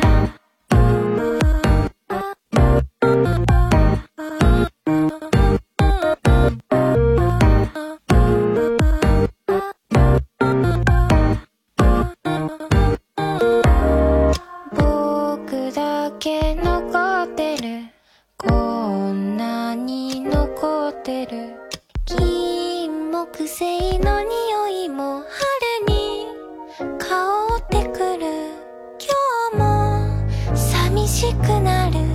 僕だけ残ってるこんなに残ってる金木犀の匂いも春に香ってくる今日も寂しくなる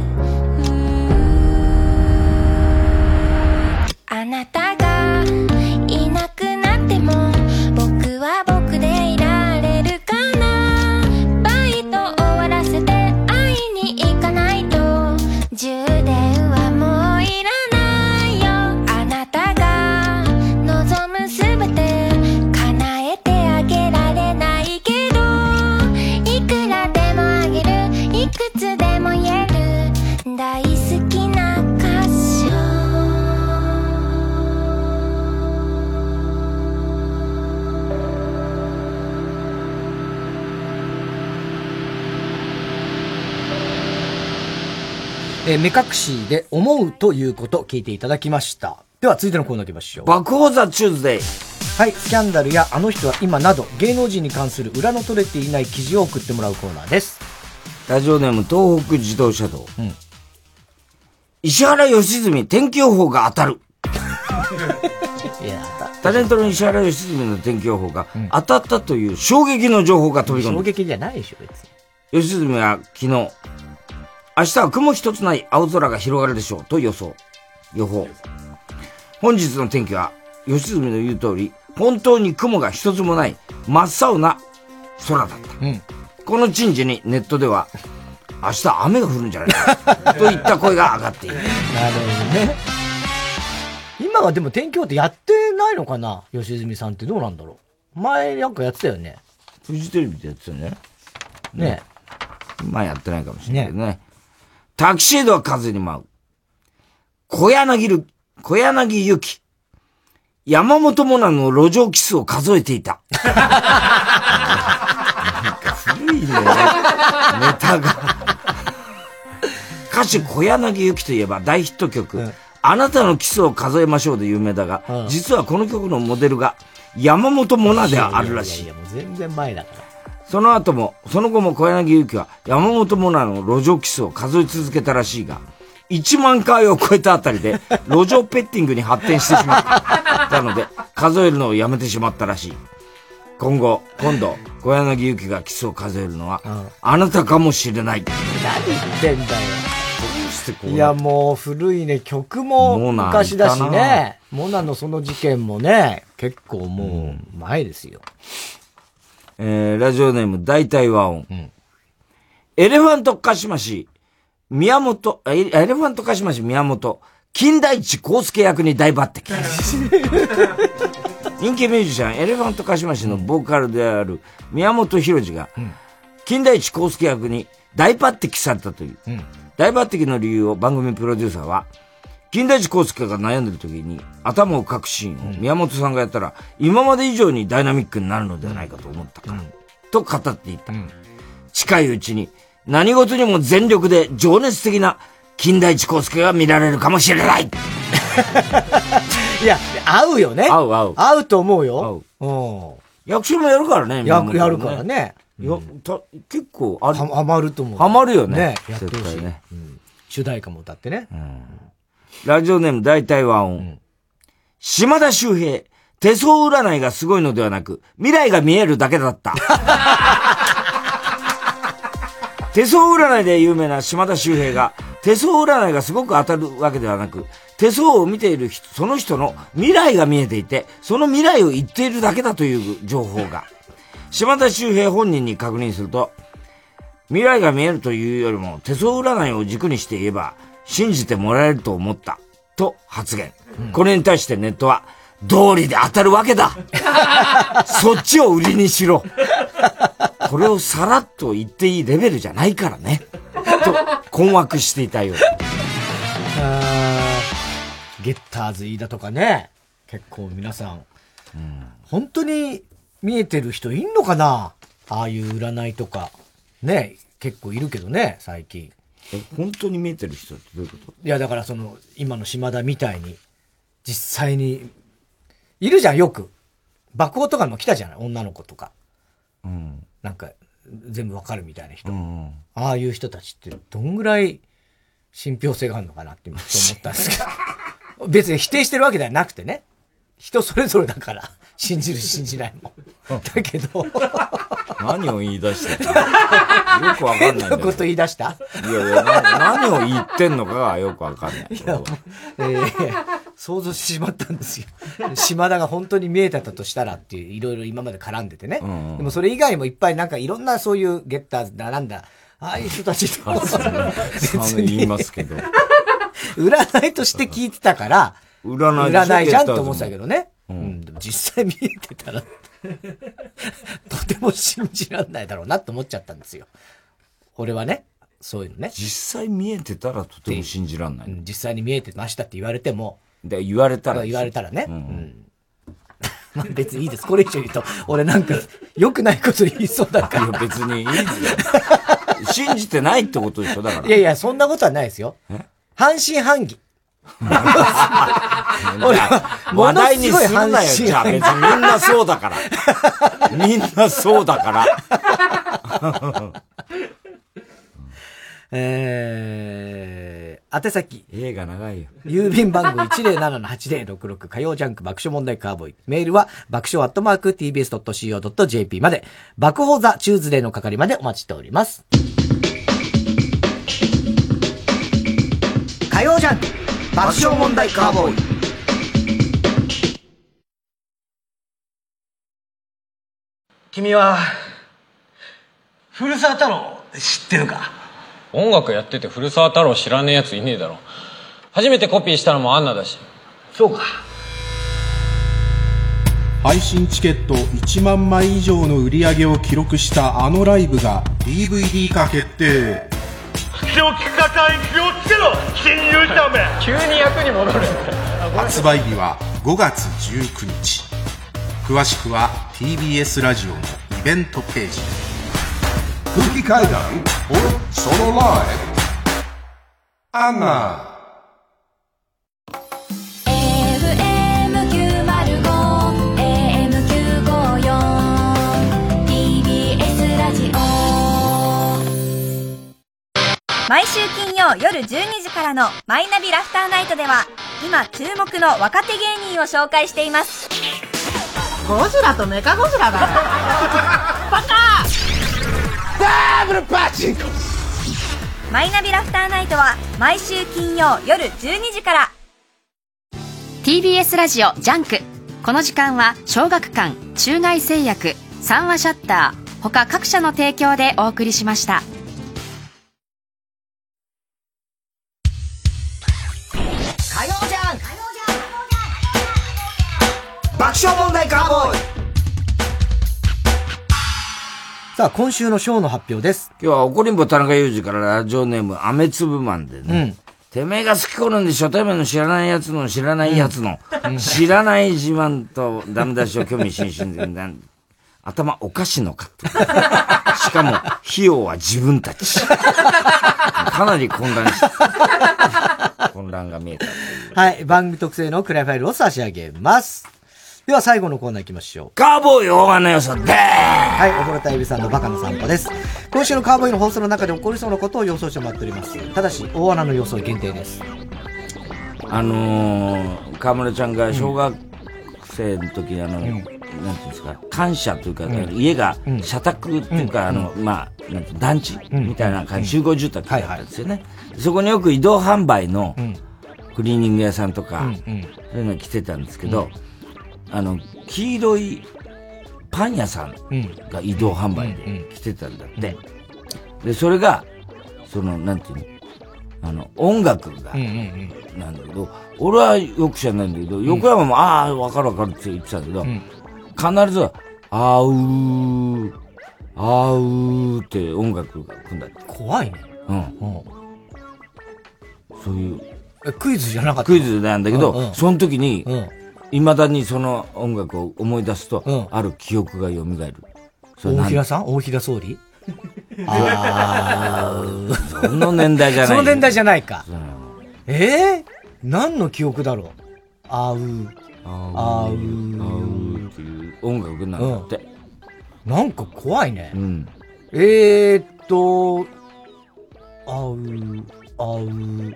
あなたがいなくなっても僕は僕でいられるかなバイト終わらせて会いに行かないと充電はもういらないも言える大好きな箇所。 えー、目隠しで思うということ聞いていただきました。では続いてのコーナー行きましょう。 爆放ザチューズデイ。 はい、スキャンダルやあの人は今など芸能人に関する裏の取れていない記事を送ってもらうコーナーです。 ラジオネーム東北自動車道。うん、石原良純天気予報が当たる。いやタレントの石原良純の天気予報が当たったという衝撃の情報が飛び込んだ。 衝撃じゃないでしょ別に。 良純は昨日、明日は雲一つない青空が広がるでしょうと予想。予報。本日の天気は、良純の言う通り、本当に雲が一つもない真っ青な空だった。うん、この珍事にネットでは、明日雨が降るんじゃないかといった声が上がっている。なるほどね。今はでも天気予報ってやってないのかな良純さんってどうなんだろう。前なんかやってたよね。 フジテレビでやってたよね。ねえ。まあやってないかもしれないけどね。ねタキシードは風に舞う。小柳る、小柳ゆき。山本モナの路上キスを数えていた。なんか古いね。ネタが。歌手小柳ゆきといえば大ヒット曲、うん、あなたのキスを数えましょうで有名だが、うん、実はこの曲のモデルが山本モナであるらしい。 いやいやいや、もう全然前だから。 その後も、その後も小柳ゆきは山本モナの路上キスを数え続けたらしいが、いちまんかいを超えたあたりで、路上ペッティングに発展してしまったので、数えるのをやめてしまったらしい。今後、今度、小柳ゆきがキスを数えるのは、うん、あなたかもしれない。 何言ってんだよ。どうしてこういや、もう古いね、曲も昔だしね。モナのその事件もね、結構もう前ですよ。 うん、えー、ラジオネーム大体和音。うん、エレファントカシマシ、宮本、エレファントカシマシ宮本、金田一耕助役に大抜擢。人気ミュージシャン、エレファントカシマシのボーカルである宮本浩次が、金田一耕助役に大抜擢されたという。うん、大抜擢の理由を番組プロデューサーは、金田一耕助が悩んでる時に頭をかくシーンを宮本さんがやったら、今まで以上にダイナミックになるのではないかと思ったから、うん、と語っていた。うん、近いうちに何事にも全力で情熱的な金田一耕助が見られるかもしれない。 いや、合うよね。 合う合う。 合うと思うよ。合う。うん。 役者もやるからね。 ややるからね。 いや、た結構ある。は、はまると思う。 はまるよね。 ね。やってほしいね。うん。主題歌も歌ってね。うん。 ラジオネーム大体和音。うん、島田秀平。手相占いがすごいのではなく、未来が見えるだけだった。手相占いで有名な島田秀平が、手相占いがすごく当たるわけではなく、手相を見ている人、その人の未来が見えていて、その未来を言っているだけだという情報が。島田秀平本人に確認すると、未来が見えるというよりも手相占いを軸にして言えば、信じてもらえると思った、と発言。うん、これに対してネットは、道理で当たるわけだそっちを売りにしろこれをさらっと言っていいレベルじゃないからねと困惑していたようあゲッターズ飯田とかね結構皆さん、うん、本当に見えてる人いんのかなああいう占いとかね結構いるけどね最近え本当に見えてる人ってどういうこと？ いやだからその今の島田みたいに実際にいるじゃんよく爆砲とかにも来たじゃない女の子とか、うん、なんか全部わかるみたいな人、うんうん、ああいう人たちってどんぐらい信憑性があるのかなって思ったんですけど別に否定してるわけではなくてね人それぞれだから信じる信じないもだけど何を言い出してるのよくわかんないんだよ。変なこと言い出したいやいや何を言ってんのかがよくわかんない。いや、 えー、想像してしまったんですよ。島田が本当に見えてたとしたらっていういろいろ今まで絡んでてね、うんうん。でもそれ以外もいっぱいなんかいろんなそういうゲッターズだなんだああいう人たちと別に言いますけど占いとして聞いてたから占い占いじゃんと思ってたけどね。うん、でも実際見えてたらとても信じられないだろうなと思っちゃったんですよ俺はね。 そういうのね。 実際見えてたらとても信じらんない。 実際に見えてましたって言われても。 で、言われたら。 言われたらね。うん。うん、まあ別にいいです。これ以上言うと、俺なんか、良くないこと言いそうだから。 いや別にいいですよ。信じてないってことでしょ、だから。 いやいや、そんなことはないですよ。半信半疑。 話題にすんなよ、じゃあ別にみんなそうだから。みんなそうだから。 えー、宛先。 映画長いよ。 郵便番号 いちまるななのはちまるろくろく 火曜ジャンク爆笑問題カーボーイ。メールは爆笑アットマーク ティービーエスドットシーオードットジェーピー まで。爆放ザチューズデーの係までお待ちしております。火曜ジャンク爆笑問題カーボーイ。 君は古澤太郎知ってるか？ 音楽やってて古澤太郎知らねえやついねえだろ。初めてコピーしたのもアンナだし。 そうか。 配信チケットいちまんまい以上の売り上げを記録したあのライブが ディーブイディー 化決定。 口を聞かない気をつけろ金融ダメ。 急に役に戻るんだよ。 発売日はごがつじゅうくにち。詳しくは ティービーエス ラジオのイベントページで。空気階段をソロライブアンナ。 エフエムきゅうまるご エーエムきゅうごよん ティービーエス ラジオ。 毎週金曜夜じゅうにじからのマイナビラフターナイトでは今注目の若手芸人を紹介しています。 ゴジラとメカゴジラだ。バカダブルパチンコ。マイナビラフターナイトは毎週金曜夜じゅうにじから。 ティービーエス ラジオジャンク。この時間は小学館、中外製薬、三話シャッター他各社の提供でお送りしました。 火曜ジャンク爆笑問題カーボーイ。 さあ、今週のショーの発表です。 今日は怒りんぼ田中裕二からラジオネームアメツブマンでね。うん、てめえが好きこるんで初対面の知らないやつの知らないやつの、うん、知らない自慢とダメ出しを興味津々で、頭おかしいのか。しかも、費用は自分たち。かなり混乱した。混乱が見えた。 はい、番組特製のクライファイルを差し上げます。では最後のコーナー行きましょう。 カーボーイ大穴予想でーはい、おぼろたゆびさんのバカの散歩です。今週のカーボーイの放送の中で起こりそうなことを予想してもらっております。ただし、大穴の予想限定です。 あのー、河村ちゃんが小学生の時にあの、うん、なんていうんですか、感謝というか、うん、家が社宅っていうか、うん、あの、まあ、なんて団地みたいな感じ、集合住宅だったんですよね。そこによく移動販売のクリーニング屋さんとか、そういうの来てたんですけど、あの、黄色いパン屋さんが移動販売で来てたんだって。で、それが、その、なんていうの、あの、音楽が、なんだけど、俺はよく知らないんだけど、横山も、ああ、わかるわかるって言ってたんだけど、必ず、あうー、あうーって音楽が来んだって。 怖いね。 うん。そういう。 え、クイズじゃなかった？ クイズなんだけど、その時に、未だにその音楽を思い出すと、うん、ある記憶が蘇る。 大平さん？大平総理？あー。その年代じゃない。 その年代じゃないか。えー、何の記憶だろう？あう。あう。あうっていう音楽なんだって。 うん、なんか怖いね。 うん、 えーっと、あう、あう。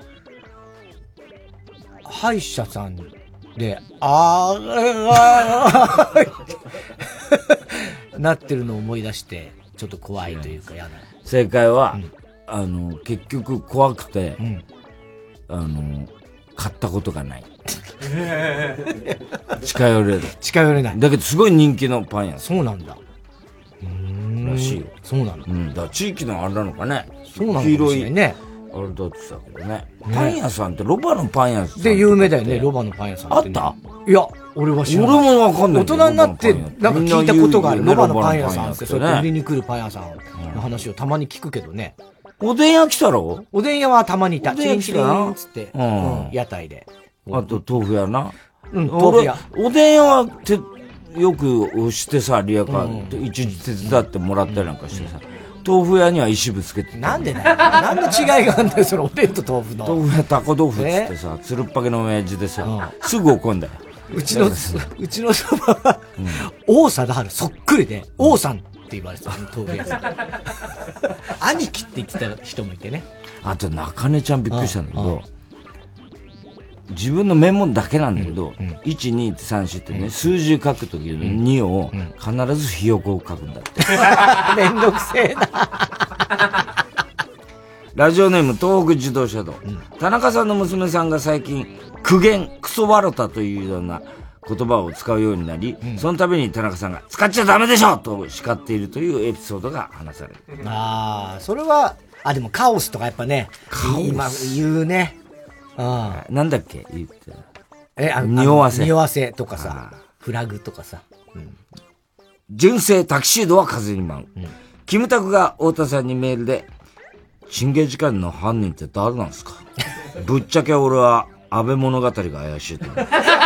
歯医者さんで、あー、なってるのを思い出して、ちょっと怖いというか嫌な。 正解は、うん、あの、結局怖くて、うん、あの、買ったことがない。近寄れる。 近寄れない。 だけどすごい人気のパン屋。 そうなんだ。 うーん。らしいよ。 そうなんだ。 うん。だから地域のあれなのかね。 そうなのかもしれないね。 あれだって言ってたけどね。パン屋さんってロバのパン屋さんで有名だよね、ロバのパン屋さん。 あったいや、俺は知らない。 俺もわかんない。 大人になって、なんか聞いたことがある。ロバのパン屋さんって、そうやって売りに来るパン屋さんの話をたまに聞くけどね。 おでん屋来たろ？ おでん屋はたまにいた。 おでん屋来たなチリンチリンつって、 うんうん屋台で。 あと、豆腐屋な。 うん豆腐屋俺おでん屋は、て、よくしてさ、リアカー、一時手伝ってもらったりなんかしてさ、豆腐屋には石ぶつけてた。 なんでだよ。何の違いがあるんだよ、そのおでんと豆腐の。 豆腐屋タコ豆腐っつってさ、つるっぱげの親父でさ、すぐ怒んだよ。 うちの、うちのそばは、王貞治そっくりで、王さんって言われてた、豆腐屋さん。兄貴って言ってた人もいてね。 あと、中根ちゃんびっくりしたんだけど、自分のメモだけなんだけど、いち、に、さん、よんってね、数字書くときのにを、必ずひよこを書くんだって。 めんどくせえな。 ラジオネーム、東北自動車道。田中さんの娘さんが最近、苦言、クソワロタというような言葉を使うようになり、その度に田中さんが、使っちゃダメでしょと叱っているというエピソードが話される。 ああ、それは、あ、でもカオスとかやっぱね、今言うね。 ああ。なんだっけ言って。 え、あの、 匂わせ。 匂わせとかさ、フラグとかさ。うん、 純正タキシードは風に舞う。うん、キムタクが太田さんにメールで、チンゲー事件の犯人って誰なんですかぶっちゃけ俺は安倍物語が怪しいと思う。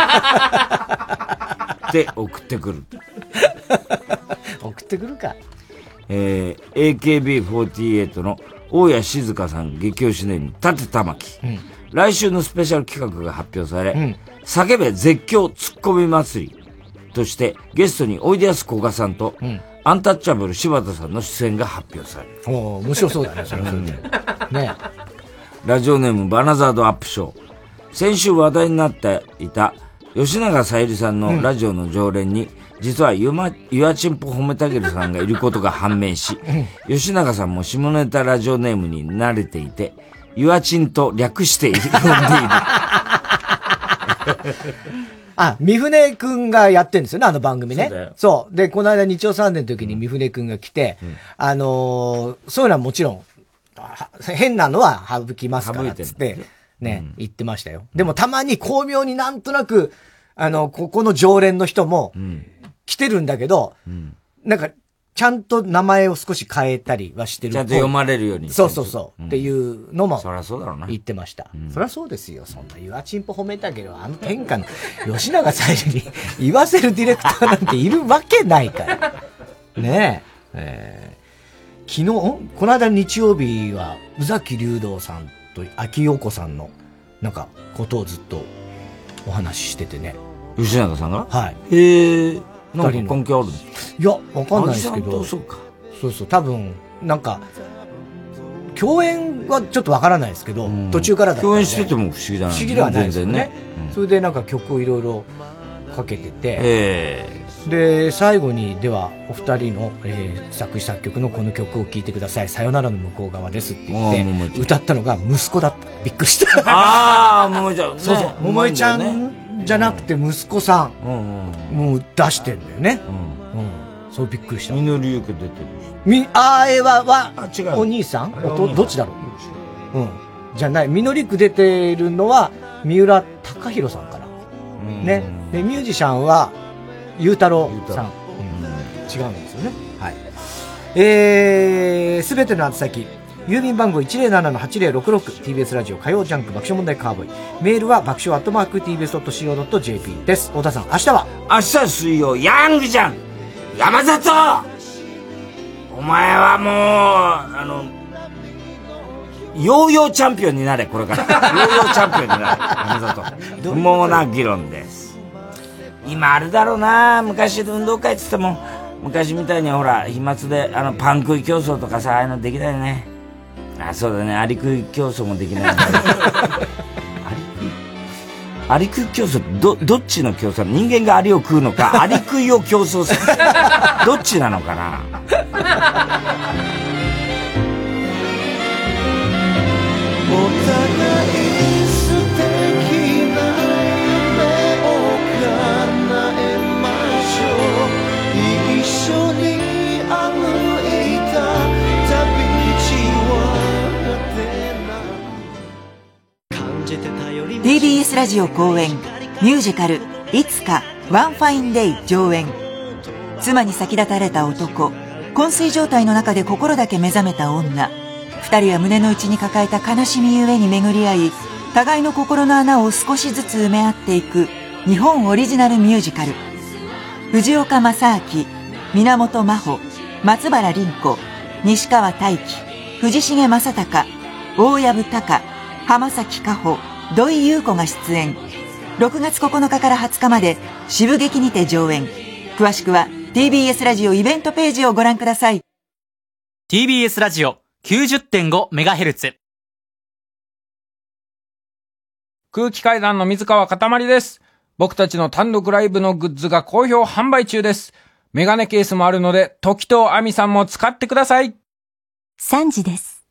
って送ってくる。 送ってくるか。 えー、エーケービーフォーティーエイト の大谷静香さん激推しネーム、立玉木。うん、来週のスペシャル企画が発表され、うん、叫べ絶叫ツッコミ祭りとしてゲストにおいでやすこがさんと、うん、アンタッチャブル柴田さんの出演が発表される。 おー、面白そうだね、それはそれで。ね。 ラジオネームバナザードアップショー。先週話題になっていた吉永小百合さんのラジオの常連に、うん、実はゆま、ゆわちんぽ褒めたげるさんがいることが判明し、うん、吉永さんも下ネタラジオネームに慣れていて、ゆわちんと略して呼んでいる。 あ、三船くんがやってるんですよね、あの番組ね。そうそう。で、この間日曜サンデーの時に三船くんが来て、うん、あのー、そういうのはもちろん、変なのは省きますから、つって、ね、うん、言ってましたよ。でもたまに巧妙になんとなく、あの、ここの常連の人も、来てるんだけど、うん、なんか、ちゃんと名前を少し変えたりはしてる。 ちゃんと読まれるように。 そうそうそう。うん、っていうのも。 そりゃそうだろうな。 言ってました。うん、そりゃそうですよ。そんな、ゆわちんぽ褒めたけど、あの天下の吉永小百合に言わせるディレクターなんているわけないから。ねえ。えー、昨日、この間日曜日は、宇崎竜道さんと秋陽子さんの、なんか、ことをずっとお話ししててね。 吉永さんがはい。 へえ。なんか関係あるの？ いや、わかんないですけど。 そうか。 そうそう、多分、なんか、共演はちょっとわからないですけど、うん、途中からだった、ね。 共演してても不思議だな。 不思議ではないですよね。うん、それでなんか曲をいろいろかけてて、で、最後に、では、お二人の、えー、作詞作曲のこの曲を聴いてください。さよならの向こう側ですって言って、歌ったのが息子だった。びっくりした。 ああ、桃江ちゃん、ね。 そうそう、桃江ちゃんじゃなくて息子さん、うんうん、もう出してんだよね。うんうん、そうびっくりした。 みのりゆき出てる。 み、あーえは、は、違うお兄さんど、どっちだろううん。じゃない。みのりく出てるのは、三浦貴大さんから。ね。で、ミュージシャンは、ゆうたろうさん。うん、違うんですよね。はい。えー、すべての宛先。郵便番号 いちゼロななのはちゼロろくろく ティービーエス ラジオ火曜ジャンク爆笑問題カーボーイ。メールは爆笑アットマーク ティービーエスドットシーオードットジェーピー です。太田さん、明日は明日は水曜、ヤングじゃん山里お前はもう、あの、ヨーヨーチャンピオンになれ、これから。ヨーヨーチャンピオンになれ、山里。不毛な議論です。今あるだろうな、昔運動会って言っても、昔みたいにほら、飛沫で、あの、パン食い競争とかさ、ああいうのできないよね。あ、そうだね、アリ食い競争もできない。アリ食いアリ食い競争、ど、どっちの競争？人間がアリを食うのか、アリ食いを競争する。どっちなのかな。 お互い素敵な夢を叶えましょう。一緒に歩いた旅路はティービーエス ラジオ公演ミュージカルいつかワンファインデイ上演。妻に先立たれた男、昏睡状態の中で心だけ目覚めた女、 二人は胸の内に抱えた悲しみゆえに巡り合い、互いの心の穴を少しずつ埋め合っていく日本オリジナルミュージカル。藤岡正明、源真帆、松原凛子、西川大輝、藤重正隆、大藪隆、浜崎加穂、土井優子が出演。ろくがつここのかからはつかまで渋劇にて上演。詳しくは ティービーエス ラジオイベントページをご覧ください。 ティービーエス ラジオ きゅうじゅってんごメガヘルツ。 空気階段の水川かたまりです。僕たちの単独ライブのグッズが好評販売中です。メガネケースもあるので、時藤亜美さんも使ってください。 さんじです。